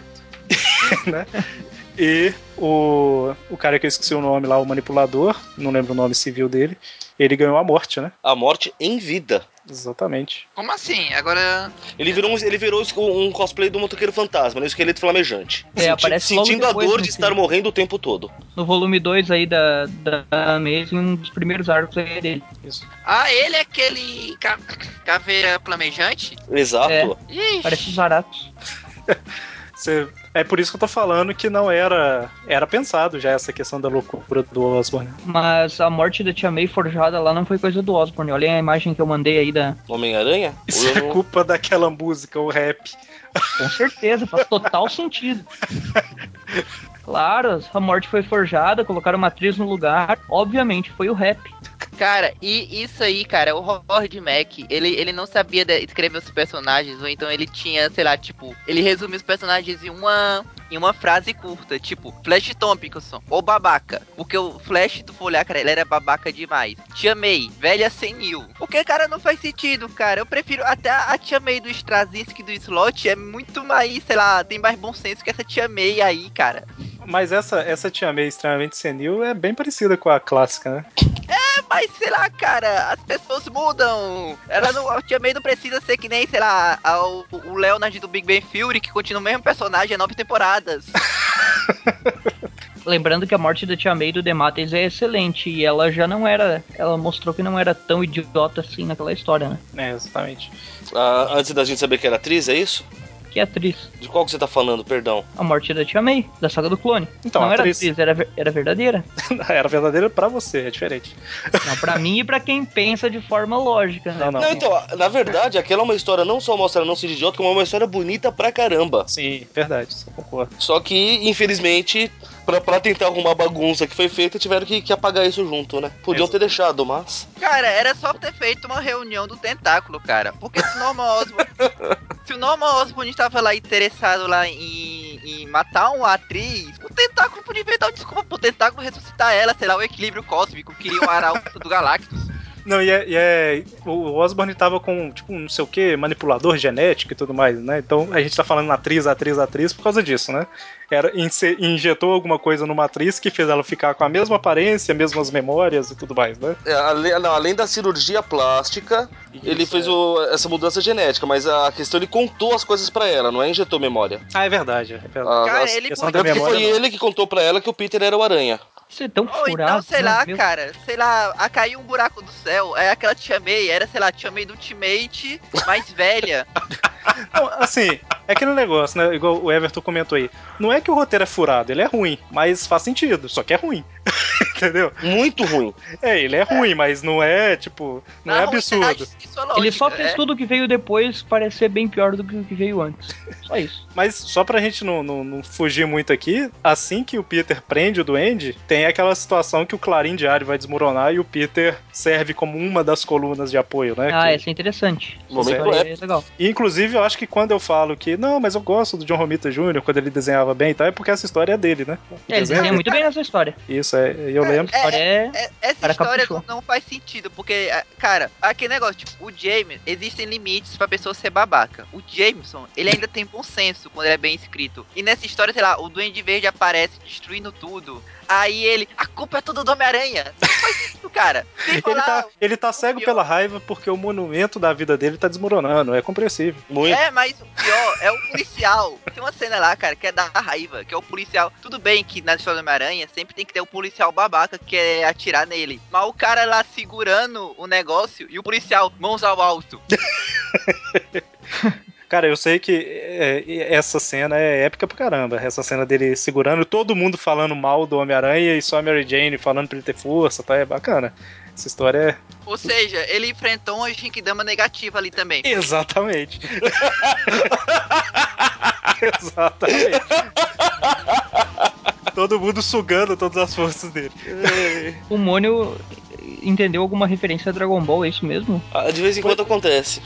né? E o, o cara que eu esqueci o nome lá, o manipulador, não lembro o nome civil dele, ele ganhou a morte, né? A morte em vida. Exatamente. Como assim? Agora. Ele virou, um, ele virou um cosplay do motoqueiro fantasma, né? Um esqueleto flamejante. É, Senti- aparece logo sentindo a depois dor de nesse- estar morrendo o tempo todo. No volume dois aí da, da Amazing, um dos primeiros arcos aí dele. Isso. Ah, ele é aquele ca- caveira flamejante? Exato. É. Ixi. Parece os Zaratos. Você- é por isso que eu tô falando que não era. Era pensado já essa questão da loucura do Osborn. Mas a morte da Tia May forjada lá não foi coisa do Osborn. Olha a imagem que eu mandei aí da. Homem-Aranha? Isso Eu é não- culpa daquela música, o rap. Com certeza, faz total sentido. Claro, a morte foi forjada, colocaram uma atriz no lugar. Obviamente, foi o rap. Cara, e isso aí, cara, o Howard Mack, ele, ele não sabia de- escrever os personagens, ou então ele tinha, sei lá, tipo, ele resumia os personagens em uma, em uma frase curta, tipo, Flash Thompson, ou babaca. Porque o Flash, tu for olhar, cara, ele era babaca demais. Tia May, velha senil. Porque, cara, não faz sentido, cara. Eu prefiro até a Tia May do Straczynski do Slot é muito mais, sei lá, tem mais bom senso que essa Tia May aí, cara. Mas essa, essa Tia May extremamente senil é bem parecida com a clássica, né? Mas, sei lá, cara, as pessoas mudam. Ela não, a Tia May não precisa ser que nem, sei lá, a- o, o Leonard do Big Bang Theory, que continua o mesmo personagem há nove temporadas. Lembrando que a morte da Tia May do Demates é excelente. E ela já não era. Ela mostrou que não era tão idiota assim naquela história, né? É, exatamente. Ah, antes da gente saber que era atriz, é isso? Que atriz? De qual que você tá falando, perdão? A morte da Tia May, da saga do clone. Então, não a era atriz. atriz, era, ver- era verdadeira. Era verdadeira pra você, é diferente. Não, pra mim e pra quem pensa de forma lógica, né? Não, não. Não, então, na verdade, aquela é uma história não só mostra ela não ser idiota, como é uma história bonita pra caramba. Sim, verdade, só concordo. Só que, infelizmente, pra, pra tentar arrumar a bagunça que foi feita, tiveram que, que apagar isso junto, né? Podiam Exato. ter deixado, mas... Cara, era só ter feito uma reunião do tentáculo, cara. Porque se o Norman Osborn. Se o Norman Osborn estava lá interessado lá em, em matar uma atriz, o tentáculo podia inventar uma desculpa pro tentáculo ressuscitar ela, sei lá, o equilíbrio cósmico, queria um arauto do Galactus. Não, e é, e é- o Osborn tava com, tipo, não sei o que, manipulador genético e tudo mais, né? Então a gente tá falando atriz, atriz, atriz por causa disso, né? Era, inse- injetou alguma coisa numa atriz que fez ela ficar com a mesma aparência, mesmas memórias e tudo mais, né? É, além, não, além da cirurgia plástica, Isso, ele fez é. o- essa mudança genética, mas a questão, ele contou as coisas pra ela, não é injetou memória. Ah, é verdade, é verdade. A, Cara, a- ele questão podia da tanto que memória, foi não. ele que contou pra ela que o Peter era o Aranha. Isso é tão Ou furado. então, sei né? lá, Meu- cara, sei lá, a caiu um buraco do céu, é aquela Tia May, era, sei lá, Tia May do Ultimate, mais velha. Não, assim, é aquele negócio, né? Igual o Everton comentou aí. Não é que o roteiro é furado, ele é ruim, mas faz sentido, só que é ruim. Entendeu? Muito ruim. É, ele é ruim, mas não é, tipo, não é Na absurdo. ruindade de sua lógica, Ele só fez é. tudo que veio depois parecer bem pior do que o que veio antes. Só isso. Mas só pra gente não, não, não fugir muito aqui, assim que o Peter prende o Duende, tem aquela situação que o Clarim Diário vai desmoronar e o Peter serve como uma das colunas de apoio, né? Ah, Que- essa é interessante. Momento Essa história épico. é legal. E, inclusive, eu acho que quando eu falo que, não, mas eu gosto do John Romita Júnior, quando ele desenhava bem e tal, é porque essa história é dele, né? O É, ele desenho desenha muito bem nessa história. Isso, é, eu lembro. A história é... É, essa Cara, história caprichou. não, não faz sentido, porque, é, cara, aquele negócio, tipo, o James, existem limites pra pessoa ser babaca. O Jameson, ele ainda tem bom senso quando ele é bem escrito. E nessa história, sei lá, o Duende Verde aparece destruindo tudo. Aí ele, a culpa é toda do Homem-Aranha. Não faz isso, cara. Sem Ele falar, tá, ele tá o cego pior- pela raiva porque o monumento da vida dele tá desmoronando, é compreensível. Muito. É, mas o pior é o policial. Tem uma cena lá, cara, que é da raiva, que é o policial. Tudo bem que na história do Homem-Aranha sempre tem que ter o policial babaca que é atirar nele. Mas o cara lá segurando o negócio e o policial, mãos ao alto. Cara, eu sei que é, essa cena é épica pra caramba. Essa cena dele segurando, todo mundo falando mal do Homem-Aranha e só a Mary Jane falando pra ele ter força, tá? É bacana. Essa história é... Ou seja, ele enfrentou uma Genkidama negativa ali também. Exatamente. Exatamente. Todo mundo sugando todas as forças dele. O Mônio entendeu alguma referência a Dragon Ball, é isso mesmo? Ah, de vez em quando acontece.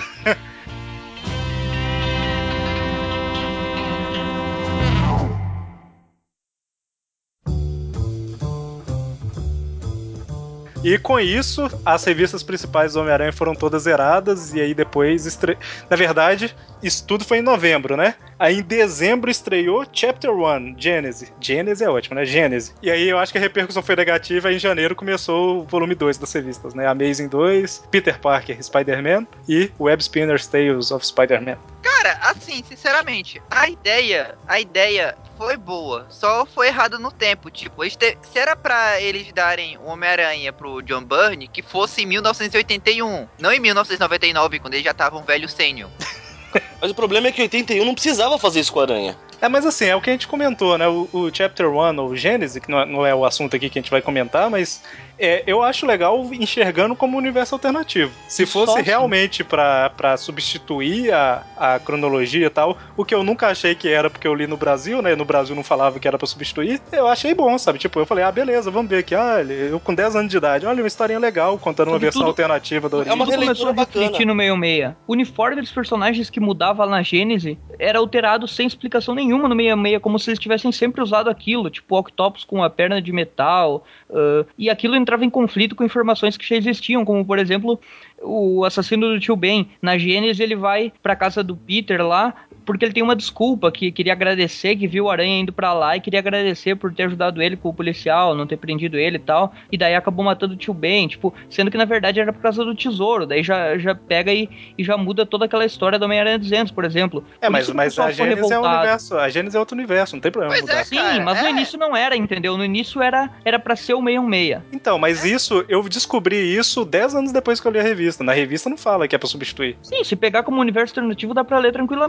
E com isso, as revistas principais do Homem-Aranha foram todas zeradas, e aí depois, estre... na verdade, isso tudo foi em novembro, né? Aí em dezembro estreou Chapter um, Gênese. Gênese é ótimo, né? Gênese. E aí eu acho que a repercussão foi negativa, e em janeiro começou o volume dois das revistas, né? Amazing dois, Peter Parker, Spider-Man e Web Spinner's Tales of Spider-Man. Cara, assim, sinceramente, a ideia, a ideia foi boa, só foi errada no tempo. Tipo, eles te- se era pra eles darem o Homem-Aranha pro John Byrne, que fosse em mil novecentos e oitenta e um, não em mil novecentos e noventa e nove, quando eles já estavam velho sênior. Mas o problema é que em oitenta e um não precisava fazer isso com a Aranha. É, mas assim, é o que a gente comentou, né? O, o Chapter um, ou Gênese, que não é, não é o assunto aqui que a gente vai comentar, mas é, eu acho legal enxergando como um universo alternativo. Se fosse Só assim. realmente pra, pra substituir a, a cronologia e tal, o que eu nunca achei que era, porque eu li no Brasil, né? No Brasil não falava que era pra substituir, eu achei bom, sabe? Tipo, eu falei, ah, beleza, vamos ver aqui. Ah, eu com dez anos de idade, olha, uma historinha legal, contando uma Sobre versão tudo- alternativa da origem. É uma Tudo começou a releitura bacana. refletir no meio meia. O uniforme dos personagens que mudava na Gênese era alterado sem explicação nenhuma no meia meia, como se eles tivessem sempre usado aquilo, tipo o Octopus com a perna de metal, uh, e aquilo entrava em conflito com informações que já existiam, como por exemplo o assassino do Tio Ben. Na Gênese ele vai pra casa do Peter lá porque ele tem uma desculpa, que queria agradecer, que viu o Aranha indo pra lá e queria agradecer por ter ajudado ele com o policial, não ter prendido ele e tal, e daí acabou matando o Tio Ben, tipo, sendo que na verdade era por causa do tesouro, daí já, já pega e, e já muda toda aquela história do Homem-Aranha duzentos, por exemplo. É, Por mas, isso que o mas pessoal a ficou Gênese é um revoltado. universo. A Gênese é outro universo, não tem problema Pois mudar. é, Sim, cara, mas no é. início não era, entendeu? No início era, era pra ser o seis um seis. Então, mas isso, eu descobri isso dez anos depois que eu li a revista. Na revista não fala que é pra substituir. Sim, se pegar como universo alternativo dá pra ler tranquilamente, uma Entendeu?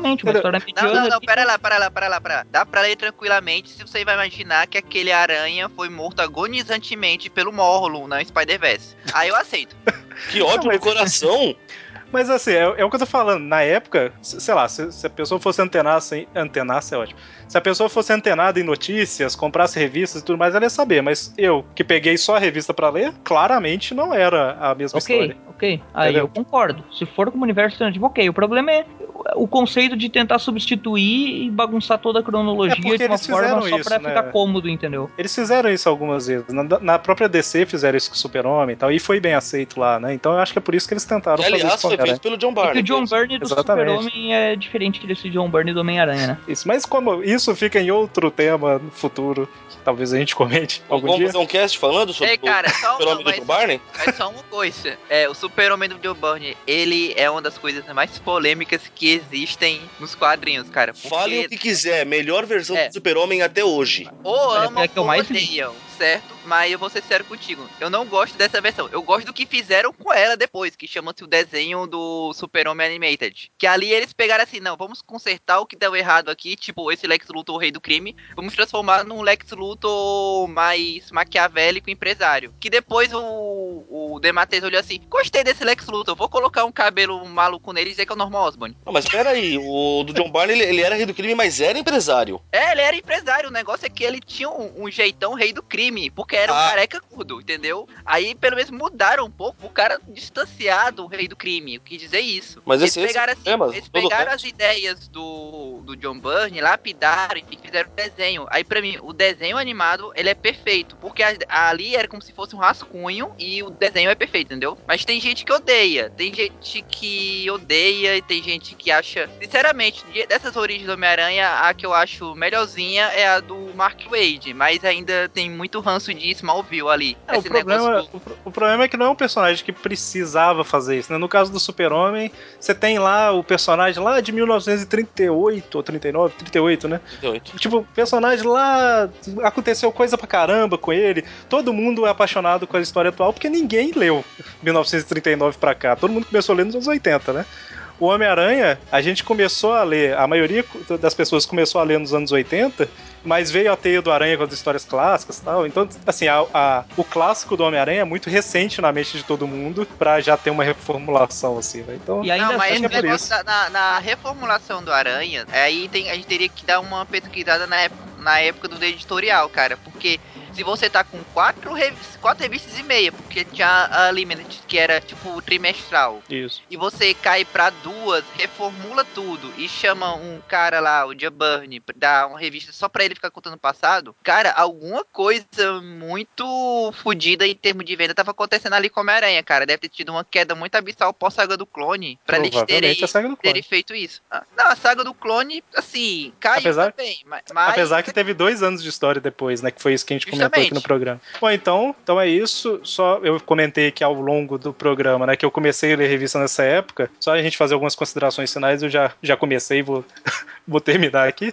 história Não, mediana. não, não, ali, pera lá, pera lá, pera lá, pera lá. Dá pra ler tranquilamente se você vai imaginar que aquele aranha foi morto agonizantemente pelo Morlun na Spider-Verse. Aí eu aceito. Que ódio Não, mas- no coração. Mas assim, é, é o que eu tô falando. Na época, se- sei lá, se, se a pessoa fosse antenaça, em- antenaça é ótimo. Se a pessoa fosse antenada em notícias, comprasse revistas e tudo mais, ela ia saber. Mas eu, que peguei só a revista pra ler, claramente não era a mesma Ok, história. ok. Aí Entendeu? eu concordo. Se for como universo alternativo, ok. O problema é o conceito de tentar substituir e bagunçar toda a É cronologia porque de uma eles forma fizeram só isso, pra né? ficar cômodo, entendeu? Eles fizeram isso algumas vezes. Na, na própria D C fizeram isso com o Super-Homem e tal, e foi bem aceito lá, né? Então eu acho que é por isso que eles tentaram Que, fazer aliás, isso com o foi Homem-Aranha. feito pelo John É que Barney. o John foi isso. Byrne do Exatamente. Super-Homem é diferente desse John Byrne do Homem-Aranha, né? Isso, mas como isso fica em outro tema no futuro, que talvez a gente comente algum Vamos dia. fazer um cast falando sobre Ei, cara, o só, Super-Homem não, do mas, John Barney? mas só uma coisa. É, o Super-Homem do Joe Byrne, ele é uma das coisas mais polêmicas que existem nos quadrinhos, cara. Porque Falem o que quiser, melhor versão É. do Super-Homem até hoje. ou Olha, amam é que eu ou mais- odeiam, certo? Mas eu vou ser sério contigo. Eu não gosto dessa versão. Eu gosto do que fizeram com ela depois, que chama-se o desenho do Super-Homem Animated. Que ali eles pegaram assim, não, vamos consertar o que deu errado aqui, tipo esse Lex Luthor, o rei do crime, vamos transformar num Lex Luthor mais maquiavélico empresário. Que depois o, o Dematteis olhou assim, gostei desse Lex Luthor, vou colocar um cabelo maluco nele e dizer que é o Norman Osborn. Não, mas pera aí, o do John Barney, ele, ele era rei do crime, mas era empresário. É, ele era empresário, o negócio é que ele tinha um, um jeitão rei do crime, porque era um Ah. careca curdo, entendeu? Aí pelo menos mudaram um pouco, o cara distanciado, o rei do crime, eu quis dizer isso. Mas eles esse- esse pegaram, é o problema, assim, eles todo pegaram resto. as ideias do, do John Byrne, lapidaram e fizeram o desenho. Aí pra mim, o desenho animado, ele é perfeito, porque a- ali era como se fosse um rascunho e o desenho é perfeito, entendeu? Mas tem gente que odeia, tem gente que odeia e tem gente que acha... Sinceramente, de- dessas origens do Homem-Aranha, a que eu acho melhorzinha é a do Mark Waid, mas ainda tem muito ranço de Smallville ali. É, o, Esse problema, negócio do... o, pro- o problema é que não é um personagem que precisava fazer isso, né? No caso do Super-Homem, você tem lá o personagem lá de mil novecentos e trinta e oito ou trinta e nove, trinta e oito, né? trinta e oito. Tipo, o personagem lá, aconteceu coisa pra caramba com ele, todo mundo é apaixonado com a história atual, porque ninguém leu mil novecentos e trinta e nove pra cá, todo mundo começou a ler nos anos oitenta, né? O Homem-Aranha, a gente começou a ler, a maioria das pessoas começou a ler nos anos oitenta, mas veio a Teia do Aranha com as histórias clássicas e tal. Então, assim, a, a, o clássico do Homem-Aranha é muito recente na mente de todo mundo pra já ter uma reformulação, assim, né? Então, E ainda Não, mas acho que esse é por negócio isso. da- na, na reformulação do Aranha, aí tem, a gente teria que dar uma pesquisada na, ép- na época do editorial, cara. Porque se você tá com quatro, revis- quatro revistas e meia, porque tinha a Limited, que era tipo trimestral, Isso. e você cai pra duas, reformula tudo e chama um cara lá, o Joe Byrne, dá uma revista só pra ele ficar contando o passado, cara, alguma coisa muito fodida em termos de venda tava acontecendo ali com a Homem-Aranha, cara. Deve ter tido uma queda muito abissal pós-saga do clone pra eles terem, Provavelmente a saga do terem clone. feito isso. Ah, não, a saga do clone, assim, caiu Apesar- também, mas... mas- Apesar que teve dois anos de história depois, né? Que foi isso que a gente comentou aqui no Justamente. programa. Bom, então, então é isso. Só eu comentei que ao longo do programa, né? Que eu comecei a ler revista nessa época. Só a gente fazer algumas considerações finais, eu já, já comecei e vou, vou terminar aqui.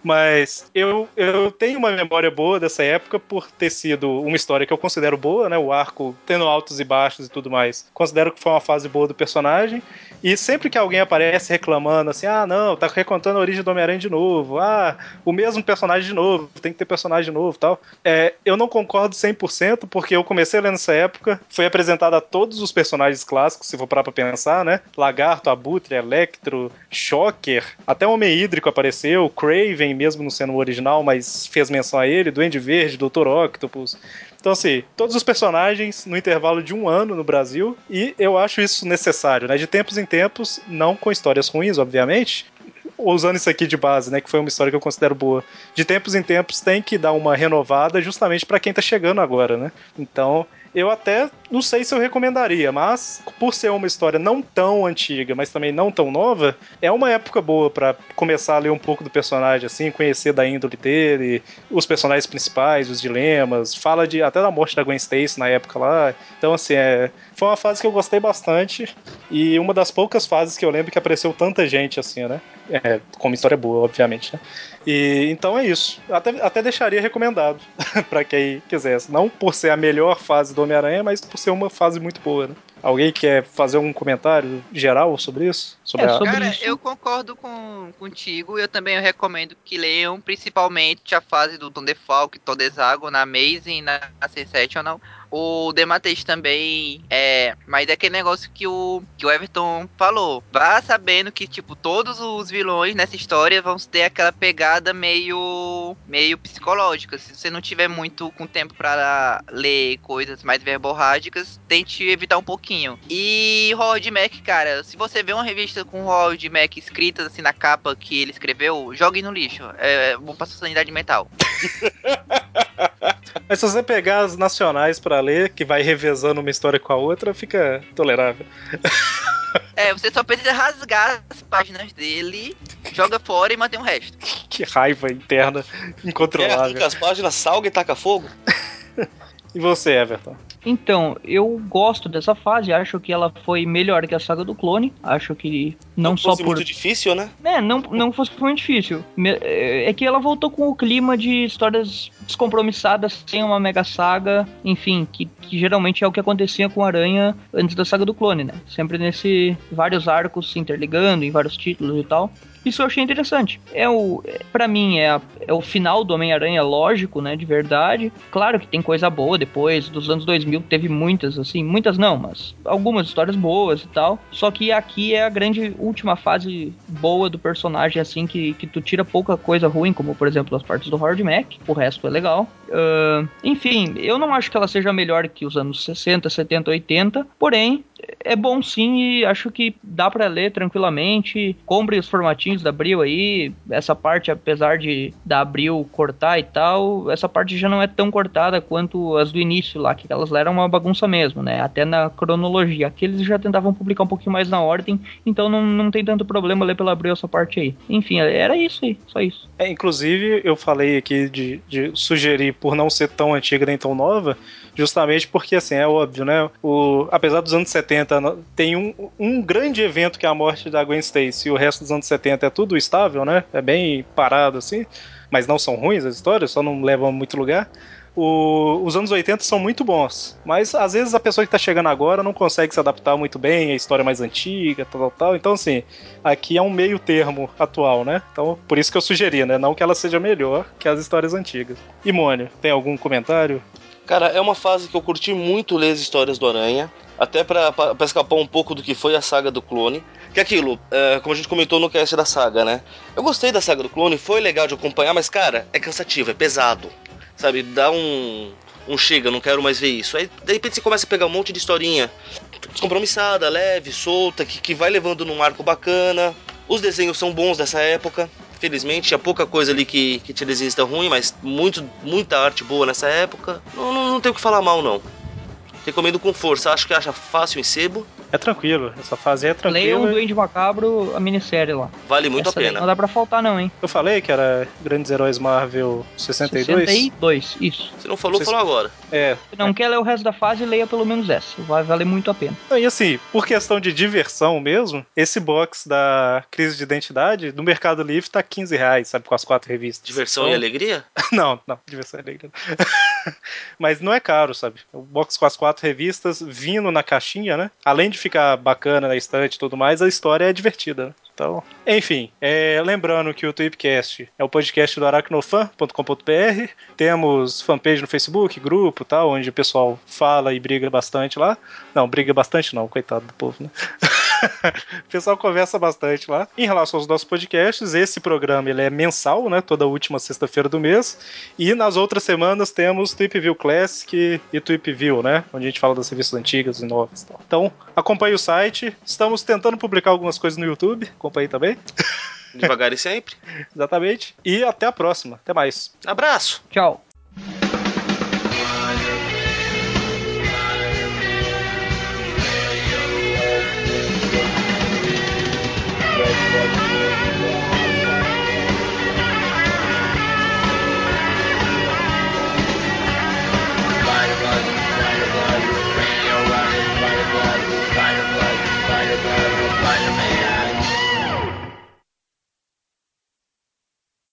Mas eu, eu tenho uma memória boa dessa época por ter sido uma história que eu considero boa, né? O arco tendo altos e baixos e tudo mais. Considero que foi uma fase boa do personagem. E sempre que alguém aparece reclamando assim, ah, não, tá recontando a origem do Homem-Aranha de novo, ah, o mesmo personagem de novo, tem que ter personagem de novo e tal. É, eu não concordo cem por cento, porque eu comecei lendo nessa época, foi apresentado a todos os personagens clássicos, se for parar pra pensar, né? Lagarto, Abutre, Electro, Shocker, até o Homem Hídrico apareceu, Kraven, mesmo não sendo o original, mas fez menção a ele, Duende Verde, doutor Octopus. Então, assim, todos os personagens no intervalo de um ano no Brasil, e eu acho isso necessário, né? De tempos em tempos, não com histórias ruins, obviamente, usando isso aqui de base, né? Que foi uma história que eu considero boa. De tempos em tempos tem que dar uma renovada justamente pra quem tá chegando agora, né? Então, eu até não sei se eu recomendaria, mas por ser uma história não tão antiga, mas também não tão nova, é uma época boa pra começar a ler um pouco do personagem, assim, conhecer da índole dele, os personagens principais, os dilemas, fala de até da morte da Gwen Stacy na época lá. Então, assim, é, foi uma fase que eu gostei bastante e uma das poucas fases que eu lembro que apareceu tanta gente, assim, né? É, como história boa, obviamente, né? E então é isso. Até, até deixaria recomendado pra quem quisesse. Não por ser a melhor fase do Homem-Aranha, mas por ser uma fase muito boa, né? Alguém quer fazer um comentário geral sobre isso? Sobre É, a... sobre Cara, isso. eu concordo com, contigo. Eu também recomendo que leiam, principalmente a fase do Tom DeFalco, Tom DeZago na Amazing, na Sensational. O Demateix também é. Mas é aquele negócio que o, que o Everton falou. Vá sabendo que, tipo, todos os vilões nessa história vão ter aquela pegada meio. meio psicológica. Se você não tiver muito com tempo pra ler coisas mais verborrágicas, tente evitar um pouquinho. E Howard Mack, cara, se você vê uma revista com o Howard Mack escritas assim na capa que ele escreveu, jogue no lixo. É bom pra sua sanidade mental. Mas se você pegar as nacionais pra ler, que vai revezando uma história com a outra, fica tolerável. É, você só precisa rasgar as páginas dele, joga fora e mantém o resto. Que raiva interna É, incontrolável. arranca as páginas, salga e taca fogo. E você, Everton? Então, eu gosto dessa fase, acho que ela foi melhor que a saga do clone. Acho que não, Não só fosse por. muito difícil, né? É, não, não fosse muito difícil. Me- É que ela voltou com o clima de histórias descompromissadas, sem uma mega saga, enfim, que, que geralmente é o que acontecia com Aranha antes da saga do clone, né? Sempre nesse vários arcos se interligando em vários títulos e tal. Isso eu achei interessante. É o, é, para mim é, a- é o final do Homem-Aranha lógico, né, de verdade. Claro que tem coisa boa depois dos anos dois mil, teve muitas assim, muitas não, mas algumas histórias boas e tal. Só que aqui é a grande última fase boa do personagem, assim, que, que tu tira pouca coisa ruim, como por exemplo as partes do Howard Mack, o resto é legal. Ah, enfim, eu não acho que ela seja melhor que os anos sessenta, setenta, oitenta, porém é bom sim e acho que dá pra ler tranquilamente. Compre os formatinhos da Abril aí. Essa parte, apesar de da Abril cortar e tal, essa parte já não é tão cortada quanto as do início lá, que elas lá eram uma bagunça mesmo, né? Até na cronologia. Aqui eles já tentavam publicar um pouquinho mais na ordem, então não, não tem tanto problema ler pela Abril essa parte aí. Enfim, era isso aí, só isso. É, inclusive, eu falei aqui de, de sugerir por não ser tão antiga nem tão nova, justamente porque, assim, é óbvio, né? O, apesar dos anos setenta, no- tem um, um grande evento que é a morte da Gwen Stacy, e o resto dos anos setenta é tudo estável, né? É bem parado, assim, mas não são ruins as histórias, só não levam a muito lugar. O- os anos oitenta são muito bons, mas às vezes a pessoa que tá chegando agora não consegue se adaptar muito bem à história mais antiga, tal, tal, tal. Então, assim, aqui é um meio termo atual, né? Então, por isso que eu sugeri, né? Não que ela seja melhor que as histórias antigas. E Mônio, tem algum comentário? Cara, é uma fase que eu curti muito ler as histórias do Aranha, até pra, pra, pra escapar um pouco do que foi a saga do clone. Que é aquilo, é, como a gente comentou no cast da saga, né? Eu gostei da saga do clone, foi legal de acompanhar, mas cara, é cansativo, é pesado. Sabe, dá um, um chega, não quero mais ver isso. Aí de repente você começa a pegar um monte de historinha descompromissada, leve, solta, que, que vai levando num arco bacana. Os desenhos são bons dessa época. Felizmente, tinha pouca coisa ali que, que tinha desenhista ruim, mas muito, muita arte boa nessa época. Não, não, não tenho o que falar mal, não. Recomendo com força, acho que acha fácil em sebo. É tranquilo, essa fase é Leiam o tranquila. Duende Macabro, a minissérie lá. Vale muito Essa a daí pena. não dá pra faltar não, hein? Eu falei que era Grandes Heróis Marvel sessenta e dois? sessenta e dois, isso. Se não falou, Vocês- falou agora. É. Se não quer ler o resto da fase, leia pelo menos essa. Vai valer muito a pena. E assim, por questão de diversão mesmo, esse box da Crise de Identidade no Mercado Livre tá quinze reais, sabe, com as quatro revistas. Diversão Então- e alegria? Não, não, diversão é alegria. Mas não é caro, sabe? O box com as quatro revistas vindo na caixinha, né? Além de ficar bacana na estante e tudo mais, a história é divertida, né? Então, enfim, é, lembrando que o Tweepcast é o podcast do aracnofan ponto com ponto b r. Temos fanpage no Facebook, grupo e tal, onde o pessoal fala e briga bastante lá. Não, briga bastante não, coitado do povo, né? O pessoal conversa bastante lá. Em relação aos nossos podcasts, esse programa ele é mensal, né? Toda última sexta-feira do mês. E nas outras semanas temos Tweep View Classic e Tweep View, né? Onde a gente fala das revistas antigas e novas e tal. Então, acompanhe o site. Estamos tentando publicar algumas coisas no YouTube. Acompanhe também. Devagar e sempre. Exatamente. E até a próxima. Até mais. Abraço! Tchau. Spider-Blood, Spider-Blood, Radio Runner, Spider-Blood, Spider-Blood, Spider-Blood, Spider-Man.